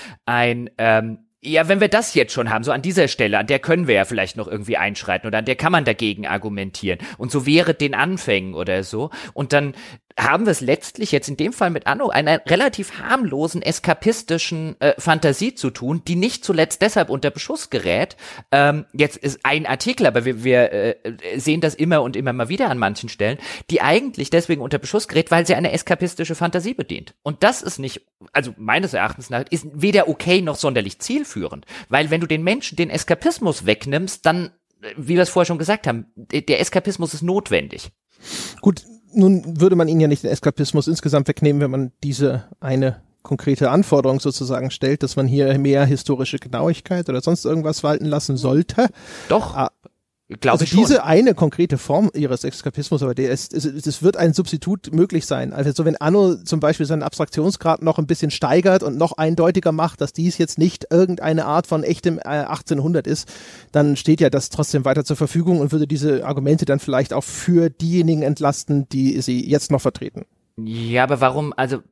ja, wenn wir das jetzt schon haben, so an dieser Stelle, an der können wir ja vielleicht noch irgendwie einschreiten oder an der kann man dagegen argumentieren. Und so wäre den Anfängen oder so. Und dann haben wir es letztlich jetzt in dem Fall mit Anno einer relativ harmlosen, eskapistischen Fantasie zu tun, die nicht zuletzt deshalb unter Beschuss gerät. Jetzt ist ein Artikel, aber wir sehen das immer und immer mal wieder an manchen Stellen, die eigentlich deswegen unter Beschuss gerät, weil sie eine eskapistische Fantasie bedient. Und das ist nicht, also meines Erachtens nach, ist weder okay noch sonderlich zielführend. Weil wenn du den Menschen den Eskapismus wegnimmst, dann, wie wir es vorher schon gesagt haben, der Eskapismus ist notwendig. Gut, nun würde man ihnen ja nicht den Eskapismus insgesamt wegnehmen, wenn man diese eine konkrete Anforderung sozusagen stellt, dass man hier mehr historische Genauigkeit oder sonst irgendwas walten lassen sollte. Doch. Glaube ich schon. Diese eine konkrete Form ihres Eskapismus, aber es wird ein Substitut möglich sein. Also so wenn Anno zum Beispiel seinen Abstraktionsgrad noch ein bisschen steigert und noch eindeutiger macht, dass dies jetzt nicht irgendeine Art von echtem 1800 ist, dann steht ja das trotzdem weiter zur Verfügung und würde diese Argumente dann vielleicht auch für diejenigen entlasten, die sie jetzt noch vertreten. Ja, aber warum, also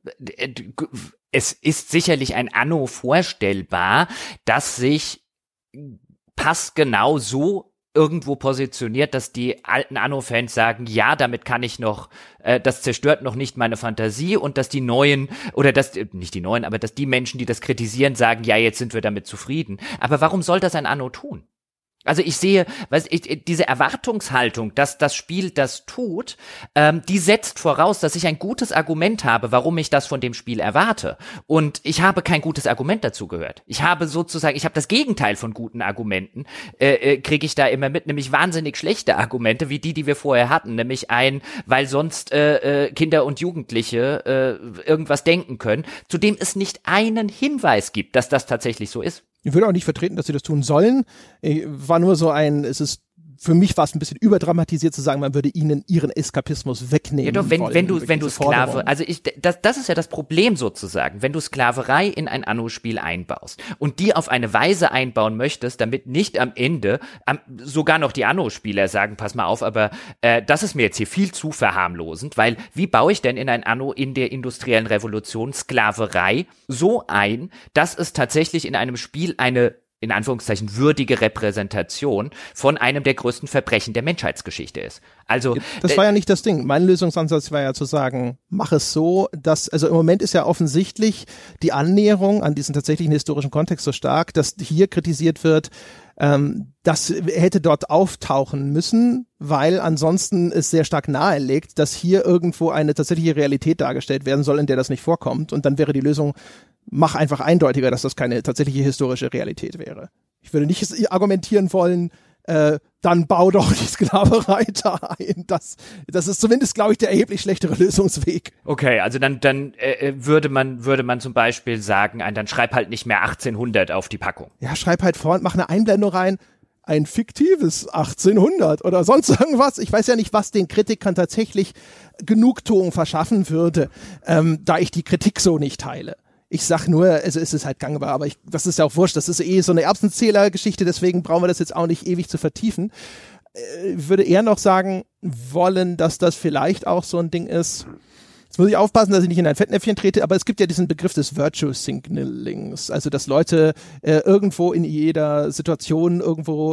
es ist sicherlich ein Anno vorstellbar, dass sich passgenau so irgendwo positioniert, dass die alten Anno-Fans sagen, ja, damit kann ich noch, das zerstört noch nicht meine Fantasie und dass die Neuen, oder nicht die Neuen, aber dass die Menschen, die das kritisieren, sagen, ja, jetzt sind wir damit zufrieden. Aber warum soll das ein Anno tun? Also ich sehe, diese Erwartungshaltung, dass das Spiel das tut, die setzt voraus, dass ich ein gutes Argument habe, warum ich das von dem Spiel erwarte. Und ich habe kein gutes Argument dazu gehört. Ich habe das Gegenteil von guten Argumenten, kriege ich da immer mit, nämlich wahnsinnig schlechte Argumente, wie die wir vorher hatten, nämlich weil sonst Kinder und Jugendliche irgendwas denken können, zu dem es nicht einen Hinweis gibt, dass das tatsächlich so ist. Ich würde auch nicht vertreten, dass sie das tun sollen. War nur so für mich war es ein bisschen überdramatisiert zu sagen, man würde ihnen ihren Eskapismus wegnehmen. Ja, doch, wenn du Sklave, also das ist ja das Problem sozusagen, wenn du Sklaverei in ein Anno-Spiel einbaust und die auf eine Weise einbauen möchtest, damit nicht am Ende sogar noch die Anno-Spieler sagen, pass mal auf, aber das ist mir jetzt hier viel zu verharmlosend, weil wie baue ich denn in ein Anno in der industriellen Revolution Sklaverei so ein, dass es tatsächlich in einem Spiel eine in Anführungszeichen würdige Repräsentation von einem der größten Verbrechen der Menschheitsgeschichte ist. Also das war ja nicht das Ding. Mein Lösungsansatz war ja zu sagen, mach es so, dass, also im Moment ist ja offensichtlich die Annäherung an diesen tatsächlichen historischen Kontext so stark, dass hier kritisiert wird, das hätte dort auftauchen müssen, weil ansonsten es sehr stark nahelegt, dass hier irgendwo eine tatsächliche Realität dargestellt werden soll, in der das nicht vorkommt. Und dann wäre die Lösung, mach einfach eindeutiger, dass das keine tatsächliche historische Realität wäre. Ich würde nicht argumentieren wollen, dann bau doch die Sklaverei da ein. Das ist zumindest, glaube ich, der erheblich schlechtere Lösungsweg. Okay, also dann würde man zum Beispiel sagen, dann schreib halt nicht mehr 1800 auf die Packung. Ja, schreib halt vor und mach eine Einblendung rein, ein fiktives 1800 oder sonst irgendwas. Ich weiß ja nicht, was den Kritikern tatsächlich Genugtuung verschaffen würde, da ich die Kritik so nicht teile. Ich sag nur, also es ist halt gangbar, aber das ist ja auch wurscht, das ist so eine Erbsenzähler-Geschichte, deswegen brauchen wir das jetzt auch nicht ewig zu vertiefen. Ich würde eher noch sagen wollen, dass das vielleicht auch so ein Ding ist. Jetzt muss ich aufpassen, dass ich nicht in ein Fettnäpfchen trete, aber es gibt ja diesen Begriff des Virtue Signalings, also dass Leute irgendwo in jeder Situation irgendwo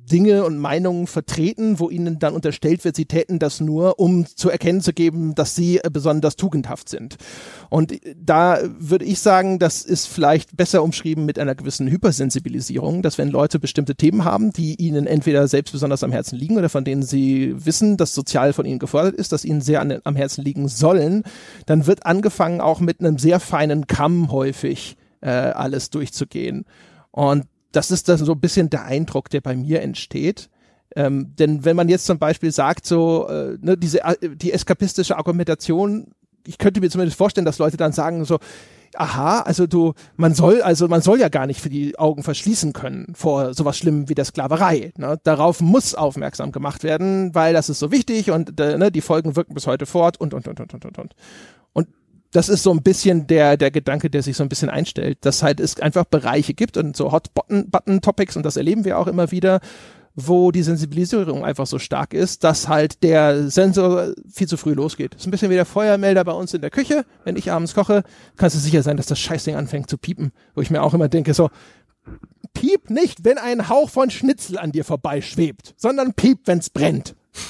Dinge und Meinungen vertreten, wo ihnen dann unterstellt wird, sie täten das nur, um zu erkennen zu geben, dass sie besonders tugendhaft sind. Und da würde ich sagen, das ist vielleicht besser umschrieben mit einer gewissen Hypersensibilisierung, dass wenn Leute bestimmte Themen haben, die ihnen entweder selbst besonders am Herzen liegen oder von denen sie wissen, dass sozial von ihnen gefordert ist, dass ihnen sehr am Herzen liegen sollen, dann wird angefangen, auch mit einem sehr feinen Kamm häufig alles durchzugehen. Und das ist dann so ein bisschen der Eindruck, der bei mir entsteht. Denn wenn man jetzt zum Beispiel sagt, so die eskapistische Argumentation, ich könnte mir zumindest vorstellen, dass Leute dann sagen so, aha, man soll ja gar nicht für die Augen verschließen können vor sowas Schlimmem wie der Sklaverei. Ne? Darauf muss aufmerksam gemacht werden, weil das ist so wichtig und die Folgen wirken bis heute fort und. Und das ist so ein bisschen der Gedanke, der sich so ein bisschen einstellt, dass halt es einfach Bereiche gibt und so Hot-Button-Topics, und das erleben wir auch immer wieder, wo die Sensibilisierung einfach so stark ist, dass halt der Sensor viel zu früh losgeht. Das ist ein bisschen wie der Feuermelder bei uns in der Küche. Wenn ich abends koche, kannst du sicher sein, dass das Scheißding anfängt zu piepen. Wo ich mir auch immer denke, so, piep nicht, wenn ein Hauch von Schnitzel an dir vorbeischwebt, sondern piep, wenn's brennt.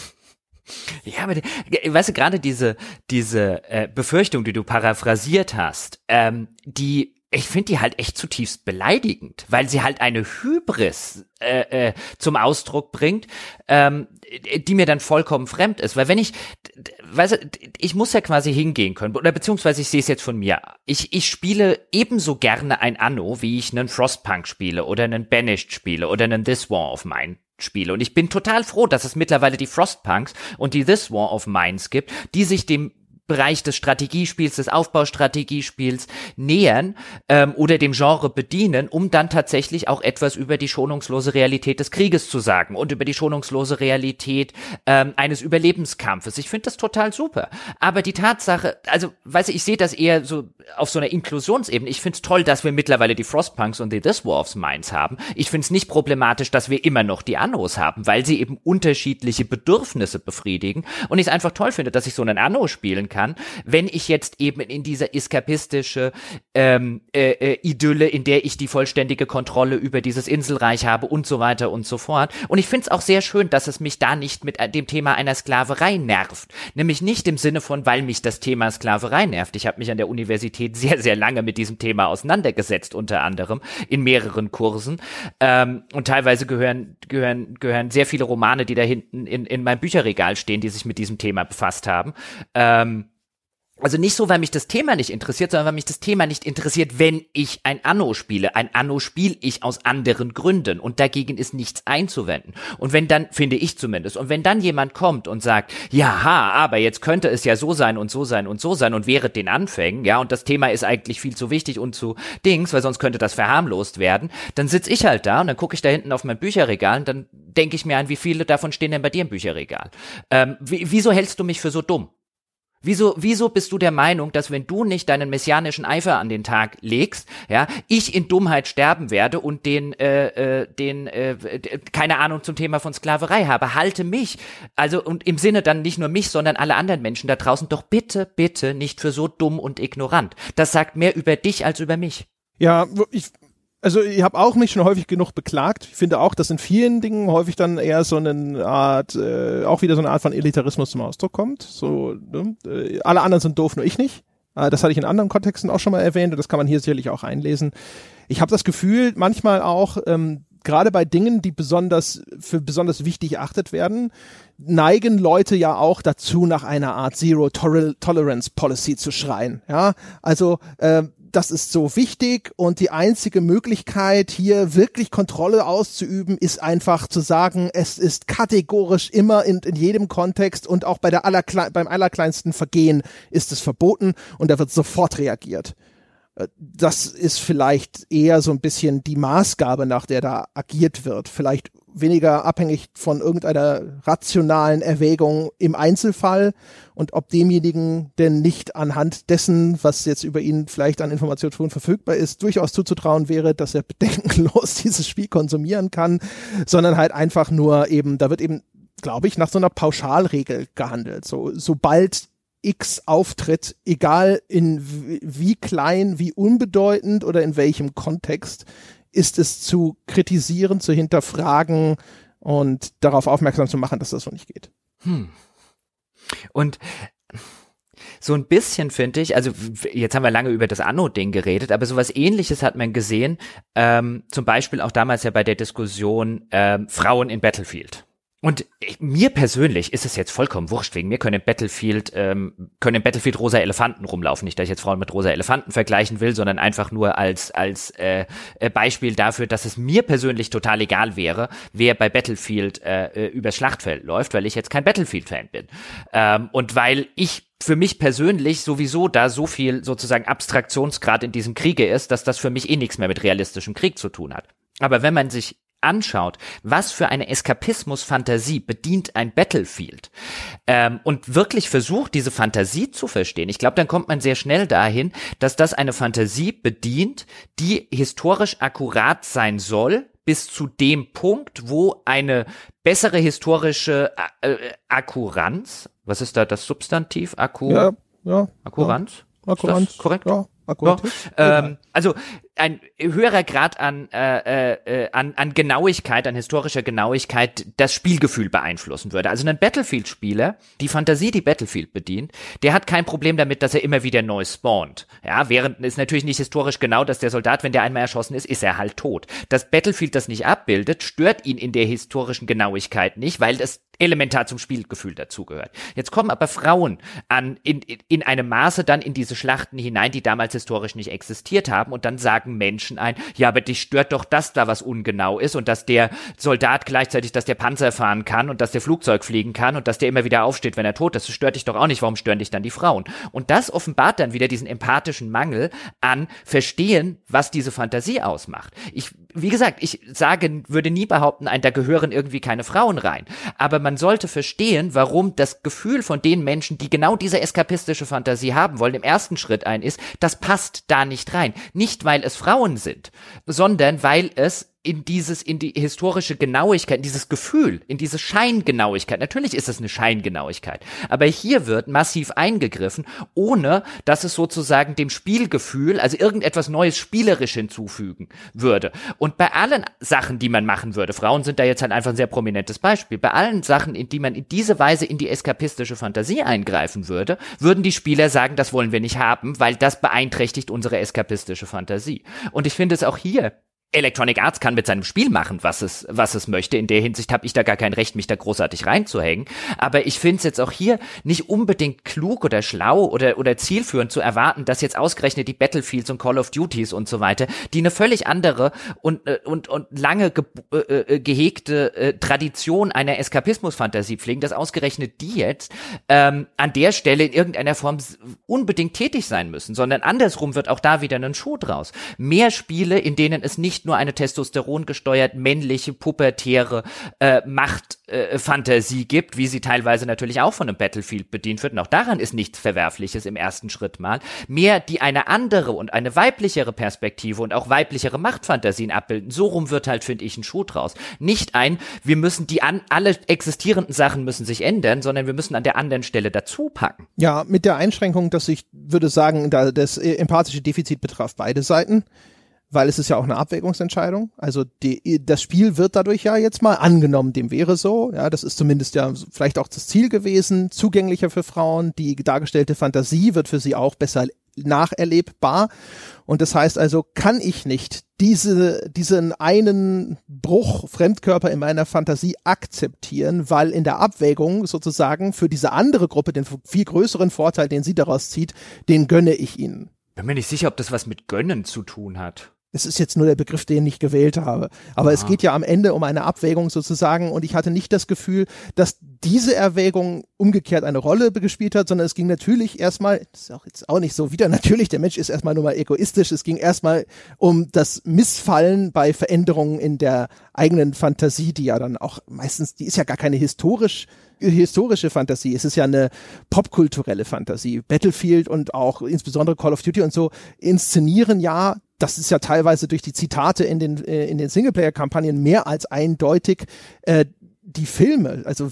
Ja, aber weißt du, gerade diese Befürchtung, die du paraphrasiert hast, ich finde die halt echt zutiefst beleidigend, weil sie halt eine Hybris zum Ausdruck bringt, die mir dann vollkommen fremd ist. Weil wenn ich muss ja quasi hingehen können, oder beziehungsweise ich sehe es jetzt von mir. Ich spiele ebenso gerne ein Anno, wie ich einen Frostpunk spiele oder einen Banished spiele oder einen This War of Mine spiele. Und ich bin total froh, dass es mittlerweile die Frostpunks und die This War of Mines gibt, die sich dem Bereich des Strategiespiels, des Aufbaustrategiespiels nähern oder dem Genre bedienen, um dann tatsächlich auch etwas über die schonungslose Realität des Krieges zu sagen und über die schonungslose Realität eines Überlebenskampfes. Ich finde das total super. Aber die Tatsache, also, weißt du, ich sehe das eher so auf so einer Inklusionsebene. Ich finde es toll, dass wir mittlerweile die Frostpunks und die This War of Mines haben. Ich finde es nicht problematisch, dass wir immer noch die Annos haben, weil sie eben unterschiedliche Bedürfnisse befriedigen. Und ich es einfach toll finde, dass ich so einen Anno spielen kann, wenn ich jetzt eben in dieser eskapistische Idylle, in der ich die vollständige Kontrolle über dieses Inselreich habe und so weiter und so fort. Und ich finde es auch sehr schön, dass es mich da nicht mit dem Thema einer Sklaverei nervt. Nämlich nicht im Sinne von, weil mich das Thema Sklaverei nervt. Ich habe mich an der Universität sehr, sehr lange mit diesem Thema auseinandergesetzt, unter anderem in mehreren Kursen. Und teilweise gehören sehr viele Romane, die da hinten in meinem Bücherregal stehen, die sich mit diesem Thema befasst haben. Also nicht so, weil mich das Thema nicht interessiert, sondern weil mich das Thema nicht interessiert, wenn ich ein Anno spiele. Ein Anno spiele ich aus anderen Gründen und dagegen ist nichts einzuwenden. Und wenn dann, finde ich zumindest, und wenn dann jemand kommt und sagt, jaha, aber jetzt könnte es ja so sein und so sein und so sein und während den Anfängen, ja, und das Thema ist eigentlich viel zu wichtig und zu Dings, weil sonst könnte das verharmlost werden, dann sitze ich halt da und dann gucke ich da hinten auf mein Bücherregal und dann denke ich mir an, wie viele davon stehen denn bei dir im Bücherregal? Wieso hältst du mich für so dumm? Wieso bist du der Meinung, dass wenn du nicht deinen messianischen Eifer an den Tag legst, ja, ich in Dummheit sterben werde und keine Ahnung zum Thema von Sklaverei habe? Halte mich, also und im Sinne dann nicht nur mich, sondern alle anderen Menschen da draußen doch bitte, bitte nicht für so dumm und ignorant. Das sagt mehr über dich als über mich. Ja, ich habe auch mich schon häufig genug beklagt. Ich finde auch, dass in vielen Dingen häufig dann eher so eine Art, auch wieder so eine Art von Elitarismus zum Ausdruck kommt. So, ne? Alle anderen sind doof, nur ich nicht. Das hatte ich in anderen Kontexten auch schon mal erwähnt und das kann man hier sicherlich auch einlesen. Ich habe das Gefühl, manchmal auch, gerade bei Dingen, die für besonders wichtig erachtet werden, neigen Leute ja auch dazu, nach einer Art Zero-Tolerance-Policy zu schreien. Ja, also das ist so wichtig und die einzige Möglichkeit, hier wirklich Kontrolle auszuüben, ist einfach zu sagen, es ist kategorisch immer in jedem Kontext und auch beim allerkleinsten Vergehen ist es verboten und da wird sofort reagiert. Das ist vielleicht eher so ein bisschen die Maßgabe, nach der da agiert wird. Vielleicht weniger abhängig von irgendeiner rationalen Erwägung im Einzelfall und ob demjenigen denn nicht anhand dessen, was jetzt über ihn vielleicht an Informationen verfügbar ist, durchaus zuzutrauen wäre, dass er bedenkenlos dieses Spiel konsumieren kann, sondern halt einfach nur eben, da wird eben, glaube ich, nach so einer Pauschalregel gehandelt. Sobald X auftritt, egal in wie klein, wie unbedeutend oder in welchem Kontext, ist es zu kritisieren, zu hinterfragen und darauf aufmerksam zu machen, dass das so nicht geht. Und so ein bisschen finde ich, also jetzt haben wir lange über das Anno-Ding geredet, aber sowas Ähnliches hat man gesehen, zum Beispiel auch damals ja bei der Diskussion Frauen in Battlefield. Und mir persönlich ist es jetzt vollkommen wurscht, wegen mir können im Battlefield rosa Elefanten rumlaufen. Nicht, dass ich jetzt Frauen mit rosa Elefanten vergleichen will, sondern einfach nur als Beispiel dafür, dass es mir persönlich total egal wäre, wer bei Battlefield übers Schlachtfeld läuft, weil ich jetzt kein Battlefield-Fan bin. Und weil ich für mich persönlich sowieso da so viel sozusagen Abstraktionsgrad in diesem Kriege ist, dass das für mich eh nichts mehr mit realistischem Krieg zu tun hat. Aber wenn man sich anschaut, was für eine Eskapismus-Fantasie bedient ein Battlefield und wirklich versucht, diese Fantasie zu verstehen, ich glaube, dann kommt man sehr schnell dahin, dass das eine Fantasie bedient, die historisch akkurat sein soll, bis zu dem Punkt, wo eine bessere historische Akkuranz, was ist da das Substantiv? Akkuranz? Ja. Akkuranz, korrekt? Ja. Also ein höherer Grad an Genauigkeit, an historischer Genauigkeit, das Spielgefühl beeinflussen würde. Also ein Battlefield-Spieler, die Fantasie, die Battlefield bedient, der hat kein Problem damit, dass er immer wieder neu spawnt. Ja, während es natürlich nicht historisch genau, dass der Soldat, wenn der einmal erschossen ist er halt tot. Dass Battlefield das nicht abbildet, stört ihn in der historischen Genauigkeit nicht, weil das elementar zum Spielgefühl dazugehört. Jetzt kommen aber Frauen in einem Maße dann in diese Schlachten hinein, die damals historisch nicht existiert haben, und dann sagen Menschen ja, aber dich stört doch, dass da was ungenau ist und dass der Soldat gleichzeitig, dass der Panzer fahren kann und dass der Flugzeug fliegen kann und dass der immer wieder aufsteht, wenn er tot ist. Das stört dich doch auch nicht, warum stören dich dann die Frauen? Und das offenbart dann wieder diesen empathischen Mangel an Verstehen, was diese Fantasie ausmacht. Wie gesagt, ich würde nie behaupten, da gehören irgendwie keine Frauen rein. Aber man sollte verstehen, warum das Gefühl von den Menschen, die genau diese eskapistische Fantasie haben wollen, im ersten Schritt ist, das passt da nicht rein. Nicht, weil es Frauen sind, sondern weil es in die historische Genauigkeit, in dieses Gefühl, in diese Scheingenauigkeit. Natürlich ist es eine Scheingenauigkeit, aber hier wird massiv eingegriffen, ohne dass es sozusagen dem Spielgefühl, also irgendetwas Neues spielerisch hinzufügen würde. Und bei allen Sachen, die man machen würde, Frauen sind da jetzt halt einfach ein sehr prominentes Beispiel, bei allen Sachen, in die man in diese Weise in die eskapistische Fantasie eingreifen würde, würden die Spieler sagen, das wollen wir nicht haben, weil das beeinträchtigt unsere eskapistische Fantasie. Und ich finde es auch hier, Electronic Arts kann mit seinem Spiel machen, was es möchte. In der Hinsicht habe ich da gar kein Recht, mich da großartig reinzuhängen. Aber ich finde es jetzt auch hier nicht unbedingt klug oder schlau oder zielführend zu erwarten, dass jetzt ausgerechnet die Battlefields und Call of Duties und so weiter, die eine völlig andere und lange gehegte Tradition einer Eskapismus-Fantasie pflegen, dass ausgerechnet die jetzt an der Stelle in irgendeiner Form unbedingt tätig sein müssen, sondern andersrum wird auch da wieder ein Schuh draus. Mehr Spiele, in denen es nicht nur eine testosterongesteuert männliche, pubertäre Machtfantasie gibt, wie sie teilweise natürlich auch von einem Battlefield bedient wird. Und auch daran ist nichts Verwerfliches im ersten Schritt mal. Mehr, die eine andere und eine weiblichere Perspektive und auch weiblichere Machtfantasien abbilden. So rum wird halt, finde ich, ein Schuh draus. Nicht wir müssen alle existierenden Sachen müssen sich ändern, sondern wir müssen an der anderen Stelle dazu packen. Ja, mit der Einschränkung, dass ich würde sagen, das empathische Defizit betraf beide Seiten. Weil es ist ja auch eine Abwägungsentscheidung. Also das Spiel wird dadurch ja jetzt mal angenommen, dem wäre so. Ja, das ist zumindest ja vielleicht auch das Ziel gewesen, zugänglicher für Frauen. Die dargestellte Fantasie wird für sie auch besser nacherlebbar. Und das heißt also, kann ich nicht diesen einen Bruch Fremdkörper in meiner Fantasie akzeptieren, weil in der Abwägung sozusagen für diese andere Gruppe den viel größeren Vorteil, den sie daraus zieht, den gönne ich ihnen. Bin mir nicht sicher, ob das was mit Gönnen zu tun hat. Es ist jetzt nur der Begriff, den ich gewählt habe. Aber es geht ja am Ende um eine Abwägung sozusagen, und ich hatte nicht das Gefühl, dass diese Erwägung umgekehrt eine Rolle gespielt hat, sondern es ging natürlich erstmal, das ist auch jetzt auch nicht so wieder natürlich, der Mensch ist erstmal nur mal egoistisch, es ging erstmal um das Missfallen bei Veränderungen in der eigenen Fantasie, die ja dann auch meistens, die ist ja gar keine historische Fantasie, es ist ja eine popkulturelle Fantasie. Battlefield und auch insbesondere Call of Duty und so inszenieren ja, das ist ja teilweise durch die Zitate in den Singleplayer-Kampagnen mehr als eindeutig, die Filme, also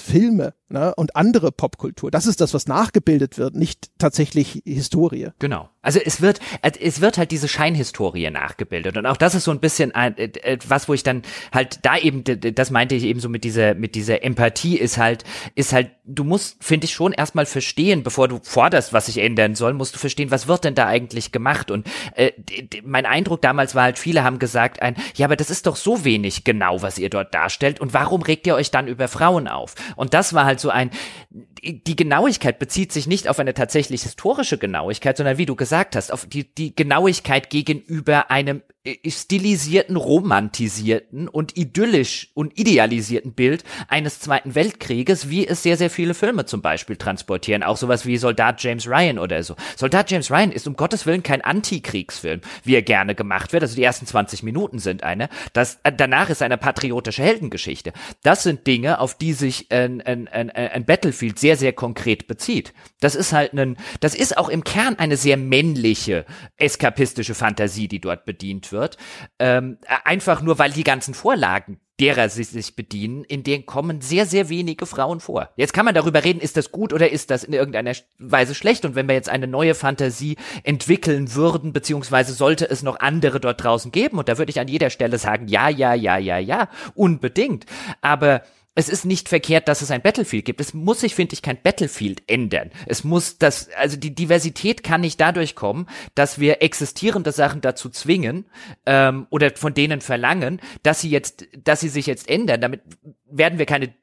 Weltkriegsfilme, ne, und andere Popkultur. Das ist das, was nachgebildet wird, nicht tatsächlich Historie. Genau. Also es wird halt diese Scheinhistorie nachgebildet und auch das ist so ein bisschen was, wo ich dann halt da eben, das meinte ich eben so mit dieser Empathie ist halt, du musst, finde ich, schon erstmal verstehen, bevor du forderst, was sich ändern soll, musst du verstehen, was wird denn da eigentlich gemacht und mein Eindruck damals war halt, viele haben gesagt ja, aber das ist doch so wenig genau, was ihr dort darstellt und warum regt ihr euch dann über Frauen auf? Und das war halt so die Genauigkeit bezieht sich nicht auf eine tatsächlich historische Genauigkeit, sondern wie du gesagt hast, auf die Genauigkeit gegenüber einem stilisierten, romantisierten und idyllisch und idealisierten Bild eines Zweiten Weltkrieges, wie es sehr, sehr viele Filme zum Beispiel transportieren. Auch sowas wie Soldat James Ryan oder so. Soldat James Ryan ist um Gottes Willen kein Antikriegsfilm, wie er gerne gemacht wird. Also die ersten 20 Minuten sind danach ist eine patriotische Heldengeschichte. Das sind Dinge, auf die sich ein Battlefield sehr, sehr konkret bezieht. Das ist auch im Kern eine sehr männliche, eskapistische Fantasie, die dort bedient wird. Einfach nur, weil die ganzen Vorlagen, derer sie sich bedienen, in denen kommen sehr, sehr wenige Frauen vor. Jetzt kann man darüber reden, ist das gut oder ist das in irgendeiner Weise schlecht? Und wenn wir jetzt eine neue Fantasie entwickeln würden, beziehungsweise sollte es noch andere dort draußen geben, und da würde ich an jeder Stelle sagen, ja, unbedingt. Aber es ist nicht verkehrt, dass es ein Battlefield gibt. Es muss sich, finde ich, kein Battlefield ändern. Also die Diversität kann nicht dadurch kommen, dass wir existierende Sachen dazu zwingen, oder von denen verlangen, dass sie sich jetzt ändern. Damit werden wir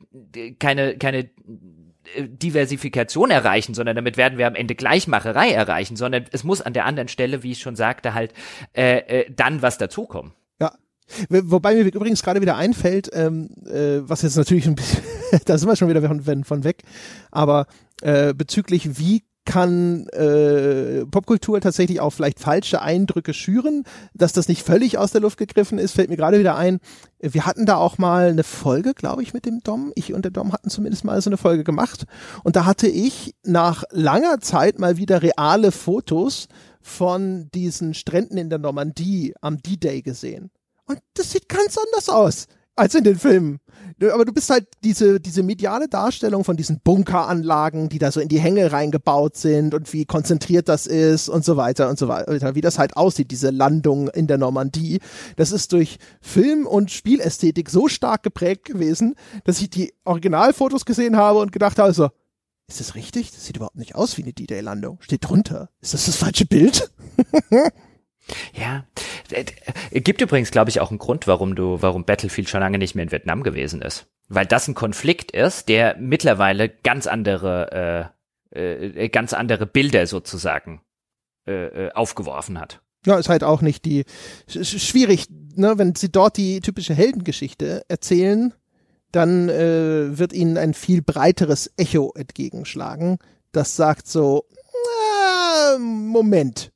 keine Diversifikation erreichen, sondern damit werden wir am Ende Gleichmacherei erreichen, sondern es muss an der anderen Stelle, wie ich schon sagte, halt dann was dazukommen. Ja. Wobei mir übrigens gerade wieder einfällt, was jetzt natürlich ein bisschen, da sind wir schon wieder von weg, aber bezüglich wie kann Popkultur tatsächlich auch vielleicht falsche Eindrücke schüren, dass das nicht völlig aus der Luft gegriffen ist, fällt mir gerade wieder ein. Wir hatten da auch mal eine Folge, glaube ich, mit dem Dom. Ich und der Dom hatten zumindest mal so eine Folge gemacht und da hatte ich nach langer Zeit mal wieder reale Fotos von diesen Stränden in der Normandie am D-Day gesehen. Und das sieht ganz anders aus als in den Filmen. Aber du bist halt diese mediale Darstellung von diesen Bunkeranlagen, die da so in die Hänge reingebaut sind und wie konzentriert das ist und so weiter, wie das halt aussieht, diese Landung in der Normandie. Das ist durch Film- und Spielästhetik so stark geprägt gewesen, dass ich die Originalfotos gesehen habe und gedacht habe so, ist das richtig? Das sieht überhaupt nicht aus wie eine D-Day-Landung. Steht drunter. Ist das falsche Bild? Ja, gibt übrigens, glaube ich, auch einen Grund, warum Battlefield schon lange nicht mehr in Vietnam gewesen ist. Weil das ein Konflikt ist, der mittlerweile ganz andere Bilder sozusagen aufgeworfen hat. Ja, ist halt auch nicht schwierig, ne, wenn sie dort die typische Heldengeschichte erzählen, dann wird ihnen ein viel breiteres Echo entgegenschlagen, das sagt so, Moment.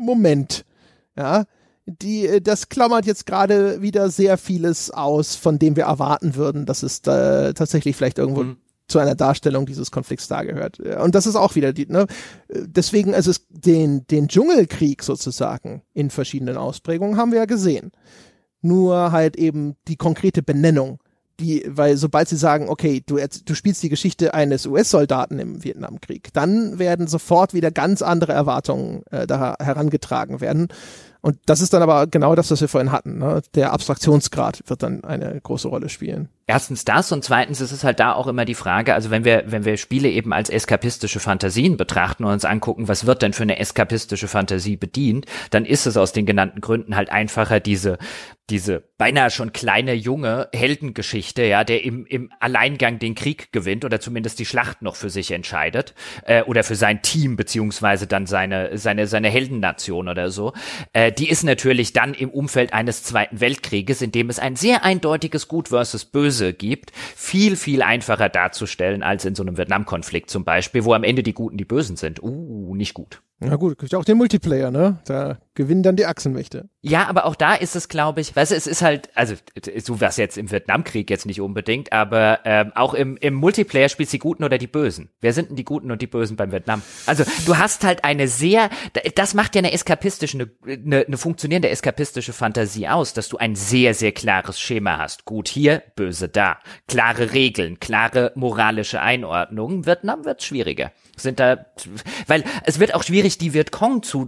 Ja, das klammert jetzt gerade wieder sehr vieles aus, von dem wir erwarten würden, dass es tatsächlich vielleicht irgendwo zu einer Darstellung dieses Konflikts da gehört. Und das ist auch wieder deswegen, also den Dschungelkrieg sozusagen in verschiedenen Ausprägungen haben wir ja gesehen. Nur halt eben die konkrete Benennung. Weil sobald sie sagen, okay, du spielst die Geschichte eines US-Soldaten im Vietnamkrieg, dann werden sofort wieder ganz andere Erwartungen da herangetragen werden. Und das ist dann aber genau das, was wir vorhin hatten. Ne? Der Abstraktionsgrad wird dann eine große Rolle spielen. Erstens das und zweitens ist es halt da auch immer die Frage, also wenn wir Spiele eben als eskapistische Fantasien betrachten und uns angucken, was wird denn für eine eskapistische Fantasie bedient, dann ist es aus den genannten Gründen halt einfacher, diese beinahe schon kleine, junge Heldengeschichte, ja, der im Alleingang den Krieg gewinnt oder zumindest die Schlacht noch für sich entscheidet, oder für sein Team, beziehungsweise dann seine Heldennation oder so, die ist natürlich dann im Umfeld eines Zweiten Weltkrieges, in dem es ein sehr eindeutiges Gut versus Böse gibt, viel, viel einfacher darzustellen als in so einem Vietnamkonflikt zum Beispiel, wo am Ende die Guten die Bösen sind. Nicht gut. Na gut, es gibt auch den Multiplayer, ne? Da gewinnen dann die Achsenmächte. Ja, aber auch da ist es, glaube ich, weißt du, es ist halt, also so was jetzt im Vietnamkrieg jetzt nicht unbedingt, aber auch im Multiplayer spielst du die Guten oder die Bösen. Wer sind denn die Guten und die Bösen beim Vietnam? Also du hast halt das macht ja eine funktionierende eskapistische Fantasie aus, dass du ein sehr, sehr klares Schema hast. Gut hier, böse da. Klare Regeln, klare moralische Einordnungen. Vietnam wird schwieriger. Weil es wird auch schwierig, schwierig, die Vietcong zu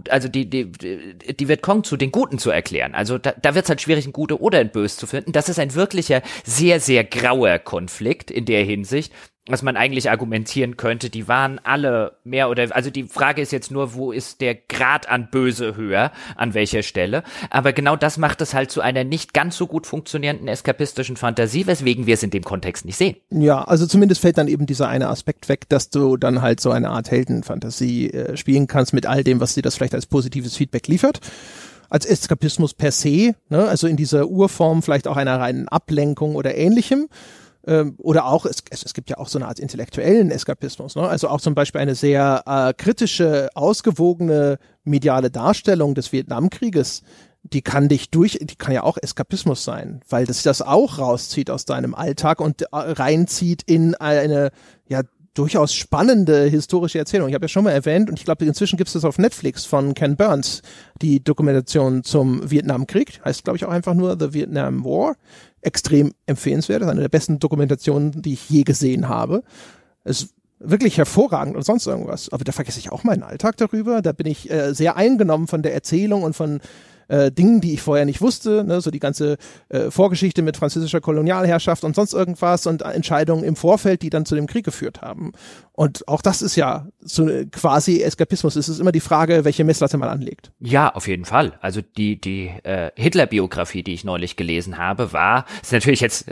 den Guten zu erklären. Also da wird es halt schwierig, ein Gute oder ein Böse zu finden. Das ist ein wirklicher, sehr, sehr grauer Konflikt in der Hinsicht, was man eigentlich argumentieren könnte, die waren alle mehr oder, also die Frage ist jetzt nur, wo ist der Grad an Böse höher, an welcher Stelle, aber genau das macht es halt zu einer nicht ganz so gut funktionierenden eskapistischen Fantasie, weswegen wir es in dem Kontext nicht sehen. Ja, also zumindest fällt dann eben dieser eine Aspekt weg, dass du dann halt so eine Art Heldenfantasie spielen kannst mit all dem, was dir das vielleicht als positives Feedback liefert. Als Eskapismus per se, ne, also in dieser Urform vielleicht auch einer reinen Ablenkung oder ähnlichem. Oder auch, es gibt ja auch so eineArt intellektuellen Eskapismus, ne? Also auch zum Beispiel eine sehr kritische, ausgewogene mediale Darstellung des Vietnamkrieges, die kann ja auch Eskapismus sein, weil das auch rauszieht aus deinem Alltag und reinzieht in eine, ja, durchaus spannende historische Erzählung. Ich habe ja schon mal erwähnt, und ich glaube, inzwischen gibt es das auf Netflix von Ken Burns, die Dokumentation zum Vietnamkrieg, heißt, glaube ich, auch einfach nur The Vietnam War. Extrem empfehlenswert, das ist eine der besten Dokumentationen, die ich je gesehen habe. Es ist wirklich hervorragend und sonst irgendwas. Aber da vergesse ich auch meinen Alltag darüber. Da bin ich sehr eingenommen von der Erzählung und von Dingen, die ich vorher nicht wusste, ne, so die ganze Vorgeschichte mit französischer Kolonialherrschaft und sonst irgendwas und Entscheidungen im Vorfeld, die dann zu dem Krieg geführt haben. Und auch das ist ja so quasi Eskapismus. Es ist immer die Frage, welche Messlatte man anlegt. Ja, auf jeden Fall. Also die Hitler-Biografie, die ich neulich gelesen habe, ist natürlich jetzt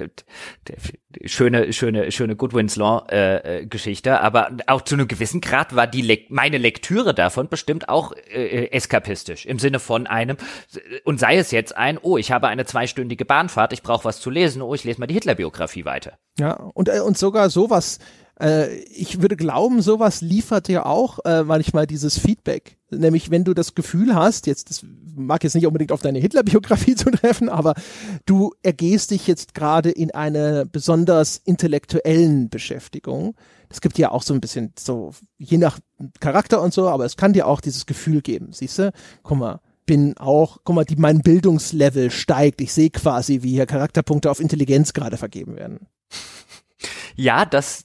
schöne Goodwin's Law-Geschichte, aber auch zu einem gewissen Grad war meine Lektüre davon bestimmt auch eskapistisch, im Sinne von einem, und sei es jetzt ich habe eine 2-stündige Bahnfahrt, ich brauche was zu lesen, ich lese mal die Hitler-Biografie weiter. Ja, und sogar sowas, ich würde glauben, sowas liefert ja auch manchmal dieses Feedback. Nämlich, wenn du das Gefühl hast, das mag jetzt nicht unbedingt auf deine Hitler-Biografie zu treffen, aber du ergehst dich jetzt gerade in einer besonders intellektuellen Beschäftigung. Das gibt ja auch so ein bisschen so, je nach Charakter und so, aber es kann dir auch dieses Gefühl geben. Siehst du, mein Bildungslevel steigt. Ich sehe quasi, wie hier Charakterpunkte auf Intelligenz gerade vergeben werden. Ja, das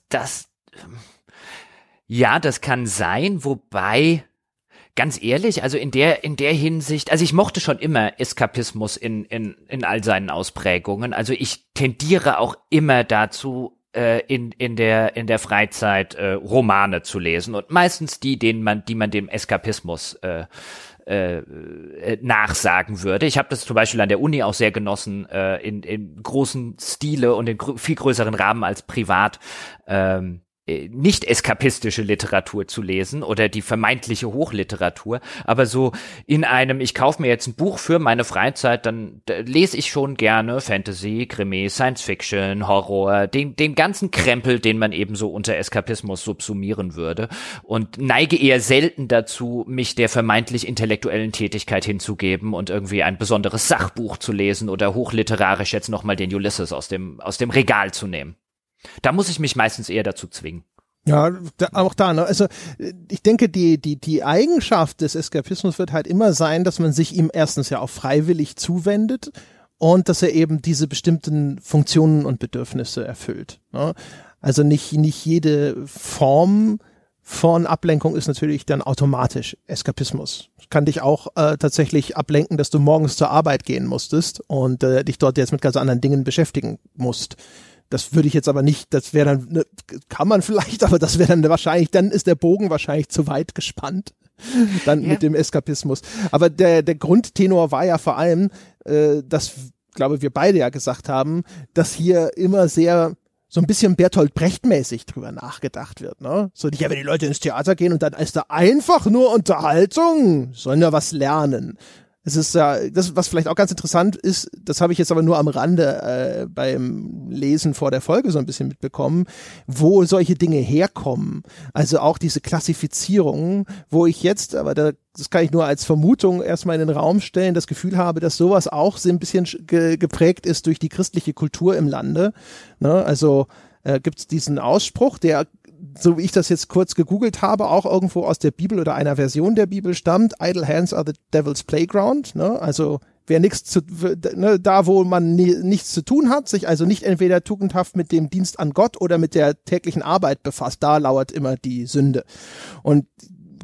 kann sein, wobei, ganz ehrlich, also in der Hinsicht, also ich mochte schon immer Eskapismus in all seinen Ausprägungen. Also ich tendiere auch immer dazu, in der Freizeit Romane zu lesen und meistens die man dem Eskapismus nachsagen würde. Ich habe das zum Beispiel an der Uni auch sehr genossen, in großen Stile und in viel größeren Rahmen als privat nicht eskapistische Literatur zu lesen oder die vermeintliche Hochliteratur, aber so ich kaufe mir jetzt ein Buch für meine Freizeit, dann lese ich schon gerne Fantasy, Krimi, Science Fiction, Horror, den ganzen Krempel, den man eben so unter Eskapismus subsumieren würde, und neige eher selten dazu, mich der vermeintlich intellektuellen Tätigkeit hinzugeben und irgendwie ein besonderes Sachbuch zu lesen oder hochliterarisch jetzt nochmal den Ulysses aus dem Regal zu nehmen. Da muss ich mich meistens eher dazu zwingen. Ja, auch da, ne? Also ich denke, die Eigenschaft des Eskapismus wird halt immer sein, dass man sich ihm erstens ja auch freiwillig zuwendet und dass er eben diese bestimmten Funktionen und Bedürfnisse erfüllt, ne? Also nicht jede Form von Ablenkung ist natürlich dann automatisch Eskapismus. Kann dich auch tatsächlich ablenken, dass du morgens zur Arbeit gehen musstest und dich dort jetzt mit ganz anderen Dingen beschäftigen musst. Das würde ich jetzt aber nicht, das wäre dann, kann man vielleicht, aber das wäre dann wahrscheinlich, dann ist der Bogen wahrscheinlich zu weit gespannt, dann mit dem Eskapismus. Aber der Grundtenor war ja vor allem, dass, glaube wir beide ja gesagt haben, dass hier immer sehr so ein bisschen Bertolt Brecht-mäßig drüber nachgedacht wird, ne? So, wenn die Leute ins Theater gehen und dann ist da einfach nur Unterhaltung, sollen ja was lernen. Es ist ja, das, was vielleicht auch ganz interessant ist, das habe ich jetzt aber nur am Rande beim Lesen vor der Folge so ein bisschen mitbekommen, wo solche Dinge herkommen. Also auch diese Klassifizierungen, wo ich jetzt, aber das kann ich nur als Vermutung erstmal in den Raum stellen, das Gefühl habe, dass sowas auch so ein bisschen geprägt ist durch die christliche Kultur im Lande. Ne? Also gibt es diesen Ausspruch, der, so wie ich das jetzt kurz gegoogelt habe, auch irgendwo aus der Bibel oder einer Version der Bibel stammt: Idle hands are the devil's playground, ne? Also wer da wo man nichts zu tun hat, sich also nicht entweder tugendhaft mit dem Dienst an Gott oder mit der täglichen Arbeit befasst, da lauert immer die Sünde. Und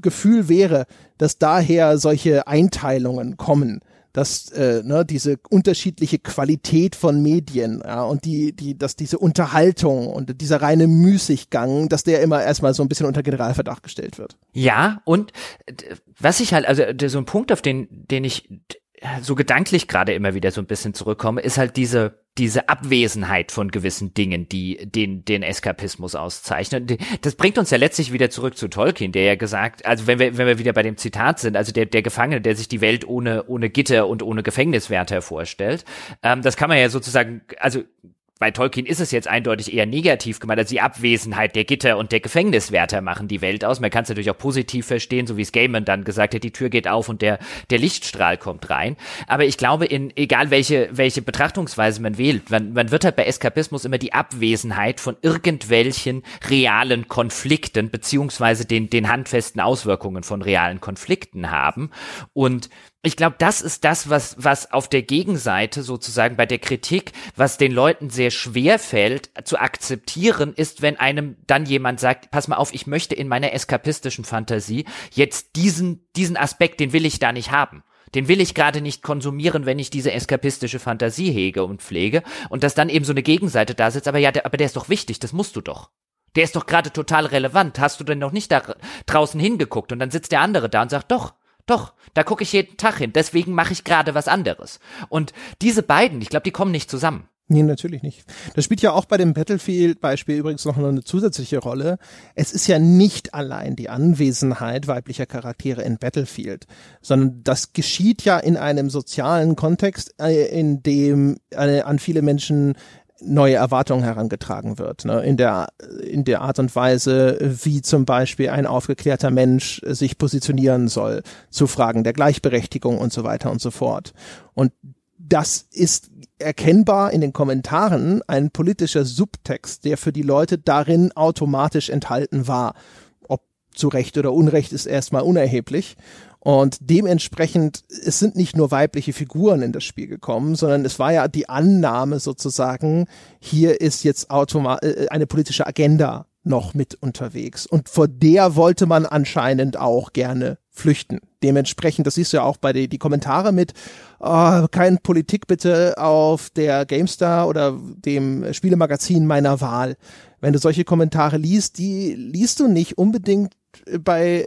Gefühl wäre, dass daher solche Einteilungen kommen, dass diese unterschiedliche Qualität von Medien, ja, und dass diese Unterhaltung und dieser reine Müßiggang, dass der immer erstmal so ein bisschen unter Generalverdacht gestellt wird. Ja, und was ich halt, also so ein Punkt, auf den ich so gedanklich gerade immer wieder so ein bisschen zurückkomme, ist halt diese Abwesenheit von gewissen Dingen, die den Eskapismus auszeichnen. Das bringt uns ja letztlich wieder zurück zu Tolkien, der ja gesagt, also wenn wir wieder bei dem Zitat sind, also der Gefangene, der sich die Welt ohne Gitter und ohne Gefängniswärter vorstellt, das kann man ja sozusagen, also bei Tolkien ist es jetzt eindeutig eher negativ gemeint, also die Abwesenheit der Gitter und der Gefängniswärter machen die Welt aus. Man kann es natürlich auch positiv verstehen, so wie es Gaiman dann gesagt hat, die Tür geht auf und der Lichtstrahl kommt rein. Aber ich glaube, egal welche Betrachtungsweise man wählt, man wird halt bei Eskapismus immer die Abwesenheit von irgendwelchen realen Konflikten beziehungsweise den handfesten Auswirkungen von realen Konflikten haben. Und ich glaube, das ist das, was auf der Gegenseite sozusagen bei der Kritik, was den Leuten sehr schwer fällt zu akzeptieren, ist, wenn einem dann jemand sagt, pass mal auf, ich möchte in meiner eskapistischen Fantasie jetzt diesen Aspekt, den will ich da nicht haben. Den will ich gerade nicht konsumieren, wenn ich diese eskapistische Fantasie hege und pflege. Und dass dann eben so eine Gegenseite da sitzt, aber der ist doch wichtig, das musst du doch. Der ist doch gerade total relevant. Hast du denn noch nicht da draußen hingeguckt? Und dann sitzt der andere da und sagt, doch, da gucke ich jeden Tag hin, deswegen mache ich gerade was anderes. Und diese beiden, ich glaube, die kommen nicht zusammen. Nee, natürlich nicht. Das spielt ja auch bei dem Battlefield-Beispiel übrigens noch eine zusätzliche Rolle. Es ist ja nicht allein die Anwesenheit weiblicher Charaktere in Battlefield, sondern das geschieht ja in einem sozialen Kontext, in dem an viele Menschen neue Erwartungen herangetragen wird, ne? In der Art und Weise, wie zum Beispiel ein aufgeklärter Mensch sich positionieren soll zu Fragen der Gleichberechtigung und so weiter und so fort. Und das ist erkennbar in den Kommentaren ein politischer Subtext, der für die Leute darin automatisch enthalten war. Ob zu Recht oder Unrecht ist erstmal unerheblich. Und dementsprechend, es sind nicht nur weibliche Figuren in das Spiel gekommen, sondern es war ja die Annahme sozusagen, hier ist jetzt eine politische Agenda noch mit unterwegs. Und vor der wollte man anscheinend auch gerne flüchten. Dementsprechend, das siehst du ja auch bei die Kommentare mit, keine Politik bitte auf der GameStar oder dem Spielemagazin meiner Wahl. Wenn du solche Kommentare liest, die liest du nicht unbedingt bei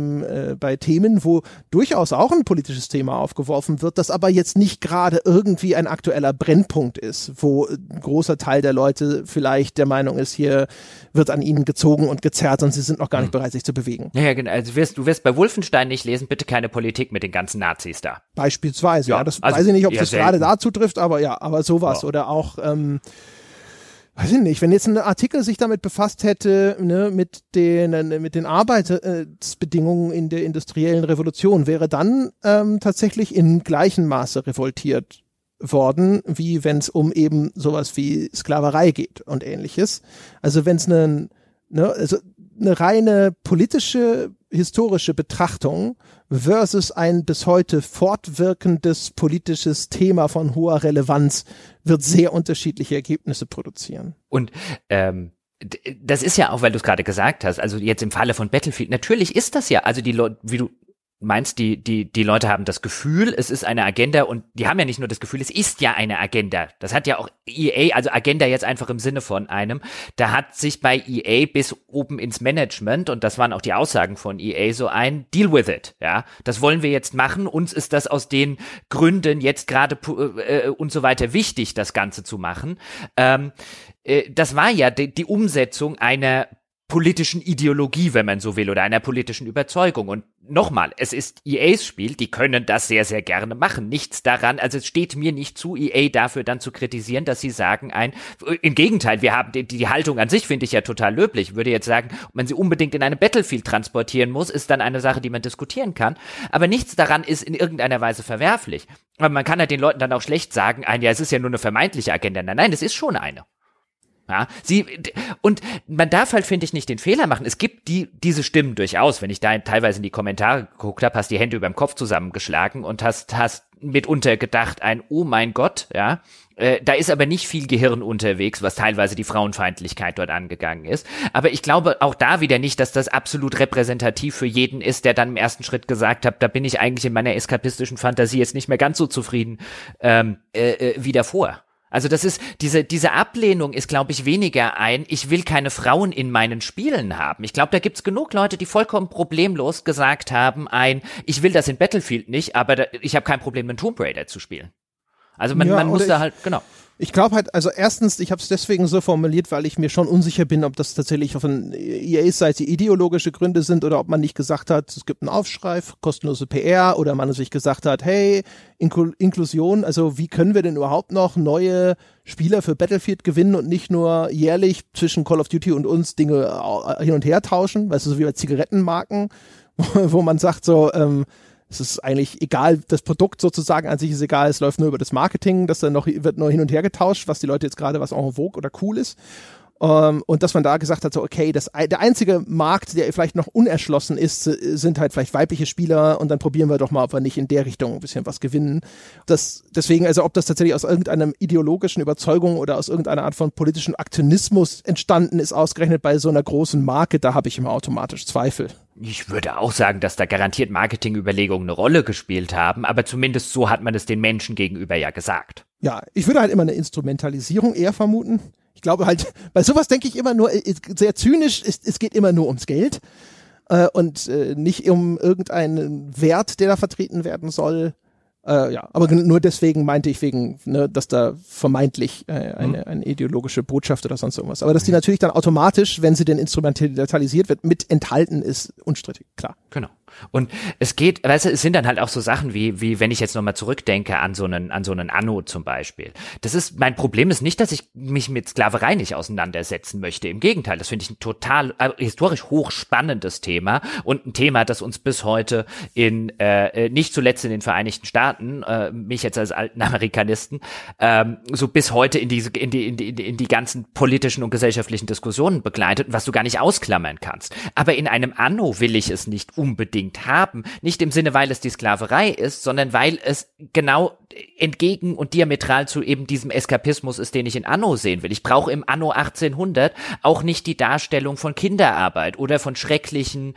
Themen, wo durchaus auch ein politisches Thema aufgeworfen wird, das aber jetzt nicht gerade irgendwie ein aktueller Brennpunkt ist, wo ein großer Teil der Leute vielleicht der Meinung ist, hier wird an ihnen gezogen und gezerrt und sie sind noch gar nicht bereit, sich zu bewegen. Ja, genau. Also du wirst bei Wolfenstein nicht lesen, bitte keine Politik mit den ganzen Nazis da. Beispielsweise, ja. Das also weiß ich nicht, ob das gerade dazu trifft, aber ja, aber sowas. Ja. Oder auch weiß ich nicht, wenn jetzt ein Artikel sich damit befasst hätte, ne, mit den Arbeitsbedingungen in der industriellen Revolution, wäre dann tatsächlich in gleichem Maße revoltiert worden, wie wenn es um eben sowas wie Sklaverei geht und ähnliches. Also wenn es eine reine politische, historische Betrachtung versus ein bis heute fortwirkendes politisches Thema von hoher Relevanz wird sehr unterschiedliche Ergebnisse produzieren. Und das ist ja auch, weil du es gerade gesagt hast, also jetzt im Falle von Battlefield, natürlich ist das ja, also die Leute, wie du meinst, die Leute haben das Gefühl, es ist eine Agenda und die haben ja nicht nur das Gefühl, es ist ja eine Agenda. Das hat ja auch EA, also Agenda jetzt einfach im Sinne von einem, da hat sich bei EA bis oben ins Management, und das waren auch die Aussagen von EA, so ein Deal with it, ja. Das wollen wir jetzt machen, uns ist das aus den Gründen jetzt gerade und so weiter wichtig, das Ganze zu machen. Das war ja die Umsetzung einer politischen Ideologie, wenn man so will, oder einer politischen Überzeugung. Und nochmal, es ist EAs Spiel, die können das sehr, sehr gerne machen. Nichts daran, also es steht mir nicht zu, EA dafür dann zu kritisieren, dass sie sagen, im Gegenteil, wir haben die Haltung an sich, finde ich ja total löblich. Ich würde jetzt sagen, ob man sie unbedingt in einem Battlefield transportieren muss, ist dann eine Sache, die man diskutieren kann. Aber nichts daran ist in irgendeiner Weise verwerflich. Aber man kann halt den Leuten dann auch schlecht sagen, ja, es ist ja nur eine vermeintliche Agenda. Nein, es ist schon eine. Ja, und man darf halt, finde ich, nicht den Fehler machen. Es gibt diese Stimmen durchaus. Wenn ich da teilweise in die Kommentare geguckt habe, hast die Hände über dem Kopf zusammengeschlagen und hast mitunter gedacht, oh mein Gott, ja. Da ist aber nicht viel Gehirn unterwegs, was teilweise die Frauenfeindlichkeit dort angegangen ist. Aber ich glaube auch da wieder nicht, dass das absolut repräsentativ für jeden ist, der dann im ersten Schritt gesagt hat, da bin ich eigentlich in meiner eskapistischen Fantasie jetzt nicht mehr ganz so zufrieden wie davor. Also das ist, diese Ablehnung ist, glaube ich, weniger ich will keine Frauen in meinen Spielen haben. Ich glaube, da gibt's genug Leute, die vollkommen problemlos gesagt haben, ich will das in Battlefield nicht, aber ich habe kein Problem, einen Tomb Raider zu spielen. Also man muss da halt, genau. Ich glaube halt, also erstens, ich habe es deswegen so formuliert, weil ich mir schon unsicher bin, ob das tatsächlich von EA-Seite ideologische Gründe sind oder ob man nicht gesagt hat, es gibt einen Aufschrei, kostenlose PR oder man sich gesagt hat, hey, Inklusion, also wie können wir denn überhaupt noch neue Spieler für Battlefield gewinnen und nicht nur jährlich zwischen Call of Duty und uns Dinge hin und her tauschen, weißt du, so wie bei Zigarettenmarken, wo man sagt so, es ist eigentlich egal, das Produkt sozusagen an sich ist egal, es läuft nur über das Marketing, das dann wird nur hin und her getauscht, was die Leute jetzt gerade, was en vogue oder cool ist. Und dass man da gesagt hat, so okay, der einzige Markt, der vielleicht noch unerschlossen ist, sind halt vielleicht weibliche Spieler und dann probieren wir doch mal, ob wir nicht in der Richtung ein bisschen was gewinnen. Deswegen, also ob das tatsächlich aus irgendeiner ideologischen Überzeugung oder aus irgendeiner Art von politischem Aktionismus entstanden ist, ausgerechnet bei so einer großen Marke, da habe ich immer automatisch Zweifel. Ich würde auch sagen, dass da garantiert Marketingüberlegungen eine Rolle gespielt haben, aber zumindest so hat man es den Menschen gegenüber ja gesagt. Ja, ich würde halt immer eine Instrumentalisierung eher vermuten. Ich glaube halt, bei sowas denke ich immer nur, sehr zynisch, es geht immer nur ums Geld und nicht um irgendeinen Wert, der da vertreten werden soll. Ja, aber nur deswegen meinte ich dass da vermeintlich eine ideologische Botschaft oder sonst irgendwas. Aber dass die natürlich dann automatisch, wenn sie denn instrumentalisiert wird, mit enthalten ist, unstrittig, klar. Genau. Und es geht, weißt du, es sind dann halt auch so Sachen wie wenn ich jetzt nochmal zurückdenke an so einen Anno zum Beispiel. Mein Problem ist nicht, dass ich mich mit Sklaverei nicht auseinandersetzen möchte. Im Gegenteil, das finde ich ein total historisch hochspannendes Thema und ein Thema, das uns bis heute nicht zuletzt in den Vereinigten Staaten, mich jetzt als alten Amerikanisten, so bis heute in die ganzen politischen und gesellschaftlichen Diskussionen begleitet, was du gar nicht ausklammern kannst. Aber in einem Anno will ich es nicht unbedingt haben. Nicht im Sinne, weil es die Sklaverei ist, sondern weil es genau entgegen und diametral zu eben diesem Eskapismus ist, den ich in Anno sehen will. Ich brauche im Anno 1800 auch nicht die Darstellung von Kinderarbeit oder von schrecklichen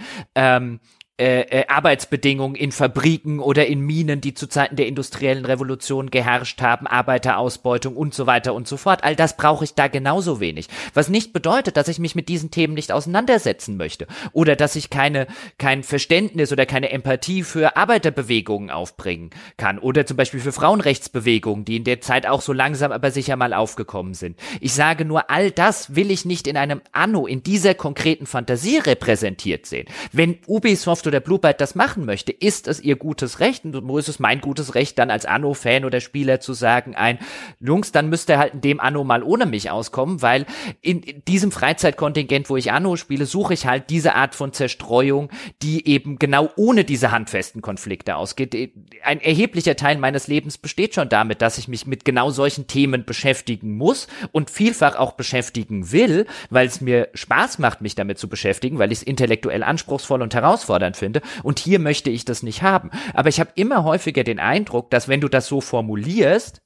Arbeitsbedingungen in Fabriken oder in Minen, die zu Zeiten der industriellen Revolution geherrscht haben, Arbeiterausbeutung und so weiter und so fort. All das brauche ich da genauso wenig. Was nicht bedeutet, dass ich mich mit diesen Themen nicht auseinandersetzen möchte oder dass ich kein Verständnis oder keine Empathie für Arbeiterbewegungen aufbringen kann oder zum Beispiel für Frauenrechtsbewegungen, die in der Zeit auch so langsam aber sicher mal aufgekommen sind. Ich sage nur, all das will ich nicht in einem Anno, in dieser konkreten Fantasie repräsentiert sehen. Wenn Ubisoft oder Bluebird das machen möchte, ist es ihr gutes Recht und wo ist es mein gutes Recht, dann als Anno-Fan oder Spieler zu sagen, Jungs, dann müsst ihr halt in dem Anno mal ohne mich auskommen, weil in diesem Freizeitkontingent, wo ich Anno spiele, suche ich halt diese Art von Zerstreuung, die eben genau ohne diese handfesten Konflikte ausgeht. Ein erheblicher Teil meines Lebens besteht schon damit, dass ich mich mit genau solchen Themen beschäftigen muss und vielfach auch beschäftigen will, weil es mir Spaß macht, mich damit zu beschäftigen, weil ich es intellektuell anspruchsvoll und herausfordernd finde. Und hier möchte ich das nicht haben. Aber ich habe immer häufiger den Eindruck, dass wenn du das so formulierst,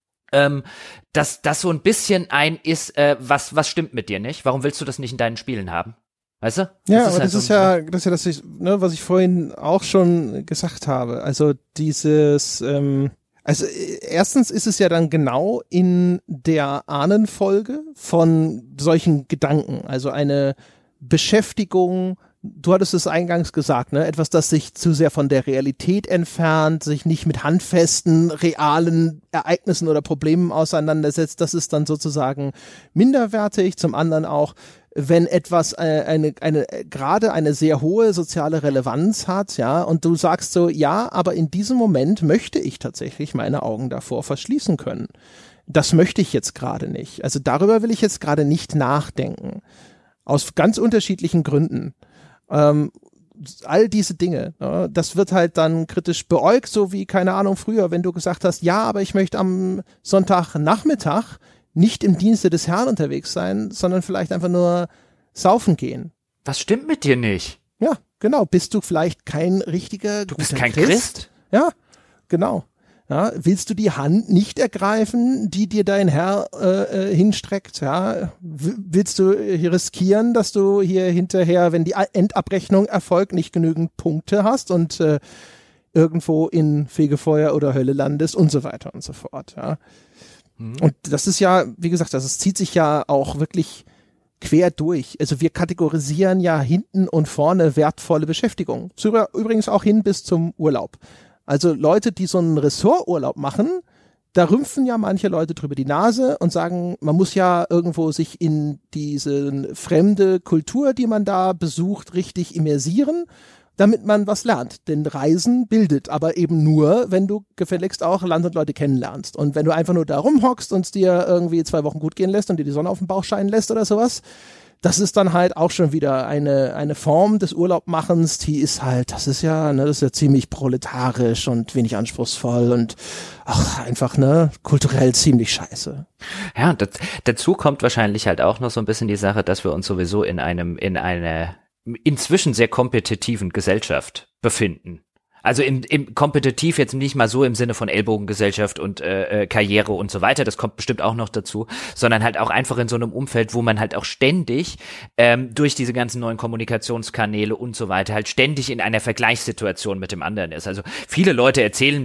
dass das so ein bisschen was stimmt mit dir nicht? Warum willst du das nicht in deinen Spielen haben? Weißt du? Ja, aber das ist ja das, was ich vorhin auch schon gesagt habe. Also dieses, also erstens ist es ja dann genau in der Ahnenfolge von solchen Gedanken. Also eine Beschäftigung. Du hattest es eingangs gesagt, ne? Etwas, das sich zu sehr von der Realität entfernt, sich nicht mit handfesten, realen Ereignissen oder Problemen auseinandersetzt. Das ist dann sozusagen minderwertig. Zum anderen auch, wenn etwas gerade eine sehr hohe soziale Relevanz hat, ja, und du sagst so, ja, aber in diesem Moment möchte ich tatsächlich meine Augen davor verschließen können. Das möchte ich jetzt gerade nicht. Also darüber will ich jetzt gerade nicht nachdenken. Aus ganz unterschiedlichen Gründen. All diese Dinge, ne, das wird halt dann kritisch beäugt, so wie, keine Ahnung, früher, wenn du gesagt hast, ja, aber ich möchte am Sonntagnachmittag nicht im Dienste des Herrn unterwegs sein, sondern vielleicht einfach nur saufen gehen. Was stimmt mit dir nicht? Ja, genau. Bist du vielleicht kein richtiger Du bist kein Christ? Ja, genau. Ja, willst du die Hand nicht ergreifen, die dir dein Herr hinstreckt? Ja, willst du hier riskieren, dass du hier hinterher, wenn die Endabrechnung erfolgt, nicht genügend Punkte hast und irgendwo in Fegefeuer oder Hölle landest und so weiter und so fort. Ja. Und das ist ja, wie gesagt, es zieht sich ja auch wirklich quer durch. Also wir kategorisieren ja hinten und vorne wertvolle Beschäftigung. Übrigens auch hin bis zum Urlaub. Also Leute, die so einen Ressorturlaub machen, da rümpfen ja manche Leute drüber die Nase und sagen, man muss ja irgendwo sich in diese fremde Kultur, die man da besucht, richtig immersieren, damit man was lernt. Denn Reisen bildet, aber eben nur, wenn du gefälligst auch Land und Leute kennenlernst. Und wenn du einfach nur da rumhockst und es dir irgendwie 2 Wochen gut gehen lässt und dir die Sonne auf den Bauch scheinen lässt oder sowas, das ist dann halt auch schon wieder eine Form des Urlaubmachens, die ist halt, das ist ja ziemlich proletarisch und wenig anspruchsvoll und einfach, kulturell ziemlich scheiße. Ja, und dazu kommt wahrscheinlich halt auch noch so ein bisschen die Sache, dass wir uns sowieso in einer inzwischen sehr kompetitiven Gesellschaft befinden. Also im kompetitiv jetzt nicht mal so im Sinne von Ellbogengesellschaft und Karriere und so weiter, das kommt bestimmt auch noch dazu, sondern halt auch einfach in so einem Umfeld, wo man halt auch ständig durch diese ganzen neuen Kommunikationskanäle und so weiter halt ständig in einer Vergleichssituation mit dem anderen ist. Also viele Leute erzählen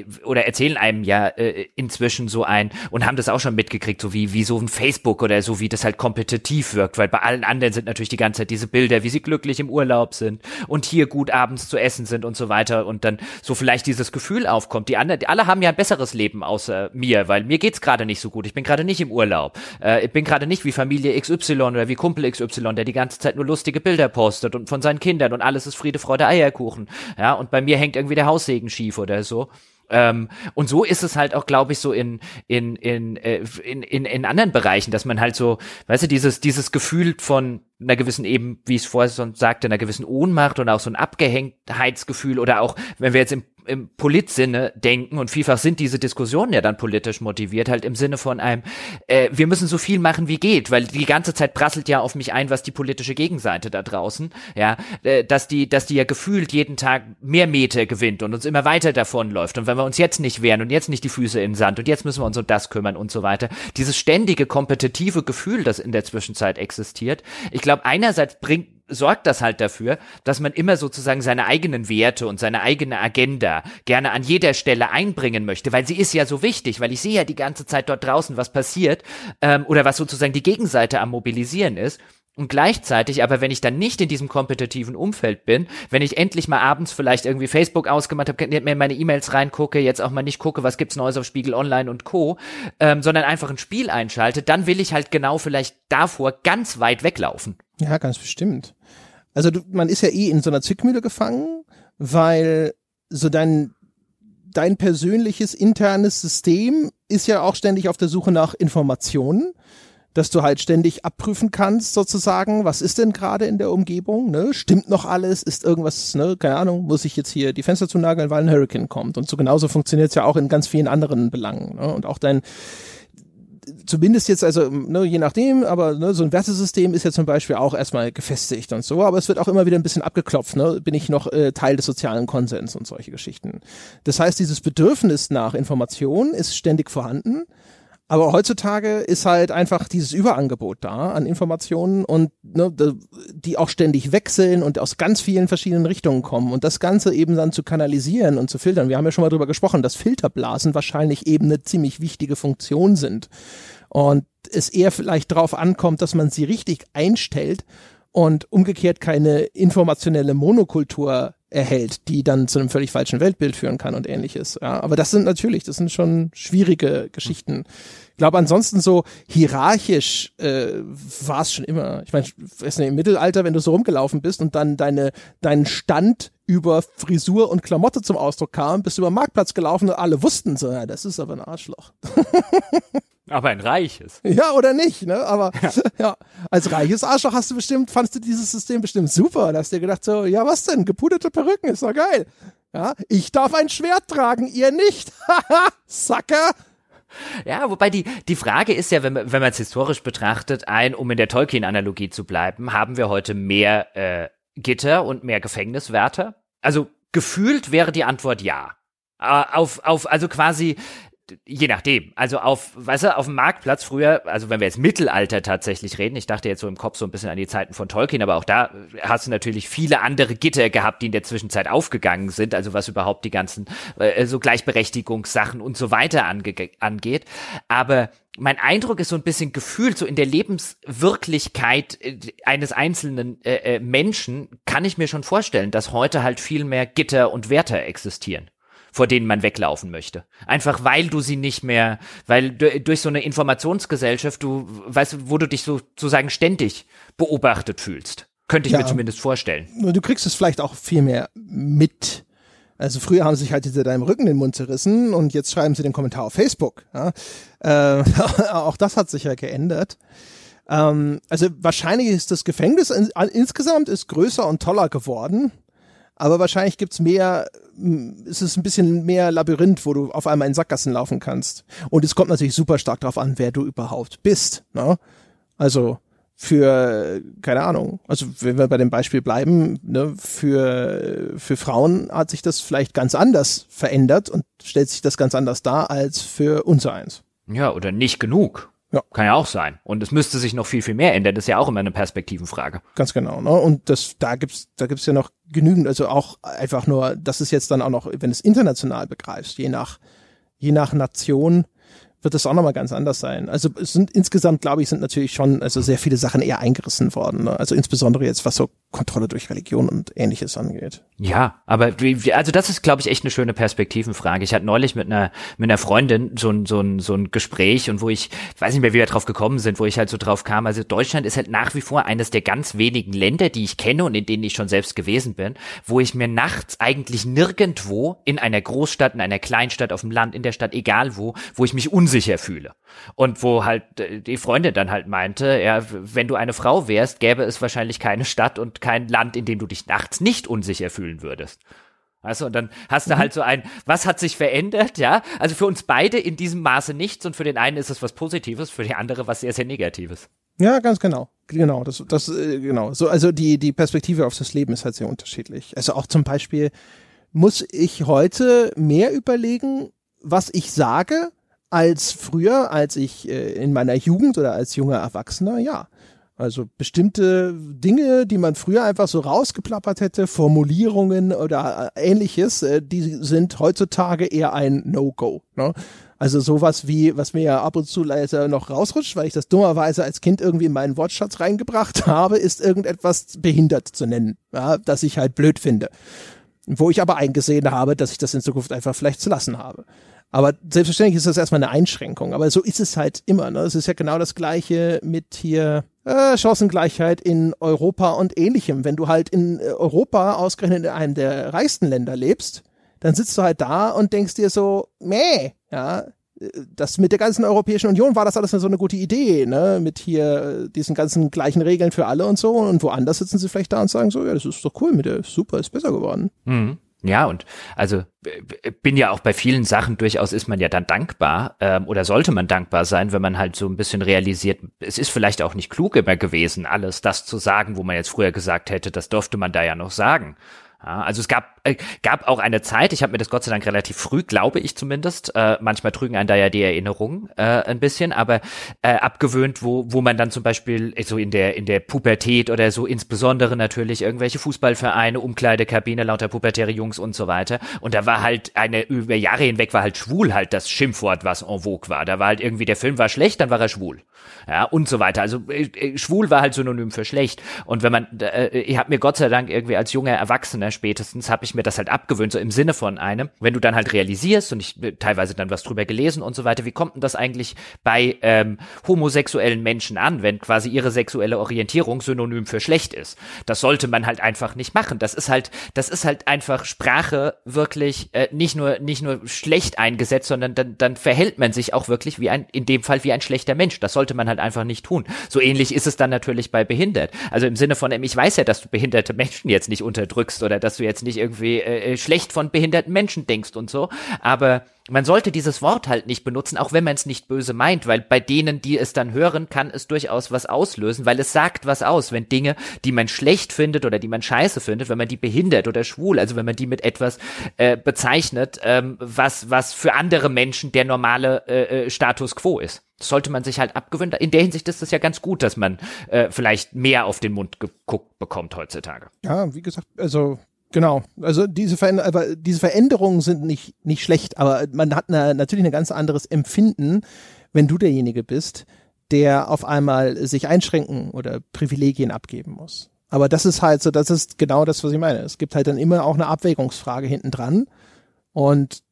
einem ja inzwischen so und haben das auch schon mitgekriegt, so wie so ein Facebook oder so, wie das halt kompetitiv wirkt, weil bei allen anderen sind natürlich die ganze Zeit diese Bilder, wie sie glücklich im Urlaub sind und hier gut abends zu essen sind und so weiter. Und dann so vielleicht dieses Gefühl aufkommt, die alle haben ja ein besseres Leben außer mir, weil mir geht's gerade nicht so gut, ich bin gerade nicht im Urlaub, ich bin gerade nicht wie Familie XY oder wie Kumpel XY, der die ganze Zeit nur lustige Bilder postet und von seinen Kindern und alles ist Friede, Freude, Eierkuchen, ja, und bei mir hängt irgendwie der Haussegen schief oder so. Und so ist es halt auch, glaube ich, so in anderen Bereichen, dass man halt so, weißt du, dieses Gefühl von einer gewissen eben, wie ich es vorher schon sagte, einer gewissen Ohnmacht und auch so ein Abgehängtheitsgefühl oder auch, wenn wir jetzt im Politsinne denken, und vielfach sind diese Diskussionen ja dann politisch motiviert, halt im Sinne von einem, wir müssen so viel machen wie geht, weil die ganze Zeit prasselt ja auf mich ein, was die politische Gegenseite da draußen, ja, dass die ja gefühlt jeden Tag mehr Meter gewinnt und uns immer weiter davonläuft, und wenn wir uns jetzt nicht wehren und jetzt nicht die Füße in den Sand und jetzt müssen wir uns um das kümmern und so weiter, dieses ständige kompetitive Gefühl, das in der Zwischenzeit existiert, ich glaube, einerseits sorgt das halt dafür, dass man immer sozusagen seine eigenen Werte und seine eigene Agenda gerne an jeder Stelle einbringen möchte, weil sie ist ja so wichtig, weil ich sehe ja die ganze Zeit dort draußen, was passiert, oder was sozusagen die Gegenseite am Mobilisieren ist. Und gleichzeitig, aber wenn ich dann nicht in diesem kompetitiven Umfeld bin, wenn ich endlich mal abends vielleicht irgendwie Facebook ausgemacht habe, mir meine E-Mails reingucke, jetzt auch mal nicht gucke, was gibt's Neues auf Spiegel Online und Co., sondern einfach ein Spiel einschalte, dann will ich halt genau vielleicht davor ganz weit weglaufen. Ja, ganz bestimmt. Also man ist ja in so einer Zwickmühle gefangen, weil so dein persönliches internes System ist ja auch ständig auf der Suche nach Informationen, dass du halt ständig abprüfen kannst sozusagen, was ist denn gerade in der Umgebung, ne? Stimmt noch alles, ist irgendwas, ne? Keine Ahnung, muss ich jetzt hier die Fenster zunageln, weil ein Hurricane kommt, und so genauso funktioniert es ja auch in ganz vielen anderen Belangen, ne? Und auch zumindest jetzt, also je nachdem, aber so ein Wertesystem ist ja zum Beispiel auch erstmal gefestigt und so, aber es wird auch immer wieder ein bisschen abgeklopft, bin ich noch Teil des sozialen Konsens und solche Geschichten. Das heißt, dieses Bedürfnis nach Information ist ständig vorhanden, aber heutzutage ist halt einfach dieses Überangebot da an Informationen und die auch ständig wechseln und aus ganz vielen verschiedenen Richtungen kommen, und das Ganze eben dann zu kanalisieren und zu filtern. Wir haben ja schon mal drüber gesprochen, dass Filterblasen wahrscheinlich eben eine ziemlich wichtige Funktion sind und es eher vielleicht darauf ankommt, dass man sie richtig einstellt und umgekehrt keine informationelle Monokultur erhält, die dann zu einem völlig falschen Weltbild führen kann und ähnliches. Ja, aber das sind schon schwierige Geschichten. Ich glaube, ansonsten so hierarchisch war es schon immer. Ich meine, im Mittelalter, wenn du so rumgelaufen bist und dann deinen Stand über Frisur und Klamotte zum Ausdruck kam, bist du über den Marktplatz gelaufen und alle wussten so, ja, das ist aber ein Arschloch. Aber ein reiches. Ja, oder nicht, ne? Aber ja, als reiches Arschloch fandst du dieses System bestimmt super. Da hast du dir gedacht so, ja, was denn? Gepuderte Perücken, ist doch geil. Ja, ich darf ein Schwert tragen, ihr nicht. Haha, Sucker. Ja, wobei die Frage ist ja, wenn man es historisch betrachtet, um in der Tolkien-Analogie zu bleiben, haben wir heute mehr Gitter und mehr Gefängniswärter? Also gefühlt wäre die Antwort ja. Also quasi, je nachdem, also auf dem Marktplatz früher, also wenn wir jetzt Mittelalter tatsächlich reden, ich dachte jetzt so im Kopf so ein bisschen an die Zeiten von Tolkien, aber auch da hast du natürlich viele andere Gitter gehabt, die in der Zwischenzeit aufgegangen sind, also was überhaupt die ganzen so Gleichberechtigungssachen und so weiter angeht, aber mein Eindruck ist so ein bisschen gefühlt, so in der Lebenswirklichkeit eines einzelnen Menschen kann ich mir schon vorstellen, dass heute halt viel mehr Gitter und Wärter existieren, vor denen man weglaufen möchte. Einfach weil du sie nicht mehr, weil durch so eine Informationsgesellschaft, du weißt, wo du dich sozusagen ständig beobachtet fühlst. Könnte ich mir zumindest vorstellen. Du kriegst es vielleicht auch viel mehr mit. Also früher haben sie sich halt hinter deinem Rücken den Mund zerrissen und jetzt schreiben sie den Kommentar auf Facebook. Ja? Auch das hat sich ja geändert. Also wahrscheinlich ist das Gefängnis insgesamt ist größer und toller geworden. Aber wahrscheinlich ist es ein bisschen mehr Labyrinth, wo du auf einmal in Sackgassen laufen kannst. Und es kommt natürlich super stark darauf an, wer du überhaupt bist. Ne? Also keine Ahnung, also wenn wir bei dem Beispiel bleiben, ne, für Frauen hat sich das vielleicht ganz anders verändert und stellt sich das ganz anders dar als für uns eins. Ja, oder nicht genug. Ja. Kann ja auch sein. Und es müsste sich noch viel, viel mehr ändern. Das ist ja auch immer eine Perspektivenfrage. Ganz genau. Ne? Und da gibt's ja noch genügend, also auch einfach nur, das ist jetzt dann auch noch, wenn du es international begreifst, je nach Nation, wird es auch nochmal ganz anders sein. Also es sind insgesamt, glaube ich, sind natürlich schon also sehr viele Sachen eher eingerissen worden. Ne? Also insbesondere jetzt, was so Kontrolle durch Religion und Ähnliches angeht. Ja, aber also das ist, glaube ich, echt eine schöne Perspektivenfrage. Ich hatte neulich mit einer Freundin so ein Gespräch und wo ich weiß nicht mehr, wie wir drauf gekommen sind, wo ich halt so drauf kam. Also Deutschland ist halt nach wie vor eines der ganz wenigen Länder, die ich kenne und in denen ich schon selbst gewesen bin, wo ich mir nachts eigentlich nirgendwo in einer Großstadt, in einer Kleinstadt, auf dem Land, in der Stadt, egal wo ich mich unsicher fühle. Und wo halt die Freundin dann halt meinte, ja, wenn du eine Frau wärst, gäbe es wahrscheinlich keine Stadt und kein Land, in dem du dich nachts nicht unsicher fühlen würdest. Weißt du, und dann hast du halt so was hat sich verändert, ja? Also für uns beide in diesem Maße nichts und für den einen ist es was Positives, für die andere was sehr, sehr Negatives. Ja, ganz genau. Genau, genau. So, also die Perspektive auf das Leben ist halt sehr unterschiedlich. Also auch zum Beispiel muss ich heute mehr überlegen, was ich sage, als früher, als ich in meiner Jugend oder als junger Erwachsener, ja. Also bestimmte Dinge, die man früher einfach so rausgeplappert hätte, Formulierungen oder Ähnliches, die sind heutzutage eher ein No-Go. Ne? Also sowas wie, was mir ja ab und zu leider noch rausrutscht, weil ich das dummerweise als Kind irgendwie in meinen Wortschatz reingebracht habe, ist irgendetwas behindert zu nennen, ja, das ich halt blöd finde. Wo ich aber eingesehen habe, dass ich das in Zukunft einfach vielleicht zu lassen habe. Aber selbstverständlich ist das erstmal eine Einschränkung. Aber so ist es halt immer. Ne? Es ist ja genau das Gleiche mit hier Chancengleichheit in Europa und Ähnlichem. Wenn du halt in Europa ausgerechnet in einem der reichsten Länder lebst, dann sitzt du halt da und denkst dir so, ja, das mit der ganzen Europäischen Union war das alles so eine gute Idee, ne? Mit hier diesen ganzen gleichen Regeln für alle und so. Und woanders sitzen sie vielleicht da und sagen so, ja, das ist doch cool, mit der super, ist besser geworden. Mhm. Ja, und also bin ja auch bei vielen Sachen durchaus ist man ja dann dankbar oder sollte man dankbar sein, wenn man halt so ein bisschen realisiert, es ist vielleicht auch nicht klug immer gewesen, alles das zu sagen, wo man jetzt früher gesagt hätte, das durfte man da ja noch sagen. Ja, also es gab auch eine Zeit, ich habe mir das Gott sei Dank relativ früh, glaube ich zumindest, manchmal trügen einen da ja die Erinnerungen ein bisschen, aber abgewöhnt, wo man dann zum Beispiel so in der Pubertät oder so insbesondere natürlich irgendwelche Fußballvereine, Umkleidekabine, lauter pubertäre Jungs und so weiter, und da war halt über Jahre hinweg war halt schwul halt das Schimpfwort, was en vogue war, da war halt irgendwie, der Film war schlecht, dann war er schwul, ja, und so weiter, also schwul war halt synonym für schlecht, und wenn man, ich habe mir Gott sei Dank irgendwie als junger Erwachsener spätestens, habe ich mir das halt abgewöhnt, so im Sinne von einem, wenn du dann halt realisierst, und ich teilweise dann was drüber gelesen und so weiter, wie kommt denn das eigentlich bei homosexuellen Menschen an, wenn quasi ihre sexuelle Orientierung synonym für schlecht ist? Das sollte man halt einfach nicht machen. Das ist halt einfach Sprache wirklich nicht nur schlecht eingesetzt, sondern dann verhält man sich auch wirklich in dem Fall wie ein schlechter Mensch. Das sollte man halt einfach nicht tun. So ähnlich ist es dann natürlich bei behindert. Also im Sinne von, ich weiß ja, dass du behinderte Menschen jetzt nicht unterdrückst oder dass du jetzt nicht irgendwie irgendwie schlecht von behinderten Menschen denkst und so. Aber man sollte dieses Wort halt nicht benutzen, auch wenn man es nicht böse meint, weil bei denen, die es dann hören, kann es durchaus was auslösen, weil es sagt was aus, wenn Dinge, die man schlecht findet oder die man scheiße findet, wenn man die behindert oder schwul, also wenn man die mit etwas bezeichnet, was für andere Menschen der normale Status quo ist. Das sollte man sich halt abgewöhnen. In der Hinsicht ist es ja ganz gut, dass man vielleicht mehr auf den Mund geguckt bekommt heutzutage. Ja, wie gesagt, also genau. Also diese Veränderungen sind nicht schlecht, aber man hat natürlich ein ganz anderes Empfinden, wenn du derjenige bist, der auf einmal sich einschränken oder Privilegien abgeben muss. Aber das ist halt so, das ist genau das, was ich meine. Es gibt halt dann immer auch eine Abwägungsfrage hinten dran und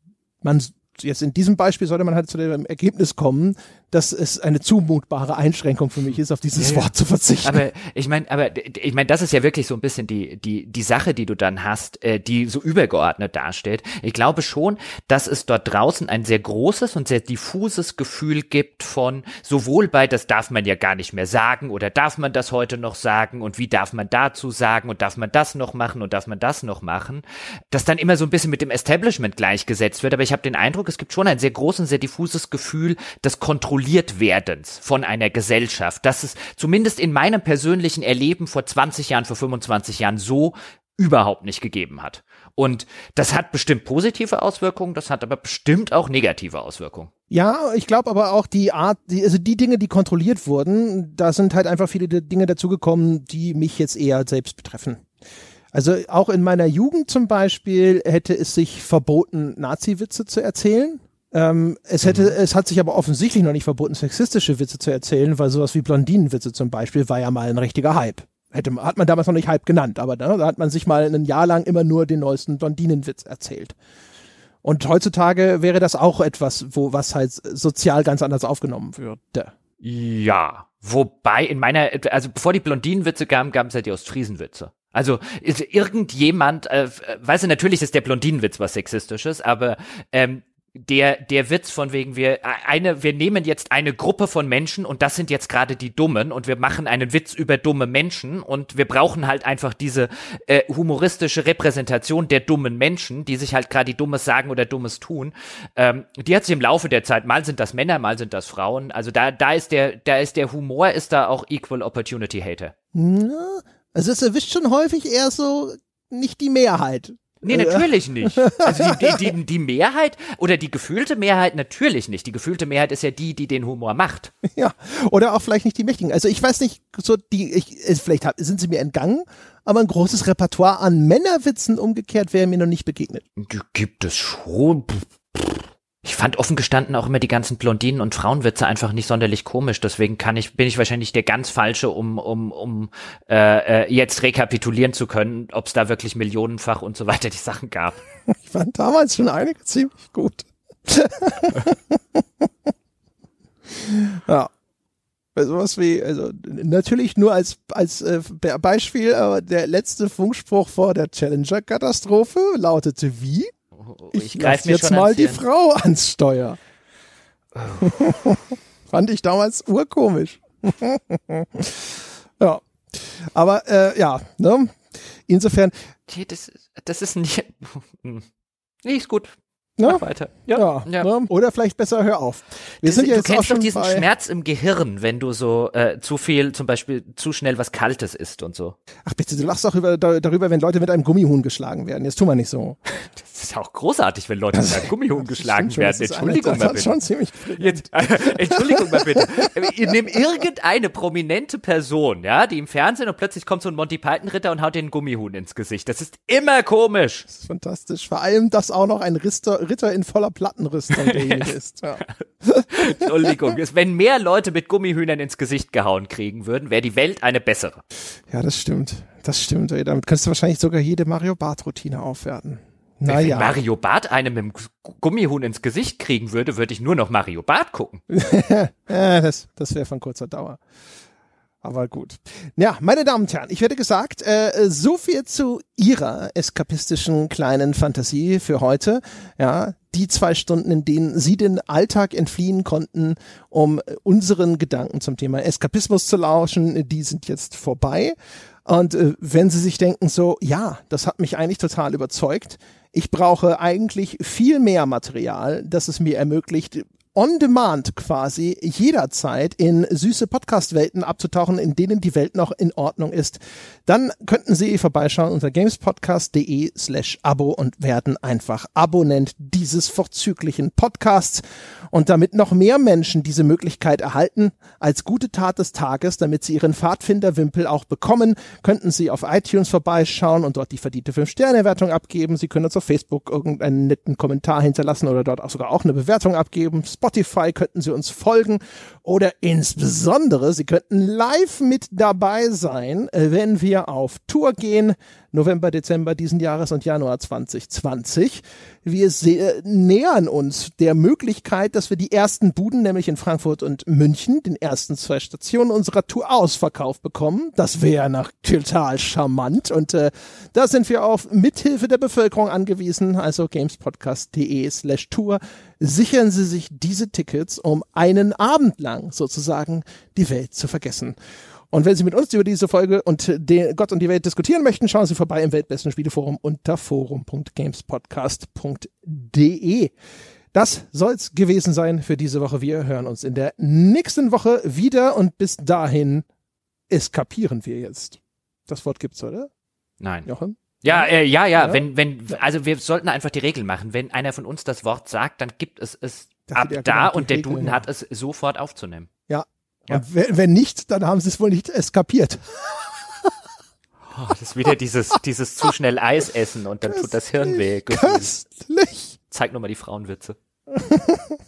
jetzt in diesem Beispiel sollte man halt zu dem Ergebnis kommen, dass es eine zumutbare Einschränkung für mich ist, auf dieses Wort zu verzichten. Aber ich meine, das ist ja wirklich so ein bisschen die Sache, die du dann hast, die so übergeordnet dasteht. Ich glaube schon, dass es dort draußen ein sehr großes und sehr diffuses Gefühl gibt von sowohl bei, das darf man ja gar nicht mehr sagen oder darf man das heute noch sagen und wie darf man dazu sagen und darf man das noch machen und darf man das noch machen, das dann immer so ein bisschen mit dem Establishment gleichgesetzt wird. Aber ich habe den Eindruck, es gibt schon ein sehr großes und sehr diffuses Gefühl des Kontrolliertwerdens von einer Gesellschaft, dass es zumindest in meinem persönlichen Erleben vor 20 Jahren, vor 25 Jahren so überhaupt nicht gegeben hat. Und das hat bestimmt positive Auswirkungen, das hat aber bestimmt auch negative Auswirkungen. Ja, ich glaube aber auch die Dinge, die kontrolliert wurden, da sind halt einfach viele Dinge dazugekommen, die mich jetzt eher selbst betreffen. Also auch in meiner Jugend zum Beispiel hätte es sich verboten, Nazi-Witze zu erzählen. Es hat sich aber offensichtlich noch nicht verboten, sexistische Witze zu erzählen, weil sowas wie Blondinenwitze zum Beispiel war ja mal ein richtiger Hype. Hat man damals noch nicht Hype genannt, aber da hat man sich mal ein Jahr lang immer nur den neuesten Blondinenwitz erzählt. Und heutzutage wäre das auch etwas, was halt sozial ganz anders aufgenommen würde. Ja, wobei also bevor die Blondinenwitze kamen, gab es ja die Ostfriesenwitze. Also ist irgendjemand, weiß ich, natürlich ist der Blondinenwitz was Sexistisches, aber der Witz von wegen, wir nehmen jetzt eine Gruppe von Menschen und das sind jetzt gerade die Dummen und wir machen einen Witz über dumme Menschen und wir brauchen halt einfach diese humoristische Repräsentation der dummen Menschen, die sich halt gerade Dummes sagen oder Dummes tun. Die hat sich im Laufe der Zeit, mal sind das Männer, mal sind das Frauen, also da ist der Humor, ist da auch Equal Opportunity Hater. Ja, also es erwischt schon häufig eher so nicht die Mehrheit. Nee, natürlich nicht. Also die Mehrheit oder die gefühlte Mehrheit natürlich nicht. Die gefühlte Mehrheit ist ja die den Humor macht. Ja, oder auch vielleicht nicht die Mächtigen. Also ich weiß nicht, vielleicht sind sie mir entgangen, aber ein großes Repertoire an Männerwitzen umgekehrt wäre mir noch nicht begegnet. Die gibt es schon. Ich fand offen gestanden auch immer die ganzen Blondinen- und Frauenwitze einfach nicht sonderlich komisch. Deswegen bin ich wahrscheinlich der ganz Falsche, um jetzt rekapitulieren zu können, ob es da wirklich millionenfach und so weiter die Sachen gab. Ich fand damals schon einige ziemlich gut. Ja. Sowas wie, also natürlich nur als Beispiel, aber der letzte Funkspruch vor der Challenger-Katastrophe lautete wie? Ich lasse jetzt mal die Frau ans Steuer. Oh. Fand ich damals urkomisch. Ja. Aber ja, ne? Insofern. Okay, das ist nicht. Nee, ist gut. Mach weiter. Ja. Ne? Oder vielleicht besser hör auf. Du kennst doch diesen Schmerz im Gehirn, wenn du so zu viel, zum Beispiel zu schnell was Kaltes isst und so. Ach bitte, du lachst doch darüber, wenn Leute mit einem Gummihuhn geschlagen werden. Jetzt tu mal nicht so. Das ist ja auch großartig, wenn Leute mit einem Gummihuhn geschlagen werden. Entschuldigung mal bitte. Schon ziemlich Entschuldigung mal bitte. Nimm irgendeine prominente Person, ja, die im Fernsehen und plötzlich kommt so ein Monty Python Ritter und haut den Gummihuhn ins Gesicht. Das ist immer komisch. Das ist fantastisch. Vor allem, dass auch noch ein Ritter in voller Plattenrüstung derjenige ist. Ja. Entschuldigung. Wenn mehr Leute mit Gummihühnern ins Gesicht gehauen kriegen würden, wäre die Welt eine bessere. Ja, das stimmt. Ey. Damit könntest du wahrscheinlich sogar jede Mario Barth-Routine aufwerten. Wenn Mario Barth einem mit dem Gummihuhn ins Gesicht kriegen würde, würde ich nur noch Mario Barth gucken. Ja, das wäre von kurzer Dauer. Aber gut. Ja, meine Damen und Herren, ich werde gesagt, so viel zu Ihrer eskapistischen kleinen Fantasie für heute. Ja, die 2 Stunden, in denen Sie den Alltag entfliehen konnten, um unseren Gedanken zum Thema Eskapismus zu lauschen, die sind jetzt vorbei. Und wenn Sie sich denken so, ja, das hat mich eigentlich total überzeugt, ich brauche eigentlich viel mehr Material, das es mir ermöglicht, on demand quasi jederzeit in süße Podcast-Welten abzutauchen, in denen die Welt noch in Ordnung ist, dann könnten Sie vorbeischauen unter gamespodcast.de/Abo und werden einfach Abonnent dieses vorzüglichen Podcasts. Und damit noch mehr Menschen diese Möglichkeit erhalten, als gute Tat des Tages, damit sie ihren Pfadfinderwimpel auch bekommen, könnten Sie auf iTunes vorbeischauen und dort die verdiente 5-Sterne-Wertung abgeben. Sie können uns auf Facebook irgendeinen netten Kommentar hinterlassen oder dort sogar auch eine Bewertung abgeben. Spotify könnten Sie uns folgen oder insbesondere Sie könnten live mit dabei sein, wenn wir auf Tour gehen, November, Dezember diesen Jahres und Januar 2020. Wir nähern uns der Möglichkeit, dass wir die ersten Buden, nämlich in Frankfurt und München, den ersten 2 Stationen unserer Tour ausverkauft bekommen. Das wäre noch total charmant und da sind wir auf Mithilfe der Bevölkerung angewiesen, also gamespodcast.de/Tour. Sichern Sie sich diese Tickets, um einen Abend lang sozusagen die Welt zu vergessen. Und wenn Sie mit uns über diese Folge und Gott und die Welt diskutieren möchten, schauen Sie vorbei im Weltbesten Spieleforum unter forum.gamespodcast.de. Das soll's gewesen sein für diese Woche. Wir hören uns in der nächsten Woche wieder und bis dahin eskapieren wir jetzt. Das Wort gibt's, oder? Nein. Jochen? Ja. Also wir sollten einfach die Regel machen. Wenn einer von uns das Wort sagt, dann gibt es ab da und der Duden hat es sofort aufzunehmen. Ja. Und wenn nicht, dann haben sie es wohl nicht eskapiert. Oh, das ist wieder dieses zu schnell Eis essen und dann tut das Hirn weh. Köstlich. Zeig nur mal die Frauenwitze.